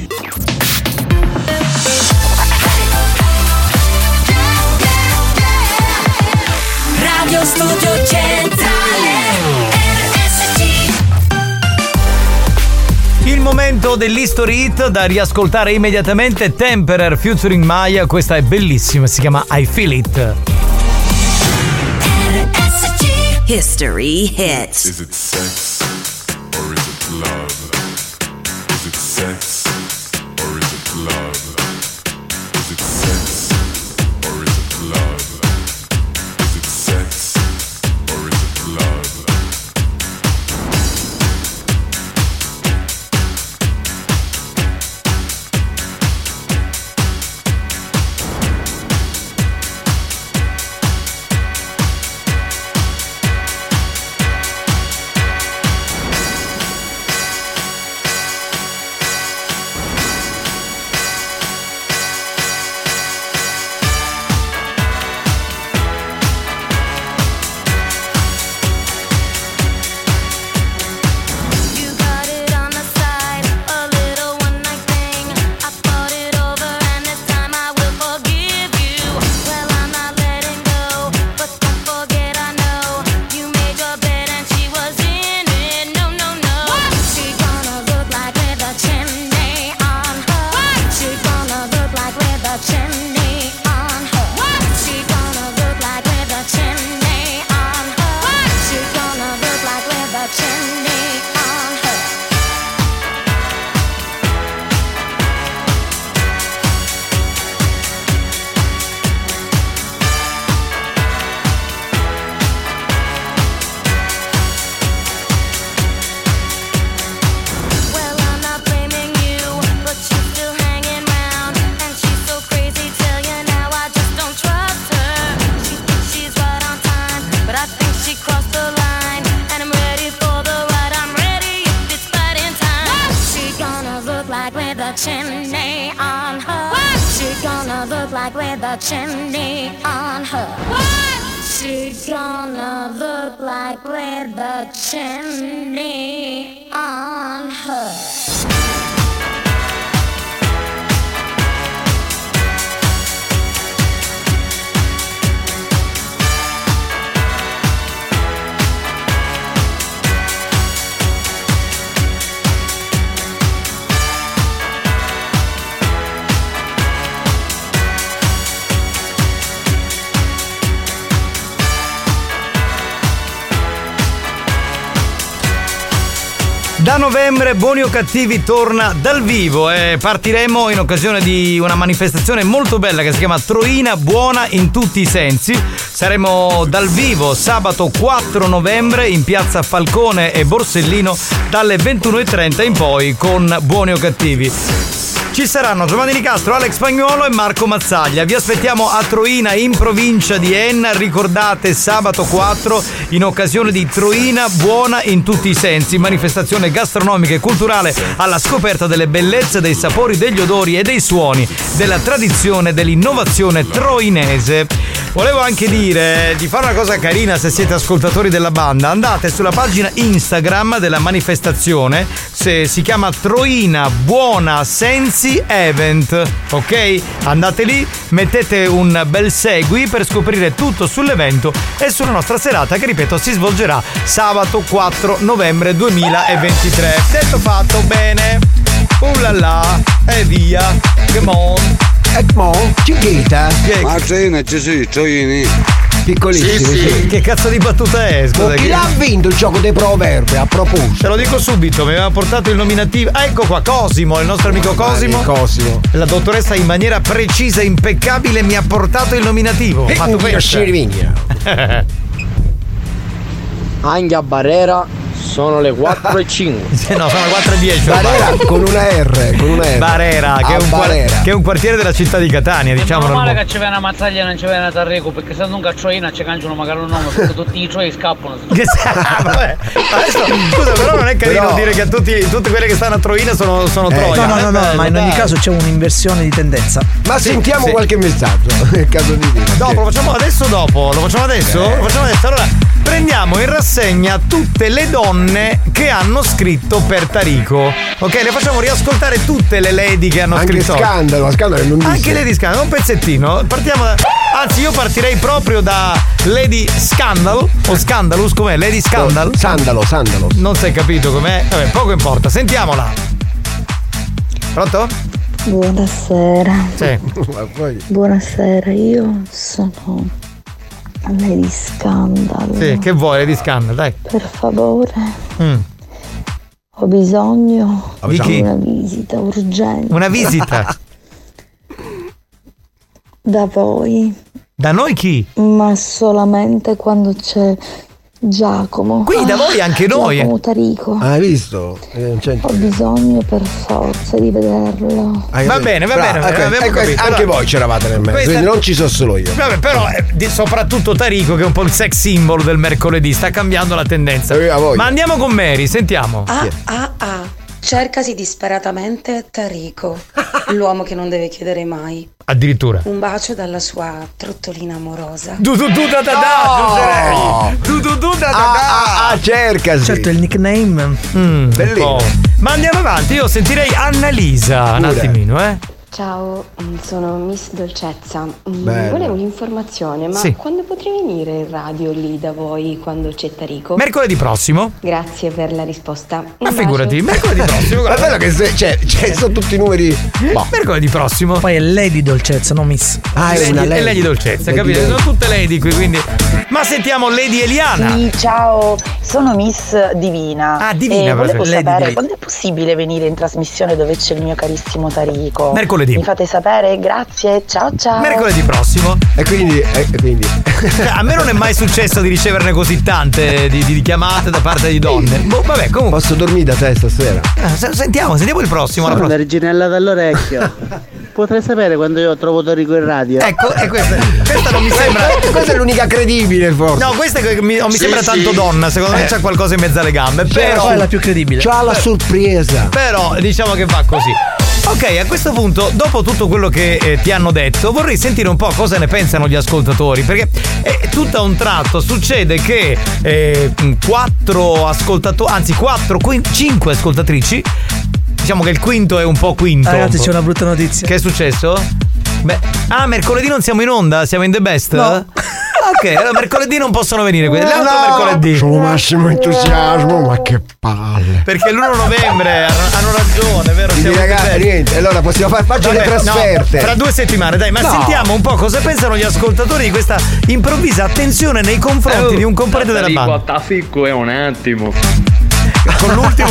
Speaker 17: Radio Studio Centrale RSC.
Speaker 10: Il momento dell'History Hit da riascoltare immediatamente. Temperer featuring Maya. Questa è bellissima, si chiama I Feel It.
Speaker 4: History Hits.
Speaker 5: Is it sex or is it love? Is it sex or is it love? Is it sex or is it love? Is it sex or is it love?
Speaker 17: chimney on her. What? She gonna look like with a chimney on her. What? She gonna look like with a chimney on her.
Speaker 10: Da novembre Buoni o Cattivi torna dal vivo e partiremo in occasione di una manifestazione molto bella che si chiama Troina Buona in tutti i sensi. Saremo dal vivo sabato 4 novembre in piazza Falcone e Borsellino dalle 21:30 in poi con Buoni o Cattivi. Ci saranno Giovanni Nicastro, Alex Spagnuolo e Marco Mazzaglia. Vi aspettiamo a Troina in provincia di Enna. Ricordate, sabato 4 in occasione di Troina Buona in tutti i sensi, manifestazione gastronomica e culturale alla scoperta delle bellezze, dei sapori, degli odori e dei suoni, della tradizione, dell'innovazione troinese. Volevo anche dire di fare una cosa carina, se siete ascoltatori della banda, andate sulla pagina Instagram della manifestazione, se si chiama Troina Buona Sensi Event, ok? Andate lì, mettete un bel segui per scoprire tutto sull'evento e sulla nostra serata che, ripeto, si svolgerà sabato 4 novembre 2023. Detto fatto, bene, e via, come on.
Speaker 13: Chiquita.
Speaker 11: Ma Troina ci sono i troini
Speaker 13: piccolissimi.
Speaker 10: Sì. Che cazzo di battuta è? Scusa,
Speaker 13: chi l'ha vinto il gioco dei proverbi? A proposito,
Speaker 10: te lo dico subito, mi aveva portato il nominativo. Ecco qua, Cosimo, il nostro amico Cosimo. La dottoressa in maniera precisa e impeccabile mi ha portato il nominativo. Ma tu pensi?
Speaker 23: Anche a Barera sono le 4:05.
Speaker 10: No, sono le 4:10.
Speaker 13: Barera con una R.
Speaker 10: Barera, che è un quartiere della città di Catania, diciamo.
Speaker 15: Meno male che c'è una Mazzaglia e non c'è una Tarreco, perché se non Troina ci cangiano magari un nome, perché tutti i Troi scappano.
Speaker 10: Vabbè. Adesso, scusa, però non è carino dire che tutte quelle che stanno a Troina sono Troia.
Speaker 12: No, ma in ogni caso c'è un'inversione di tendenza.
Speaker 13: Ma sentiamo qualche messaggio, nel caso di dire.
Speaker 10: Dopo, lo facciamo adesso? Lo facciamo adesso? Allora, prendiamo in rassegna tutte le donne che hanno scritto per Tarico. Ok, le facciamo riascoltare tutte le lady che hanno scritto.
Speaker 13: Scandalo è lunghissimo.
Speaker 10: Anche Lady Scandal, un pezzettino. Anzi, io partirei proprio da Lady Scandal o Scandalus, com'è? Lady Scandal?
Speaker 13: Sandalo.
Speaker 10: Non si è capito com'è? Vabbè, poco importa. Sentiamola. Pronto?
Speaker 24: Buonasera.
Speaker 10: Sì.
Speaker 24: Buonasera, io sono Lady Scandal.
Speaker 10: Sì, che vuoi Lady Scandal, dai.
Speaker 24: Per favore. Ho bisogno
Speaker 10: Di chi?
Speaker 24: una visita urgente.
Speaker 10: Una visita?
Speaker 24: Da voi.
Speaker 10: Da noi chi?
Speaker 24: Ma solamente quando c'è Giacomo.
Speaker 10: Qui da voi anche noi.
Speaker 24: Giacomo Tarico.
Speaker 13: Hai visto?
Speaker 24: Ho bisogno per forza di vederlo.
Speaker 10: Va bene, abbiamo capito.
Speaker 13: Anche voi c'eravate nel mezzo,
Speaker 10: Questa-
Speaker 13: quindi non ci sono solo io.
Speaker 10: Vabbè, però soprattutto Tarico, che è un po' il sex symbol del mercoledì, sta cambiando la tendenza. Ma andiamo con Mary, sentiamo.
Speaker 7: Cercasi disperatamente Tarico, l'uomo che non deve chiedere mai.
Speaker 10: Addirittura.
Speaker 7: Un bacio dalla sua trottolina amorosa.
Speaker 13: Cercasi.
Speaker 12: Certo, il nickname.
Speaker 10: Bellissimo. Ma andiamo avanti, io sentirei Annalisa un attimino,
Speaker 25: Ciao, sono Miss Dolcezza.
Speaker 10: Bello.
Speaker 25: Volevo un'informazione, ma
Speaker 10: Sì.
Speaker 25: quando potrei venire in radio lì da voi quando c'è Tarico?
Speaker 10: Mercoledì prossimo.
Speaker 25: Grazie per la risposta.
Speaker 10: Ma
Speaker 25: Un
Speaker 10: figurati,
Speaker 25: bacio.
Speaker 10: mercoledì prossimo.
Speaker 13: Ma è bello che sono tutti i numeri.
Speaker 10: Mercoledì prossimo.
Speaker 12: Poi è Lady Dolcezza, non Miss.
Speaker 10: È Lady Dolcezza, capito? Sono tutte Lady qui, quindi. Ma sentiamo Lady Eliana.
Speaker 24: Sì, ciao, sono Miss Divina.
Speaker 10: Divina,
Speaker 24: e volevo
Speaker 10: perfetto. Lady
Speaker 24: sapere
Speaker 10: Divina.
Speaker 24: quando è possibile venire in trasmissione dove c'è il mio carissimo Tarico.
Speaker 10: Mercoledì.
Speaker 24: Mi fate sapere? Grazie, ciao ciao.
Speaker 10: Mercoledì prossimo.
Speaker 13: E quindi.
Speaker 10: A me non è mai successo di riceverne così tante di chiamate da parte di donne. Vabbè, comunque.
Speaker 13: Posso dormire da te stasera?
Speaker 10: Sentiamo il prossimo.
Speaker 23: Sono Verginella dall'orecchio. Potrei sapere quando io trovo Tarico in radio.
Speaker 10: Ecco, e questa non mi sembra.
Speaker 13: Questa è l'unica credibile, forse.
Speaker 10: No, questa non mi sembra tanto donna. Secondo me c'ha qualcosa in mezzo alle gambe. Però
Speaker 12: è la più credibile.
Speaker 13: C'ha la sorpresa.
Speaker 10: Però diciamo che va così. Ok, a questo punto, dopo tutto quello che ti hanno detto, vorrei sentire un po' cosa ne pensano gli ascoltatori. Perché tutto a un tratto succede che 5 ascoltatrici. Diciamo che il quinto è un po' quinto.
Speaker 12: Ragazzi, c'è una brutta notizia.
Speaker 10: Che è successo? Mercoledì non siamo in onda? Siamo in The Best?
Speaker 12: No.
Speaker 10: Ok, allora mercoledì non possono venire quelli. L'altro mercoledì.
Speaker 13: Sono massimo entusiasmo, ma che palle.
Speaker 10: Perché l'1 novembre hanno ragione, vero?
Speaker 13: Quindi, ragazzi, niente, allora possiamo farci le trasferte.
Speaker 10: No, fra 2 settimane, dai, ma sentiamo un po' cosa pensano gli ascoltatori di questa improvvisa attenzione nei confronti di un componente della banda.
Speaker 2: Taficco è un attimo.
Speaker 10: Con l'ultimo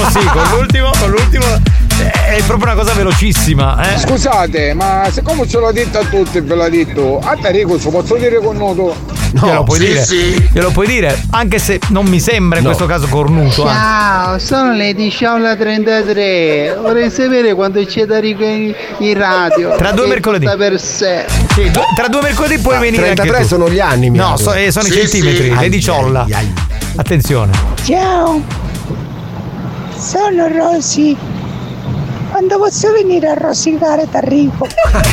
Speaker 10: è proprio una cosa velocissima,
Speaker 22: Scusate, ma siccome ce l'ho detto a tutti, ve l'ho detto, a Tarico ci posso dire cornuto?
Speaker 10: Glielo puoi dire. Glielo puoi dire, anche se non mi sembra in questo caso cornuto.
Speaker 23: Ciao, sono Lady Sciaula 33. Vorrei sapere quando c'è Tarico in radio.
Speaker 10: Tra 2 mercoledì.
Speaker 23: Per sé.
Speaker 10: Sì, tra 2 mercoledì puoi venire
Speaker 13: 33
Speaker 10: anche tu.
Speaker 13: sono gli anni,
Speaker 10: No, sono i centimetri, Lady Ciolla. Attenzione.
Speaker 14: Ciao, sono Rosy. Quando posso venire a rosicare Tarico?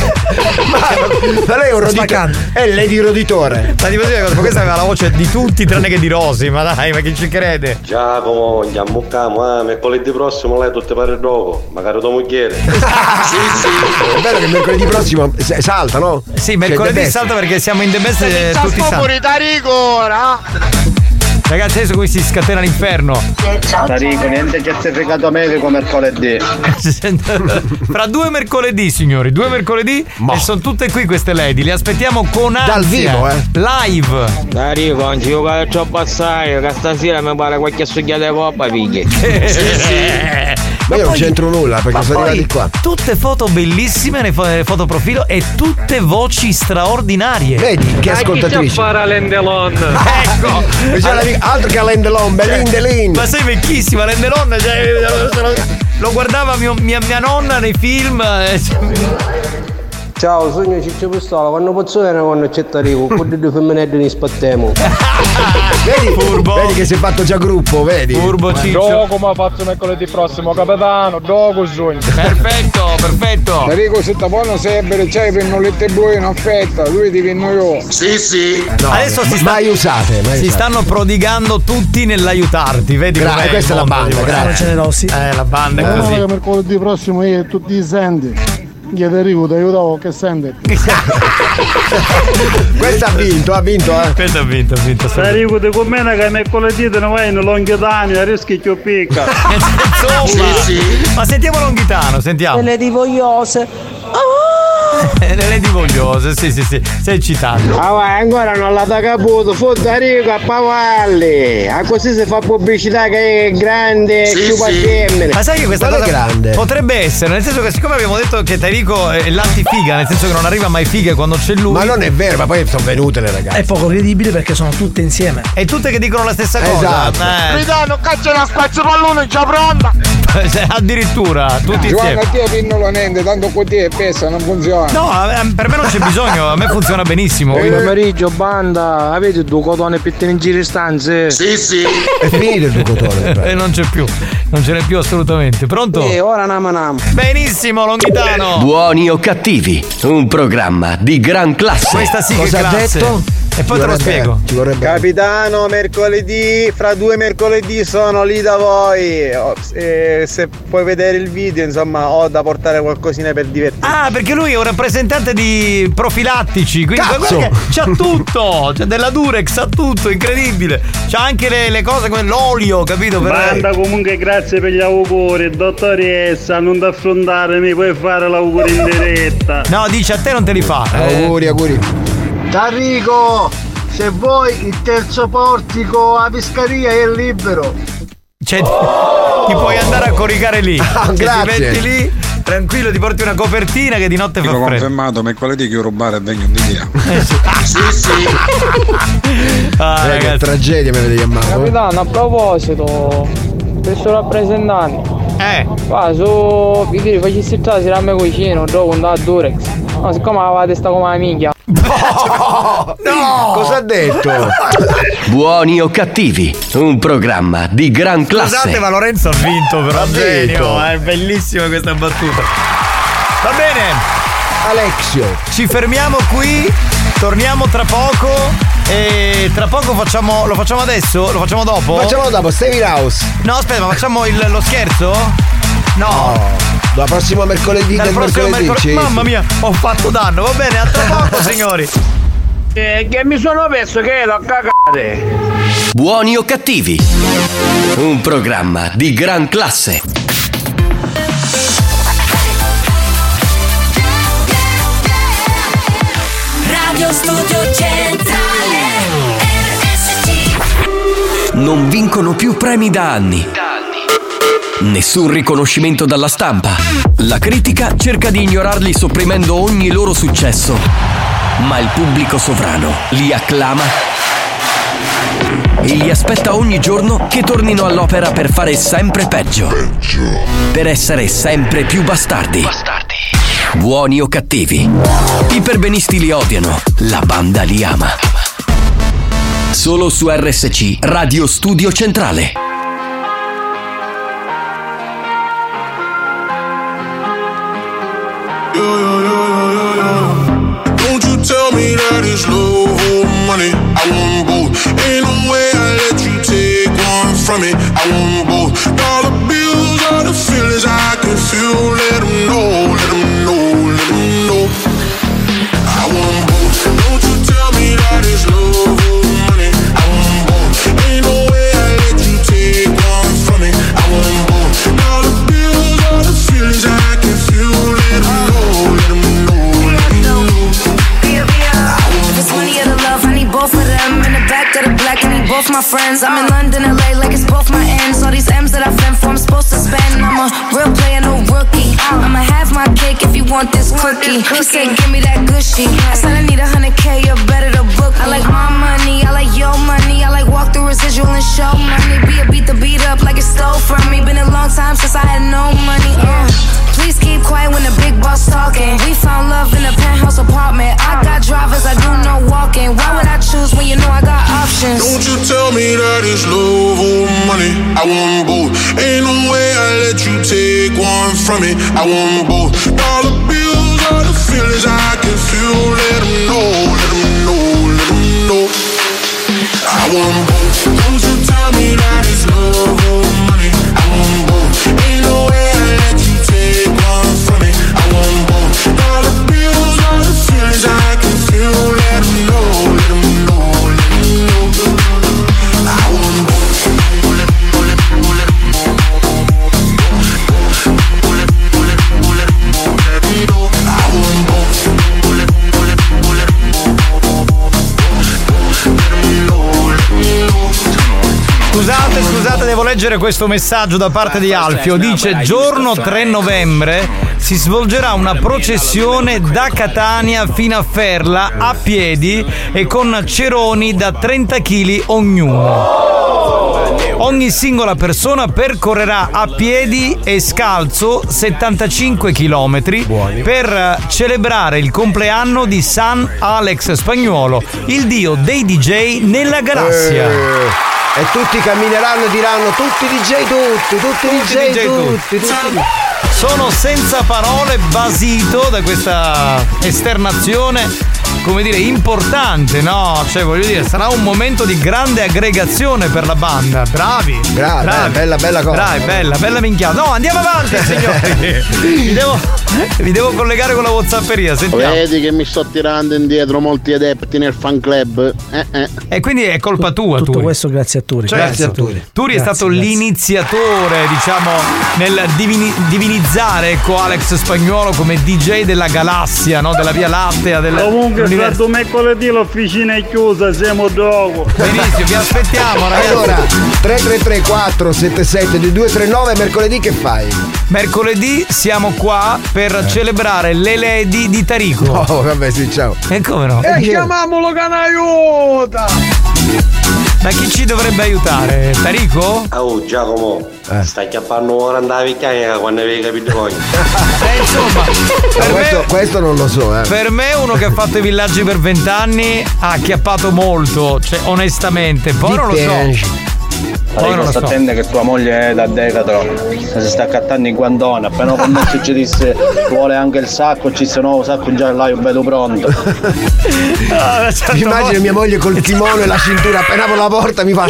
Speaker 13: Ma lei è un roditore. È Lady Roditore.
Speaker 10: Ma questa aveva la voce di tutti tranne che di Rosy. Ma dai, ma chi ci crede?
Speaker 9: Giacomo, andiamo mercoledì prossimo lei tutte pare dopo, magari tua moglie.
Speaker 13: È bello che mercoledì prossimo salta, no?
Speaker 10: Sì, mercoledì salta perché siamo in The Best tutti santi.
Speaker 22: Tarico,
Speaker 10: Ragazzi, adesso qui si scatena l'inferno.
Speaker 16: Tarico, niente certificato medico mercoledì.
Speaker 10: Fra 2 mercoledì, signori, 2 mercoledì e sono tutte qui queste lady. Le aspettiamo con ansia.
Speaker 13: Dal vivo,
Speaker 10: live.
Speaker 18: Tarico, non ci giocare troppo assai, che stasera mi pare qualche succhiata di coppa, figli.
Speaker 13: Ma io non c'entro nulla perché sono arrivati qua.
Speaker 10: Tutte foto bellissime nei fotoprofilo e tutte voci straordinarie.
Speaker 13: Vedi che ascoltatrici.
Speaker 21: fare l'endelon.
Speaker 10: Ecco.
Speaker 13: Altro che Lendelon, Belindelin.
Speaker 10: Ma sei vecchissima, Lendelon, lo guardava mia nonna nei film.
Speaker 18: Ciao, sogno Ciccio Pistola, quando posso venire quando c'è Tarico, con due femminelle ne spattiamo.
Speaker 13: Vedi che si è fatto già gruppo, vedi?
Speaker 10: Furbo Ciccio.
Speaker 22: Dopo mi ha fatto mercoledì prossimo, capitano, dopo sogno.
Speaker 10: Perfetto.
Speaker 22: Tarico, se ti fanno sempre, c'hai pennolette blu in offerta, lui ti venno io.
Speaker 13: Sì.
Speaker 10: No, adesso mai
Speaker 13: usate.
Speaker 10: Si stanno prodigando tutti nell'aiutarti, vedi com'è.
Speaker 13: Questa è la banda, grazie.
Speaker 12: Generosi.
Speaker 10: La banda è
Speaker 16: No,
Speaker 10: così.
Speaker 16: che mercoledì prossimo io e tutti i senti.
Speaker 22: Chiede Enrico, ti aiutavo, che sente?
Speaker 13: Questo ha vinto,
Speaker 10: Questo ha vinto.
Speaker 21: Enrico, ti commenta che mercoledì te ne vai in Longhitano, rischi più picca.
Speaker 10: Insomma, ma sentiamo Longhitano, sentiamo.
Speaker 14: Le divogliose.
Speaker 10: Le lady vogliose, sì, sei eccitato.
Speaker 18: Ah vai, ancora non l'ha caputo, fotta Rico a Pavalli. A così si fa pubblicità che è grande, più femmine.
Speaker 10: Ma sai che questa cosa
Speaker 13: grande
Speaker 10: potrebbe essere, nel senso che siccome abbiamo detto che Tarico è l'antifiga, nel senso che non arriva mai figa quando c'è lui.
Speaker 13: Ma non è vero, ma poi sono venute le ragazze.
Speaker 12: È poco credibile perché sono tutte insieme.
Speaker 10: E tutte che dicono la stessa cosa.
Speaker 13: Esatto.
Speaker 18: Ridano, caccia una spazio pallone già pronta.
Speaker 10: Addirittura, tutti insieme.
Speaker 22: Giovanna, ti pinnolo niente, tanto così è pessa, non funziona.
Speaker 10: No, per me non c'è bisogno, a me funziona benissimo.
Speaker 18: Buon pomeriggio, banda. Avete due cotone per tenere in giro stanze?
Speaker 13: Sì. È finito il tuo cotone.
Speaker 10: Non c'è più, non ce n'è più assolutamente. Pronto?
Speaker 14: Ora nam.
Speaker 10: Benissimo, Longhitano.
Speaker 1: Buoni o cattivi, un programma di gran classe.
Speaker 10: Questa sì che
Speaker 13: Cosa ha
Speaker 10: classe.
Speaker 13: detto?
Speaker 10: E poi te lo spiego.
Speaker 16: Capitano, mercoledì, fra 2 mercoledì sono lì da voi. Se puoi vedere il video, insomma, ho da portare qualcosina per divertirmi.
Speaker 10: Ah, perché lui è un rappresentante di profilattici, quindi guarda che c'ha tutto, c'ha della Durex, ha tutto, incredibile. C'ha anche le cose come l'olio, capito?
Speaker 21: Banda, comunque grazie per gli auguri, dottoressa, non ti affrontare, mi puoi fare l'auguro in diretta.
Speaker 10: No, dice a te non te li fa.
Speaker 13: Auguri.
Speaker 23: Tarico, se vuoi il terzo portico a Pescaria è libero.
Speaker 10: Cioè, ti puoi andare a coricare lì.
Speaker 13: Grazie.
Speaker 10: Ti metti lì, tranquillo, ti porti una copertina che di notte fa freddo.
Speaker 22: Confermato, mercoledì che rubare e vengo di via.
Speaker 10: Sì.
Speaker 13: Che tragedia mi avete chiamato.
Speaker 18: Capitano, a proposito, per suo rappresentante.
Speaker 10: Va
Speaker 18: su, vi dire, facessi trasire a me cucino, gioco da Durex. No, siccome aveva la testa come la minchia.
Speaker 13: No! Cosa ha detto?
Speaker 1: Buoni o cattivi, un programma di gran classe.
Speaker 10: Scusate, ma Lorenzo ha vinto però. È bellissima questa battuta. Va bene,
Speaker 13: Alexio,
Speaker 10: ci fermiamo qui, torniamo tra poco. E tra poco lo facciamo adesso? Lo facciamo dopo?
Speaker 13: Facciamo dopo, Stevie House.
Speaker 10: No, aspetta, ma facciamo lo scherzo? No.
Speaker 13: La prossima mercoledì del mercoledì.
Speaker 10: Mamma mia, ho fatto danno, va bene, a tra poco signori.
Speaker 18: Che mi sono perso che ero a cagare.
Speaker 1: Buoni o cattivi, un programma di gran classe.
Speaker 17: Radio Studio Centrale RSC.
Speaker 1: Non vincono più premi da anni. Nessun riconoscimento dalla stampa. La critica cerca di ignorarli sopprimendo ogni loro successo. Ma il pubblico sovrano li acclama e li aspetta ogni giorno che tornino all'opera per fare sempre peggio. Per essere sempre più bastardi. Buoni o cattivi, i perbenisti li odiano, la banda li ama. Solo su RSC, Radio Studio Centrale.
Speaker 5: Don't you tell me that it's love or money. I want both. Ain't no way I let you take one from me. I want both. Dollar bills are the feelings I can feel. Let them know, let them know, let them know. I want both. Don't you tell me that it's love or money. I want both. Ain't no way I let you take one from me. I want both. Dollar bills are the feelings I can feel. Let them know, let them know.
Speaker 17: If it's money or the love, I need both of them. In the back of the black, I need both my friends. I'm in London, LA, like it's both my ends. All these M's that I've been for, I'm supposed to spend. I'm a real player, no rookie. I'ma have my cake if you want this cookie. He said, give me that gushy. I said, I need 100K, you're better to book me. I like my money, I like your money. I like walk through residual and show money. Beat the beat up like it stole from me. Been a long time since I had no money. Please keep quiet when the big boss talking. We found love in a penthouse apartment. I got drivers, I do no walking. Why would I choose when you know I got options?
Speaker 5: Don't you tell me that it's love or money. I want both. Ain't no way I let you take one from me. I want both. Dollar bills are the feelings I can feel. Let them know, let them know, let them know. I want both. Don't you tell me that it's love or money. I want both. Ain't no way I let you take one from me. I want both.
Speaker 10: leggere questo messaggio da parte di Alfio. Dice: giorno 3 novembre si svolgerà una processione da Catania fino a Ferla a piedi e con ceroni da 30 kg ognuno. Ogni singola persona percorrerà a piedi e scalzo 75 km per celebrare il compleanno di San Alex Spagnuolo, il dio dei DJ nella galassia.
Speaker 13: E tutti cammineranno e diranno: tutti DJ, tutti.
Speaker 10: Sono senza parole, basito da questa esternazione, come dire, importante, no? Cioè, voglio dire, sarà un momento di grande aggregazione per la banda. Bravi.
Speaker 13: Bella cosa.
Speaker 10: Bella minchiata. No, andiamo avanti, signori. Vi devo collegare con la WhatsApperia, sentiamo.
Speaker 11: Vedi che mi sto tirando indietro molti adepti nel fan club.
Speaker 10: E quindi è colpa tua,
Speaker 12: Tutto
Speaker 10: Turi.
Speaker 12: questo grazie a Turi.
Speaker 10: Cioè,
Speaker 12: Grazie a Turi.
Speaker 10: Turi è stato l'iniziatore, diciamo, nel divinizzare, ecco, Alex Spagnuolo come DJ della galassia, no? Della Via Lattea.
Speaker 21: Comunque, stato mercoledì l'officina è chiusa, siamo dopo.
Speaker 10: Benissimo, vi aspettiamo, ragazzi.
Speaker 13: Allora, 333 477 2239, mercoledì che fai?
Speaker 10: Mercoledì siamo qua per celebrare le lady di Tarico.
Speaker 13: Oh, vabbè, sì, ciao.
Speaker 10: E come no?
Speaker 22: E chiamiamolo che ne aiuta!
Speaker 10: Ma chi ci dovrebbe aiutare? Tarico?
Speaker 9: Oh, Giacomo, stai chiappando ora andare a vecchiaia quando avevi capito voi.
Speaker 10: Insomma,
Speaker 13: questo non lo so,
Speaker 10: Per me uno che ha fatto i villaggi per 20 anni ha acchiappato molto, cioè onestamente, poi non lo so.
Speaker 3: Allora, sta attenta che tua moglie è da Decathlon, si sta accattando i guantoni, appena quando ci disse vuole anche il sacco, ci sia un nuovo sacco già là, io vedo pronto.
Speaker 13: Mi immagino mia moglie col kimono e la cintura, appena apro la porta mi fa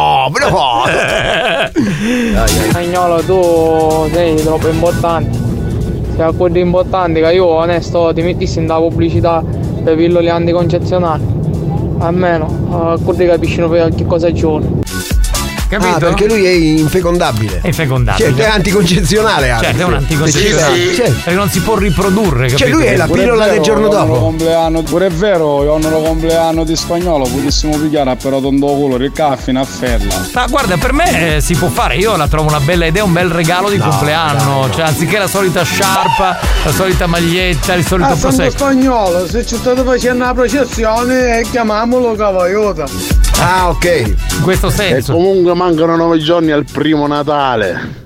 Speaker 6: Spagnolo, tu sei troppo importante. Sei così importante che io onesto ti mettissi in da pubblicità per pillole anticoncezionali. Almeno così capiscono che cosa giorno.
Speaker 10: Capito?
Speaker 13: Ah, perché lui è infecondabile.
Speaker 10: È infecondabile.
Speaker 13: Cioè, è anticoncezionale anche.
Speaker 10: Certo, è un anticoncezionale.
Speaker 13: Sì.
Speaker 10: Perché non si può riprodurre, capito?
Speaker 13: Cioè, lui è la pillola del giorno dopo.
Speaker 22: Pure è vero, io non lo compleanno di Spagnolo, potessimo pigliare però tondo culo, ricca fino a Ferla.
Speaker 10: Ma guarda, per me si può fare, io la trovo una bella idea, un bel regalo di compleanno. Cioè, anziché la solita sciarpa, la solita maglietta, il solito prosecco.
Speaker 22: Spagnolo, se ci state facendo una processione, chiamiamolo cavaiota.
Speaker 13: Ah, ok.
Speaker 10: In questo senso.
Speaker 11: E comunque mancano 9 giorni al primo Natale.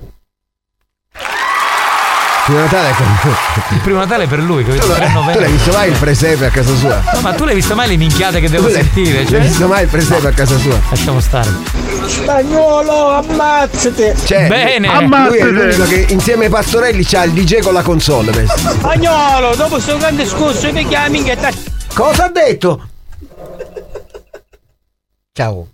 Speaker 13: Primo Natale è
Speaker 10: il primo Natale per lui, capito?
Speaker 13: Tu l'hai visto mai il presepe a casa sua?
Speaker 10: No, ma tu l'hai visto mai le minchiate che devo sentire?
Speaker 13: L'hai visto mai il presepe a casa sua?
Speaker 10: Lasciamo stare.
Speaker 22: Spagnolo, ammazzate!
Speaker 13: Cioè,
Speaker 10: bene!
Speaker 13: Lui è l'unico che insieme ai pastorelli c'ha il DJ con la console.
Speaker 6: Spagnolo, dopo sto grande discorso mi chiami che
Speaker 13: Cosa ha detto? Ciao.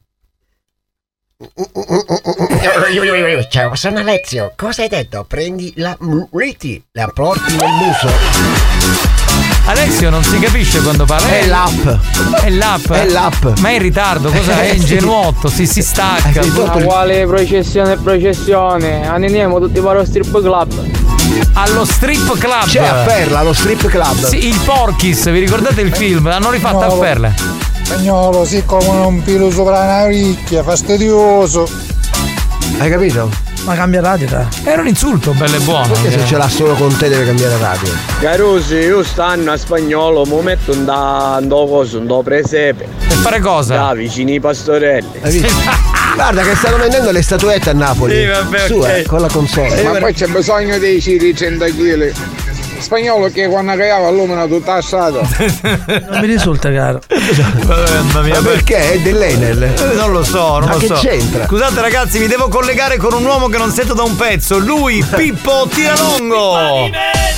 Speaker 8: Ciao, sono Alessio. Cosa hai detto? Prendi la Riti, la porti nel muso.
Speaker 10: Alessio non si capisce quando parla.
Speaker 13: È l'app.
Speaker 10: È l'app?
Speaker 13: È l'app.
Speaker 10: Ma è in ritardo, cosa è? Ingenuotto, si stacca.
Speaker 6: Ma quale processione? Andiamo tutti per lo strip club.
Speaker 10: Allo strip club.
Speaker 13: C'è a Ferla, allo strip club.
Speaker 10: Sì, il Porky's, vi ricordate il film? L'hanno rifatto a Ferla.
Speaker 22: Spagnolo, siccome un pilo sopra una ricchia, fastidioso.
Speaker 13: Hai capito?
Speaker 12: Ma cambia radio, dai.
Speaker 10: Era un insulto, bello e buono.
Speaker 13: Perché se ce l'ha solo con te deve cambiare radio?
Speaker 22: Carusi, io stanno a Spagnolo, mi metto un do presepe.
Speaker 10: Per fare cosa?
Speaker 22: Da vicini ai pastorelli.
Speaker 13: Guarda che stanno vendendo le statuette a Napoli.
Speaker 22: Sì, vabbè,
Speaker 13: su,
Speaker 22: ok.
Speaker 13: con la console.
Speaker 22: Ma poi c'è bisogno dei ciri 100 kg. Spagnolo che quando cagava illumina tutta la strada.
Speaker 12: Non mi risulta, caro.
Speaker 10: Mamma mia,
Speaker 13: ma perché? È dell'Enel?
Speaker 10: Non lo so, non
Speaker 13: ma
Speaker 10: lo
Speaker 13: che
Speaker 10: so.
Speaker 13: c'entra?
Speaker 10: Scusate ragazzi, vi devo collegare con un uomo che non sento da un pezzo. Lui, Pippo Tiralongo.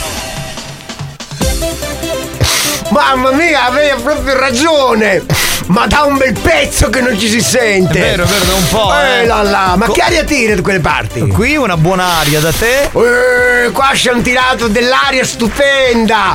Speaker 13: Mamma mia, avevi proprio ragione! Ma da un bel pezzo che non ci si sente!
Speaker 10: È vero, da un po'.
Speaker 13: Là. Ma che aria tira da quelle parti?
Speaker 10: Qui una buona aria da te.
Speaker 13: Qua ci hanno tirato dell'aria stupenda!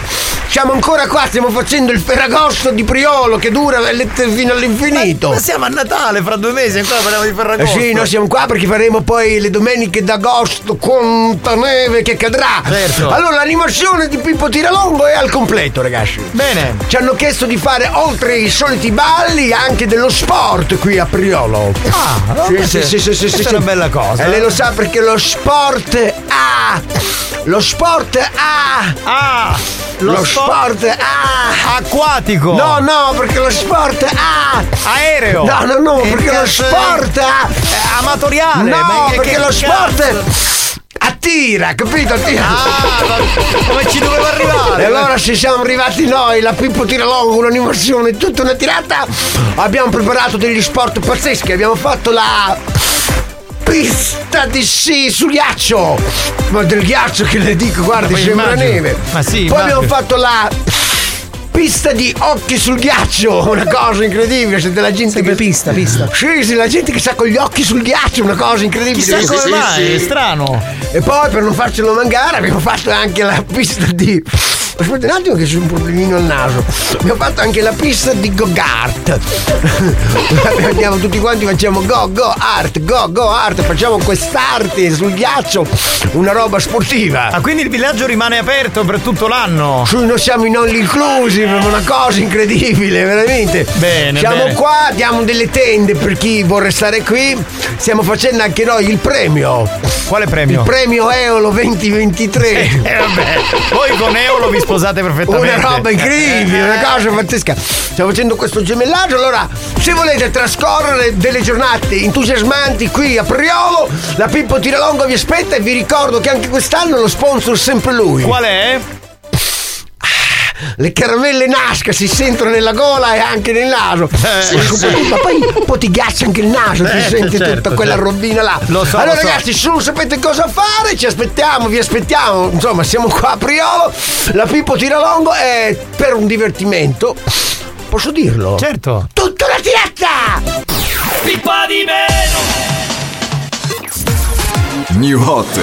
Speaker 13: Siamo ancora qua, stiamo facendo il Ferragosto di Priolo che dura fino all'infinito.
Speaker 10: Ma siamo a Natale, fra 2 mesi ancora parliamo di Ferragosto.
Speaker 13: Sì, noi siamo qua perché faremo poi le domeniche d'agosto con neve che cadrà.
Speaker 10: Certo.
Speaker 13: Allora l'animazione di Pippo Tiralongo è al completo, ragazzi.
Speaker 10: Bene.
Speaker 13: Ci hanno chiesto di fare, oltre i soliti balli, anche dello sport qui a Priolo. Sì.
Speaker 10: Questa è una bella cosa.
Speaker 13: E lei lo sa perché lo sport ha. Lo sport ha. Lo sport
Speaker 10: acquatico.
Speaker 13: No, perché lo sport
Speaker 10: aereo.
Speaker 13: No, perché lo sport
Speaker 10: amatoriale.
Speaker 13: No, perché lo sport attira, capito?
Speaker 10: Come ci doveva arrivare?
Speaker 13: E allora se siamo arrivati noi, la Pippo Tiralongo, un'animazione, tutta una tirata, abbiamo preparato degli sport pazzeschi, abbiamo fatto la pista di sci sul ghiaccio, ma del ghiaccio che le dico, guardi, sembra neve.
Speaker 10: Ma sì.
Speaker 13: Poi abbiamo fatto la pista di occhi sul ghiaccio, una cosa incredibile. Siete la gente che
Speaker 12: pista.
Speaker 13: Sì, la gente che sta con gli occhi sul ghiaccio, una cosa incredibile.
Speaker 10: Chissà come mai, è strano.
Speaker 13: E poi per non farcelo mancare abbiamo fatto anche la pista di... Aspetta un attimo che c'è un problemino al naso. Abbiamo fatto anche la pista di go-kart. Andiamo tutti quanti, facciamo go-art, facciamo quest'arte sul ghiaccio, una roba sportiva.
Speaker 10: Quindi il villaggio rimane aperto per tutto l'anno?
Speaker 13: Sì, noi siamo in all inclusive, una cosa incredibile, veramente.
Speaker 10: Bene.
Speaker 13: Siamo qua, diamo delle tende per chi vuole stare qui. Stiamo facendo anche noi il premio.
Speaker 10: Quale premio?
Speaker 13: Il premio Eolo 2023.
Speaker 10: Vabbè. Voi con Eolo vi sposate perfettamente.
Speaker 13: Una roba incredibile, una cosa pazzesca. Stiamo facendo questo gemellaggio. Allora, se volete trascorrere delle giornate entusiasmanti qui a Priolo, la Pippo Tiralongo vi aspetta. E vi ricordo che anche quest'anno lo sponsor è sempre lui.
Speaker 10: Qual è?
Speaker 13: Le caramelle Nasca si sentono nella gola e anche nel naso. Ma poi un po' ti ghiaccia anche il naso, ti senti tutta quella robina là. Allora ragazzi, se non sapete cosa fare, ci aspettiamo, vi aspettiamo. Insomma, siamo qua a Priolo. La Pippo Tiralongo è per un divertimento. Posso dirlo?
Speaker 10: Certo.
Speaker 13: Tutta la tirata!
Speaker 1: Pippa di meno!
Speaker 4: New Hot.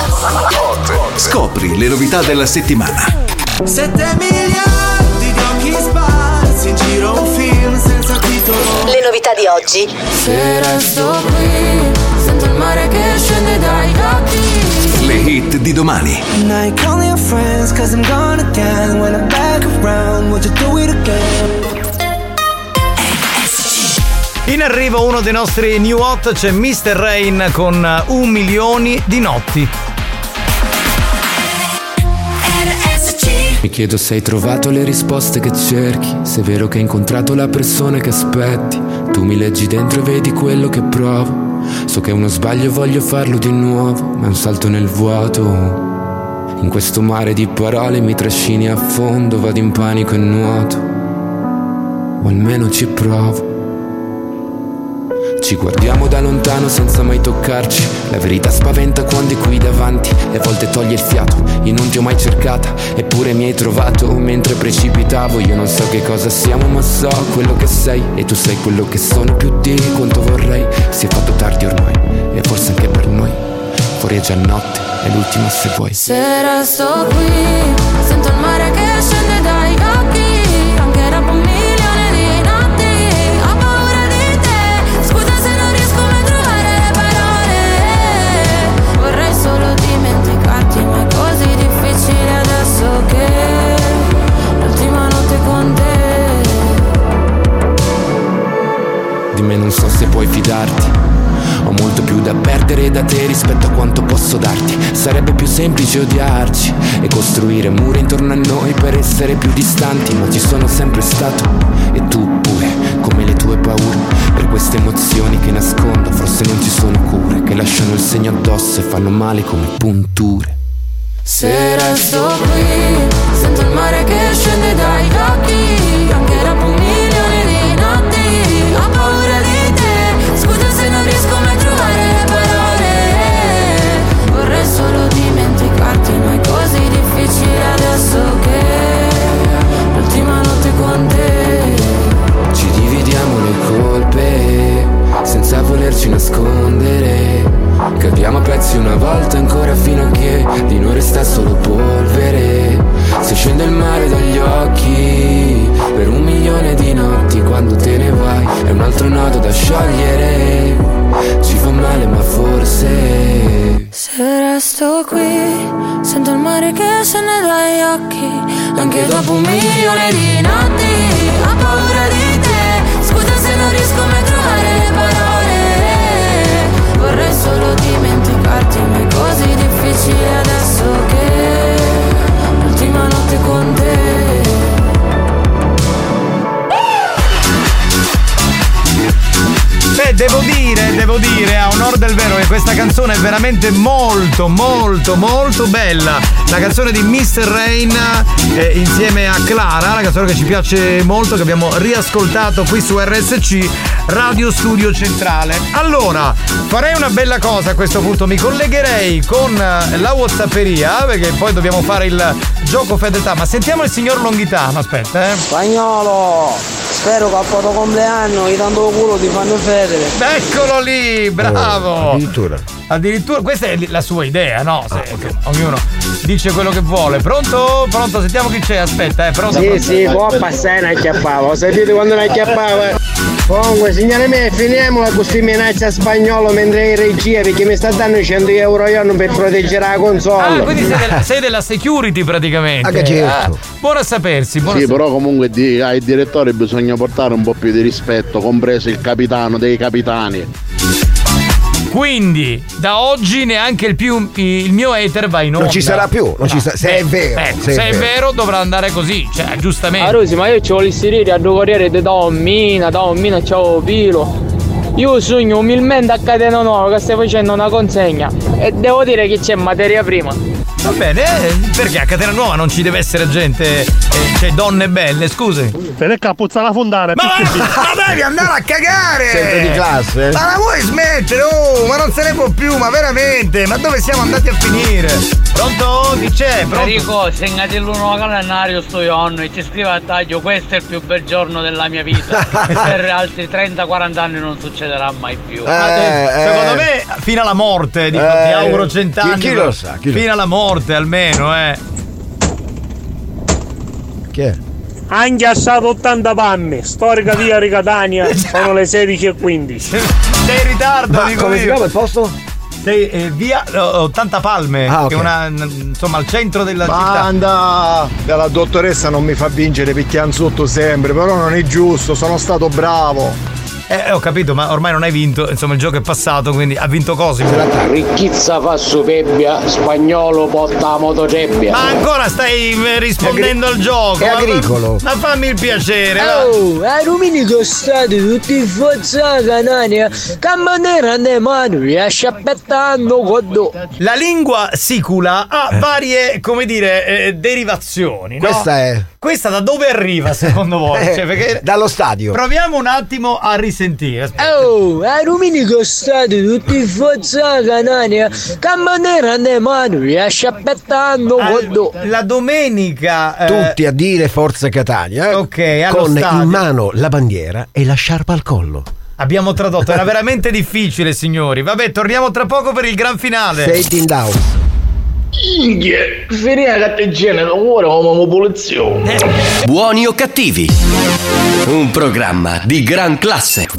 Speaker 4: Scopri le novità della settimana.
Speaker 7: 7 miliardi di occhi sparsi in giro un film senza titolo.
Speaker 15: Le novità di oggi.
Speaker 7: Se resto qui, sento il mare che scende dai occhi.
Speaker 4: Le hit di domani.
Speaker 7: Night call your friends cause I'm gone again. When I'm back around, would you do it again?
Speaker 10: In arrivo uno dei nostri New Hot, c'è Mr. Rain con 1 milione di notti.
Speaker 19: Mi chiedo se hai trovato le risposte che cerchi, se è vero che hai incontrato la persona che aspetti. Tu mi leggi dentro e vedi quello che provo. So che è uno sbaglio e voglio farlo di nuovo, ma è un salto nel vuoto. In questo mare di parole mi trascini a fondo, vado in panico e nuoto, o almeno ci provo. Ci guardiamo da lontano senza mai toccarci. La verità spaventa quando è qui davanti e a volte toglie il fiato. Io non ti ho mai cercata, eppure mi hai trovato mentre precipitavo. Io non so che cosa siamo, ma so quello che sei, e tu sei quello che sono più di quanto vorrei. Si è fatto tardi ormai, e forse anche per noi. Fuori è già notte, è l'ultima se vuoi.
Speaker 7: Se resto qui, sento il mare che scende dai occhi. Anche dopo 1 milione di notti ho paura di te. Scusa se non riesco mai a trovare le parole. Vorrei solo dimenticarti, ma è così difficile adesso che l'ultima notte con te.
Speaker 19: Di me non so se puoi fidarti. Ho molto più da perdere da te rispetto a quanto posso darti. Sarebbe più semplice odiarci e costruire mura intorno a noi per essere più distanti, ma ci sono sempre stato, e tu pure, come le tue paure. Per queste emozioni che nascondo forse non ci sono cure, che lasciano il segno addosso e fanno male come punture.
Speaker 7: Se resto qui, sento il mare che scende dai occhi. Anche dopo 1 milione di notti ho paura di te. Scusa se non riesco mai a trovare le parole. Vorrei solo dimenticarti, ma è così difficile adesso che l'ultima notte con te.
Speaker 19: Ci dividiamo le colpe senza volerci nascondere. Cadiamo a pezzi una volta ancora fino a che di noi resta solo polvere. Se scende il mare dagli occhi per 1 milione di notti, quando te ne vai è un altro nodo da sciogliere. Ci fa male ma forse
Speaker 7: se resto qui sento il mare che scende dagli occhi, anche dopo 1 milione di notti. Ho paura di te, scusa se non riesco mai a trovare le parole. Vorrei solo dimenticarti, ma è così difficile adesso che l'ultima notte con te.
Speaker 10: Beh, devo dire a onor del vero che questa canzone è veramente molto bella. La canzone di Mr. Rain insieme a Clara, la canzone che ci piace molto, che abbiamo riascoltato qui su RSC Radio Studio Centrale. Allora, farei una bella cosa a questo punto, mi collegherei con la WhatsApperia, perché poi dobbiamo fare il gioco fedeltà, ma sentiamo il signor Longhitano, aspetta.
Speaker 2: Spagnolo, spero che a tuo compleanno i tanto culo ti fanno fedele.
Speaker 10: Eccolo lì, bravo! Addirittura questa è la sua idea, no? Ognuno dice quello che vuole. Pronto? Sentiamo chi c'è, aspetta, pronto?
Speaker 18: Sì, può passare una chiappava, sapete quando una chiappava? Comunque, signore mia, finiamola con questi minaccia spagnolo mentre in regia, perché mi sta dando 100 euro al giorno per proteggere la console.
Speaker 10: Ah, quindi sei della security praticamente.
Speaker 13: Anche certo.
Speaker 10: Buono a sapersi.
Speaker 11: Però comunque ai direttori bisogna portare un po' più di rispetto, compreso il capitano dei capitani.
Speaker 10: Quindi da oggi neanche il mio hater va in onda.
Speaker 13: Non ci sarà più, se è vero.
Speaker 10: Se è vero dovrà andare così, cioè giustamente.
Speaker 6: Ah Rosi, ma io ci voglio istituire a Corriere di Dommina, ciao Pilo. Io sogno umilmente a Catena Nuova che stai facendo una consegna e devo dire che c'è materia prima.
Speaker 10: Va bene, perché a Catena Nuova non ci deve essere gente, cioè donne belle, scusi.
Speaker 21: Te ne capuzza la fondare.
Speaker 10: Ma devi andare a cagare!
Speaker 13: Sempre di classe?
Speaker 10: Ma la vuoi smettere? Ma non se ne può più, ma veramente? Ma dove siamo andati a finire? Pronto? Chi c'è? Pronto?
Speaker 21: Enrico, segnati il nuovo calendario sto giorno e ci scrive a taglio: questo è il più bel giorno della mia vita. Per altri 30-40 anni non succederà mai più.
Speaker 10: Secondo me fino alla morte, dico, ti auguro 100 anni.
Speaker 13: Chi lo sa?
Speaker 10: Fino alla morte almeno,
Speaker 13: Chi è?
Speaker 21: Anche assato 80 panne, storica via Ricatania, sono le 16:15.
Speaker 10: Sei in ritardo, dico
Speaker 13: come
Speaker 10: io.
Speaker 13: si chiama il posto?
Speaker 10: Sei via 80 Palme,
Speaker 13: okay.
Speaker 10: Che è una, insomma, al centro della città.
Speaker 22: Banda della dottoressa non mi fa vincere perché sotto sempre, però non è giusto, sono stato bravo.
Speaker 10: Ho capito, ma ormai non hai vinto, insomma il gioco è passato, quindi ha vinto Cosimo.
Speaker 18: Ricchezza fa superbia, spagnolo porta la motocebbia.
Speaker 10: Ma ancora stai rispondendo al gioco?
Speaker 13: È agricolo.
Speaker 10: Ma fammi il piacere.
Speaker 2: Ai rumini costati tutti i forza canania, cammanera ne mano, riesce aspettando goddo.
Speaker 10: La lingua sicula ha varie, come dire, derivazioni, no? Questa da dove arriva secondo voi? Cioè, perché
Speaker 13: dallo stadio.
Speaker 10: Proviamo un attimo a risentire.
Speaker 2: Ai rumini costati tutti i forza canania, cammanera ne mano, riesce aspettando goddo.
Speaker 10: La domenica
Speaker 13: tutti a dire Forza Catania,
Speaker 10: ok, allo
Speaker 13: con
Speaker 10: stadio.
Speaker 13: in mano la bandiera e la sciarpa al collo.
Speaker 10: Abbiamo tradotto, era veramente difficile, signori. Vabbè, torniamo tra poco per il gran finale.
Speaker 13: Fade in down.
Speaker 18: Finire catteggene, ora come popolazione.
Speaker 1: Buoni o cattivi? Un programma di gran classe.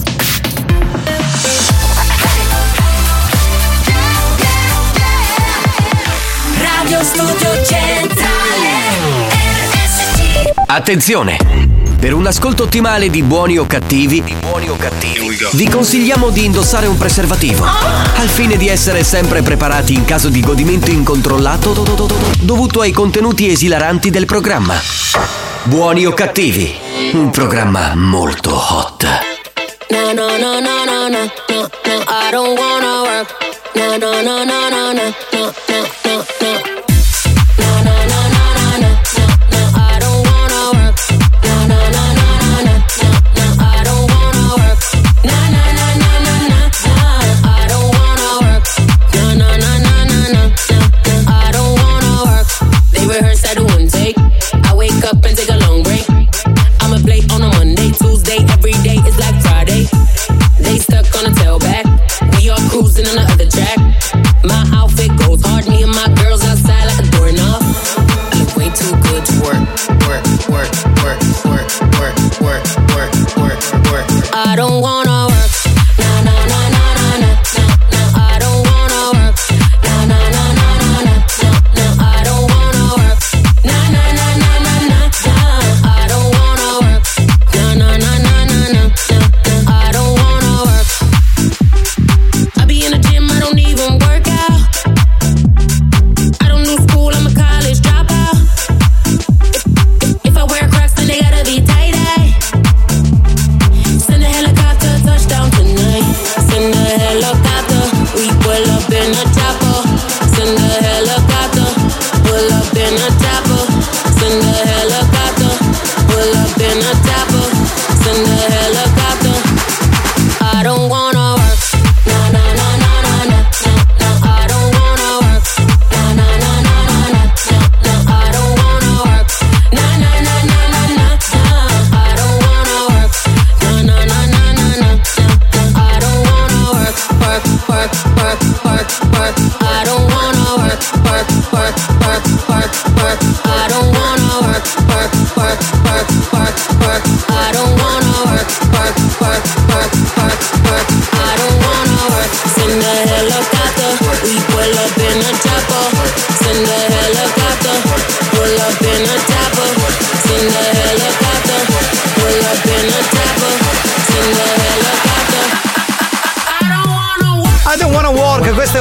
Speaker 7: Radio Studio Centrale RSC.
Speaker 1: Attenzione! Per un ascolto ottimale di Buoni o Cattivi, vi consigliamo di indossare un preservativo, al fine di essere sempre preparati in caso di godimento incontrollato dovuto ai contenuti esilaranti del programma. Buoni o Cattivi, un programma molto hot.
Speaker 7: No, no, no, no, no, no, no, no, I don't wanna work. No, no, no, no, no, no, no, no, no, no. On the other track, my outfit goes hard. Me and my girls outside like a doorknob. I look way too good to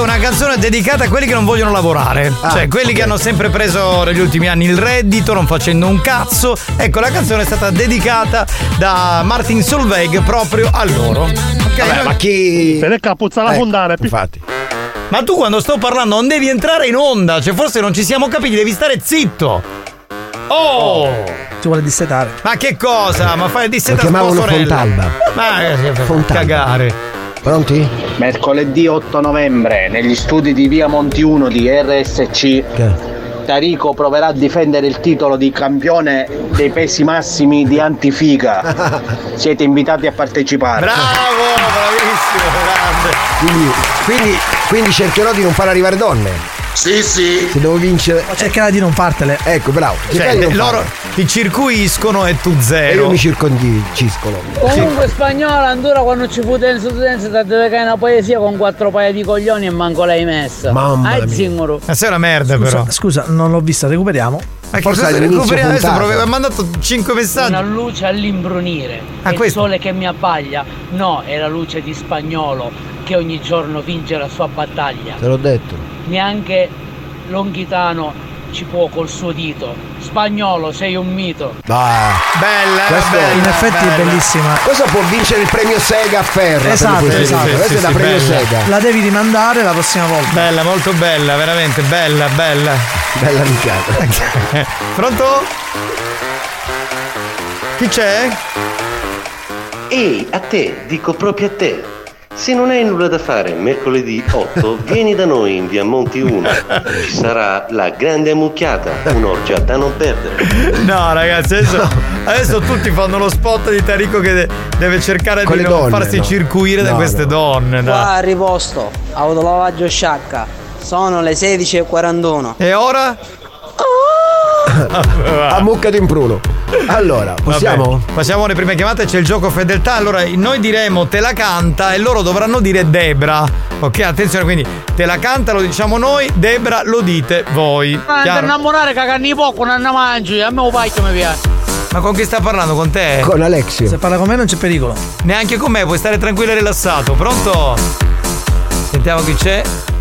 Speaker 10: una canzone dedicata a quelli che non vogliono lavorare. Cioè quelli che hanno sempre preso negli ultimi anni il reddito, non facendo un cazzo. Ecco, la canzone è stata dedicata da Martin Solveig proprio a loro. Okay?
Speaker 13: Vabbè, ma chi.
Speaker 14: Se ne capuzza la fondana.
Speaker 13: Infatti.
Speaker 10: Ma tu quando sto parlando non devi entrare in onda. Cioè forse non ci siamo capiti, devi stare zitto. Oh!
Speaker 12: Ti vuole dissetare.
Speaker 10: Ma che cosa? Ma fai dissetare
Speaker 13: Lo chiamavano Fontalba.
Speaker 10: Ma cagare.
Speaker 13: Pronti?
Speaker 3: Mercoledì 8 novembre negli studi di via Monti 1 di RSC Tarico proverà a difendere il titolo di campione dei pesi massimi di Antifiga. Siete invitati a partecipare.
Speaker 10: Bravo, bravissimo, grande.
Speaker 13: Quindi cercherò di non far arrivare donne.
Speaker 15: Sì.
Speaker 13: Se devo vincere.
Speaker 12: Ma cercherà di non fartele.
Speaker 13: Ecco, bravo.
Speaker 10: Cioè, loro ti circuiscono e tu zero.
Speaker 13: E io mi circonciscono.
Speaker 2: Comunque spagnolo ancora quando ci fu Denso da dove cae una poesia con 4 paia di coglioni e manco l'hai messa.
Speaker 13: Mamma mia.
Speaker 2: Zingaro.
Speaker 10: Ma sei una merda però.
Speaker 12: Scusa, non l'ho vista, recuperiamo.
Speaker 10: Ma forse recuperiamo adesso ha mandato 5 messaggi.
Speaker 2: Una luce all'imbrunire. È il sole che mi abbaglia. No, è la luce di Spagnolo che ogni giorno vince la sua battaglia.
Speaker 13: Te l'ho detto.
Speaker 2: Neanche Longhitano ci può col suo dito. Spagnolo, sei un mito.
Speaker 10: Bella,
Speaker 12: in effetti è bellissima.
Speaker 13: Cosa può vincere il premio Sega a Ferro?
Speaker 12: Esatto.
Speaker 13: Questa è da premio Sega.
Speaker 12: La devi rimandare la prossima volta.
Speaker 10: Bella, molto bella, veramente bella.
Speaker 13: Bella amica.
Speaker 10: Pronto? Chi c'è?
Speaker 9: Ehi, a te, dico proprio a te. Se non hai nulla da fare mercoledì 8, vieni da noi in via Monti 1. Ci sarà la grande ammucchiata, un'orgia da non perdere.
Speaker 10: No ragazzi, adesso tutti fanno lo spot di Tarico che deve cercare di non farsi circuire da queste donne.
Speaker 20: Qua a riposto, autolavaggio sciacca. Sono le 16:41.
Speaker 10: E ora?
Speaker 13: A mucca d'impruno. Allora, possiamo?
Speaker 10: Vabbè, passiamo alle prime chiamate, c'è il gioco fedeltà. Allora, noi diremo te la canta e loro dovranno dire Debra. Ok, attenzione, quindi te la canta lo diciamo noi, Debra lo dite voi.
Speaker 2: Per innamorare cagando i poco, non ne mangi, a me un pacchio mi piace.
Speaker 10: Ma con chi sta parlando? Con te?
Speaker 13: Con Alexio.
Speaker 12: Se parla con me non c'è pericolo.
Speaker 10: Neanche con me, puoi stare tranquillo e rilassato. Pronto? Sentiamo chi c'è.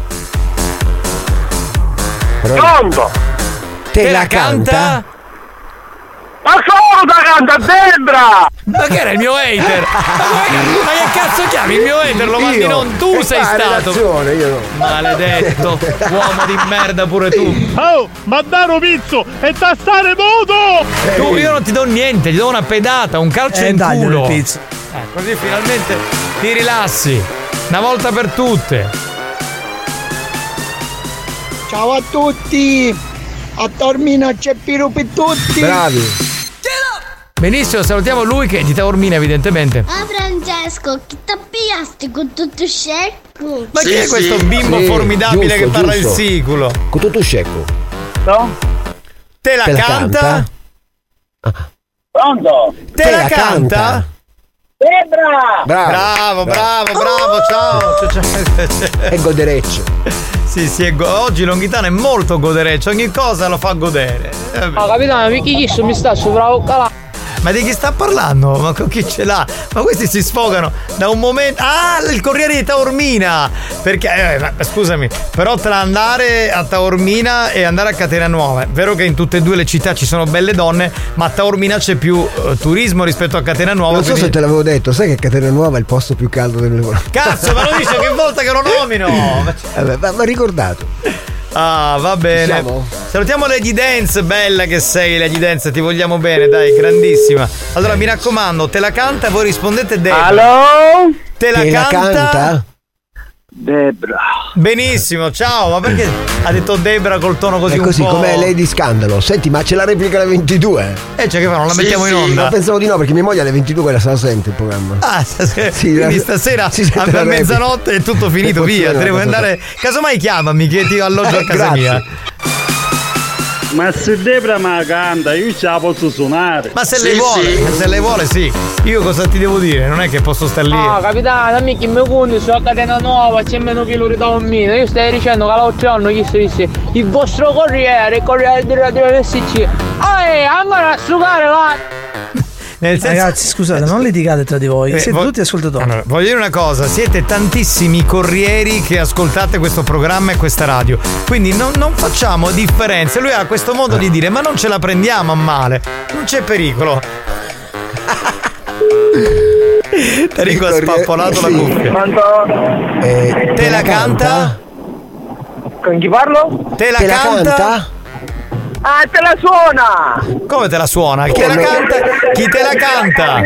Speaker 15: Pronto?
Speaker 13: Te la canta?
Speaker 15: Ma solo da canta Debra!
Speaker 10: Ma che era il mio hater? Ma che cazzo chiami il mio hater? Lo mandi non tu sei stato.
Speaker 13: Io no.
Speaker 10: Maledetto, uomo di merda pure tu.
Speaker 14: Oh, ma Daro Pizzo e tastare muto!
Speaker 10: Tu io non ti do niente, ti do una pedata, un calcio in culo. Così finalmente ti rilassi. Una volta per tutte.
Speaker 23: Ciao a tutti! A Taormina c'è Piro per tutti!
Speaker 13: Bravi!
Speaker 10: Benissimo, salutiamo lui che è di Taormina evidentemente.
Speaker 24: Ah Francesco, chi ti piaste con tutto scecco?
Speaker 10: Ma chi è questo bimbo formidabile che parla il siculo?
Speaker 13: Con tutto scecco.
Speaker 15: No?
Speaker 10: Te la canta?
Speaker 15: Pronto?
Speaker 10: Te la canta?
Speaker 15: Debra!
Speaker 10: Bravo, ciao.
Speaker 13: È godereccio.
Speaker 10: Sì, oggi Longhitano è molto godereccio, ogni cosa lo fa godere.
Speaker 2: Ma capitano, chi mi sta sopra?
Speaker 10: Ma di chi sta parlando? Ma con chi ce l'ha? Ma questi si sfogano da un momento. Ah, il Corriere di Taormina! Perché, ma, scusami, però tra andare a Taormina e andare a Catenanuova, è vero che in tutte e due le città ci sono belle donne, ma a Taormina c'è più turismo rispetto a Catenanuova.
Speaker 13: Non so se te l'avevo detto, sai che Catenanuova è il posto più caldo del
Speaker 10: Cazzo, ma lo dice che volta che lo nomino!
Speaker 13: Va ricordato.
Speaker 10: Ah, va bene.
Speaker 13: Siamo?
Speaker 10: Salutiamo Lady Dance, bella che sei Lady Dance, ti vogliamo bene, dai, grandissima. Allora mi raccomando, te la canta, voi rispondete Debra.
Speaker 15: Allo?
Speaker 10: Te la canta?
Speaker 15: Debra.
Speaker 10: Benissimo, ciao, ma perché ha detto Debra col tono così?
Speaker 13: È così
Speaker 10: un po'?
Speaker 13: come Lady Scandalo. Senti, ma c'è la replica alle 22?
Speaker 10: Cioè che fa, non la mettiamo in onda?
Speaker 13: Ma pensavo di no, perché mia moglie alle 22 quella se la sente il programma.
Speaker 10: Ah, quindi stasera a mezzanotte è tutto finito, via. Devo andare. Casomai chiamami che ti alloggio a casa mia.
Speaker 14: Ma se Debra ma canta, io ce la posso suonare.
Speaker 10: Ma se lei vuole, se lei vuole, sì. Io cosa ti devo dire? Non è che posso star lì.
Speaker 2: No, capitano, amici, mi conti su Catenanuova, c'è meno chilo di Taormina. Io stai dicendo che l'altro anno chi si disse il vostro Corriere, il Corriere di Radio SC. Ancora a sugare là.
Speaker 10: Nel senso...
Speaker 12: Ragazzi, scusate, non litigate tra di voi, siete tutti ascoltatori.
Speaker 10: Allora, voglio dire una cosa, siete tantissimi corrieri che ascoltate questo programma e questa radio, quindi non facciamo differenze. Lui ha questo modo di dire, ma non ce la prendiamo a male, non c'è pericolo. Enrico ha spappolato la cuffia.
Speaker 18: Te la canta? Con chi parlo?
Speaker 10: Te la canta?
Speaker 18: Ah, te la suona!
Speaker 10: Come te la suona? Chi te la canta? Chi te la canta?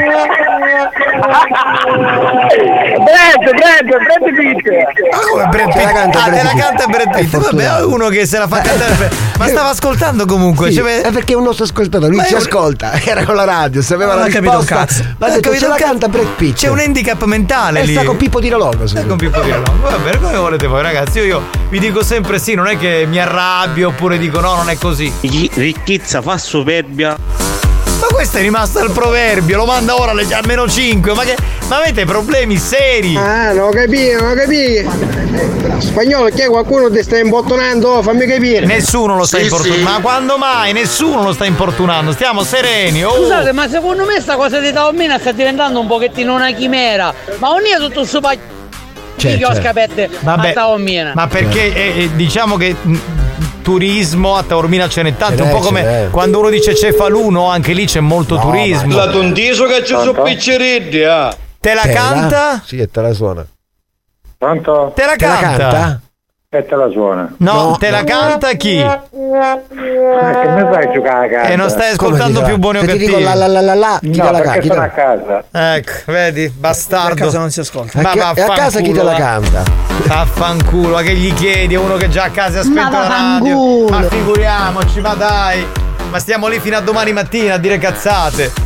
Speaker 18: Brad Pitt!
Speaker 10: Ma come Brad Pitt? Te la canta Brad Pitt? Vabbè, uno che se la fa cantare. Ma stava ascoltando comunque.
Speaker 13: Sì, è perché è un nostro ascoltatore, lui ci ascolta. Era con la radio, sapeva la risposta.
Speaker 10: Non ha capito un cazzo.
Speaker 13: Ma ha detto, ce la canta Brad Pitt.
Speaker 10: C'è un handicap mentale lì.
Speaker 13: Sta con Pippo Tirologo.
Speaker 10: Con Pippo Tirologo. Va bene, come volete voi ragazzi. Io vi dico sempre sì, non è che mi arrabbio oppure dico no, non è così.
Speaker 14: Ricchezza fa superbia.
Speaker 10: Ma questo è rimasto il proverbio, lo manda ora alle almeno 5. Ma avete problemi seri?
Speaker 18: Ah, non capito. Spagnolo, che qualcuno ti sta importunando? Fammi capire.
Speaker 10: Nessuno lo sta importunando. Ma quando mai? Nessuno lo sta importunando. Stiamo sereni. Oh.
Speaker 20: Scusate, ma secondo me sta cosa di Taormina sta diventando un pochettino una chimera. Ma non è tutto su scapette a Taormina.
Speaker 10: Ma perché diciamo che turismo a Taormina ce n'è tanto, un po' come quando uno dice Cefaluno, anche lì c'è molto turismo.
Speaker 5: La tondiso che ci sono picceriddi,
Speaker 10: Te la canta?
Speaker 13: Sì, e te la suona.
Speaker 5: Pronto?
Speaker 10: Te la canta?
Speaker 5: E te la suona.
Speaker 10: No, te la canta chi?
Speaker 5: Che mi fai giocare a casa?
Speaker 10: E non stai ascoltando più Buoni o Cattivi.
Speaker 13: Ti dico chi te la canta?
Speaker 5: Sono a casa.
Speaker 10: Ecco, vedi, bastardo.
Speaker 12: A casa non si ascolta.
Speaker 10: Ma
Speaker 13: e a casa chi te la canta?
Speaker 10: Affanculo, ma che gli chiedi a uno che già a casa ha spento la radio? Ma figuriamoci, ma dai. Ma stiamo lì fino a domani mattina a dire cazzate.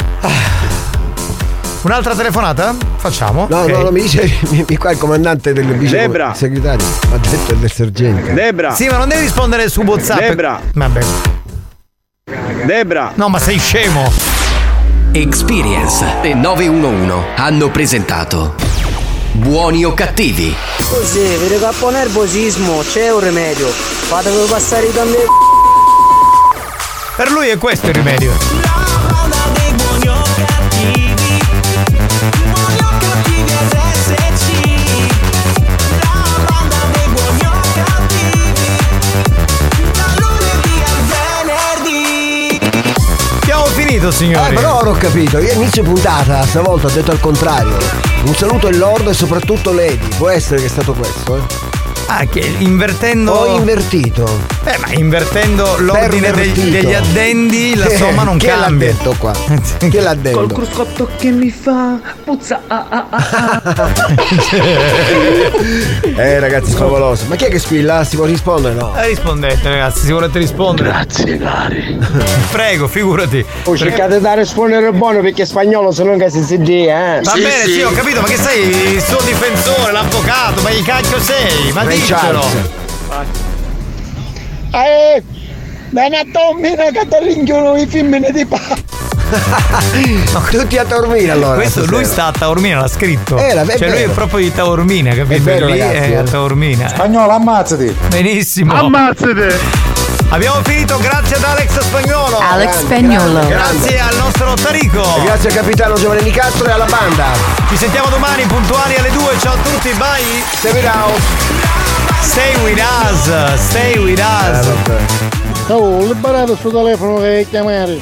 Speaker 10: Un'altra telefonata? Facciamo?
Speaker 13: No, mi dice qua il comandante del
Speaker 5: Debra.
Speaker 13: segretario. Ha detto del sergente.
Speaker 5: Debra.
Speaker 10: Sì, ma non devi rispondere su WhatsApp.
Speaker 5: Debra.
Speaker 10: Vabbè.
Speaker 5: Debra.
Speaker 10: No, ma sei scemo.
Speaker 1: Experience e 911 hanno presentato Buoni o Cattivi.
Speaker 20: Così, vedo che po' nervosismo, c'è un rimedio. Fatevi passare i cambi.
Speaker 10: Per lui è questo il rimedio. Finito, signori.
Speaker 13: Però ora ho capito, io inizio puntata stavolta ho detto al contrario. Un saluto al Lord e soprattutto Lady. Può essere che è stato questo,
Speaker 10: Ah, che invertendo.
Speaker 13: Ho invertito.
Speaker 10: Ma invertendo l'ordine degli addendi, la somma non cambia.
Speaker 13: Chi l'ha detto qua? Chi l'ha detto?
Speaker 20: Col cruscotto che mi fa puzza.
Speaker 13: Ragazzi, favoloso. Ma chi è che squilla? Si può rispondere? No.
Speaker 10: Rispondete, ragazzi, se volete rispondere.
Speaker 5: Grazie, cari.
Speaker 10: Prego, figurati.
Speaker 18: Cercate di rispondere buono perché spagnolo se non che si dice,
Speaker 10: Va bene, sì, ho capito, ma che sei il suo difensore, l'avvocato, ma che cacchio sei? Ma dicelo.
Speaker 18: bene a Taormina che ti rinchiuno i femmine di
Speaker 13: tutti a Taormina allora.
Speaker 10: Questo lui sta a Taormina, l'ha scritto. Cioè lui è proprio di Taormina, capito?
Speaker 13: È vero,
Speaker 10: lì
Speaker 13: ragazzi,
Speaker 10: è a Taormina.
Speaker 22: Spagnolo, ammazzati.
Speaker 10: Benissimo.
Speaker 22: Ammazzati.
Speaker 10: Abbiamo finito, grazie ad Alex Spagnolo.
Speaker 8: Alex Spagnolo.
Speaker 10: Grazie al nostro Tarico.
Speaker 13: E grazie al capitano Giovanni Nicastro e alla banda.
Speaker 10: Ci sentiamo domani puntuali alle 2. Ciao a tutti, bye. Stay with us. Stay with us.
Speaker 23: Oh, liberato il suo telefono che chiamare.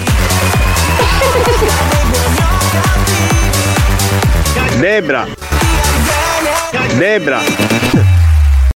Speaker 5: Debra.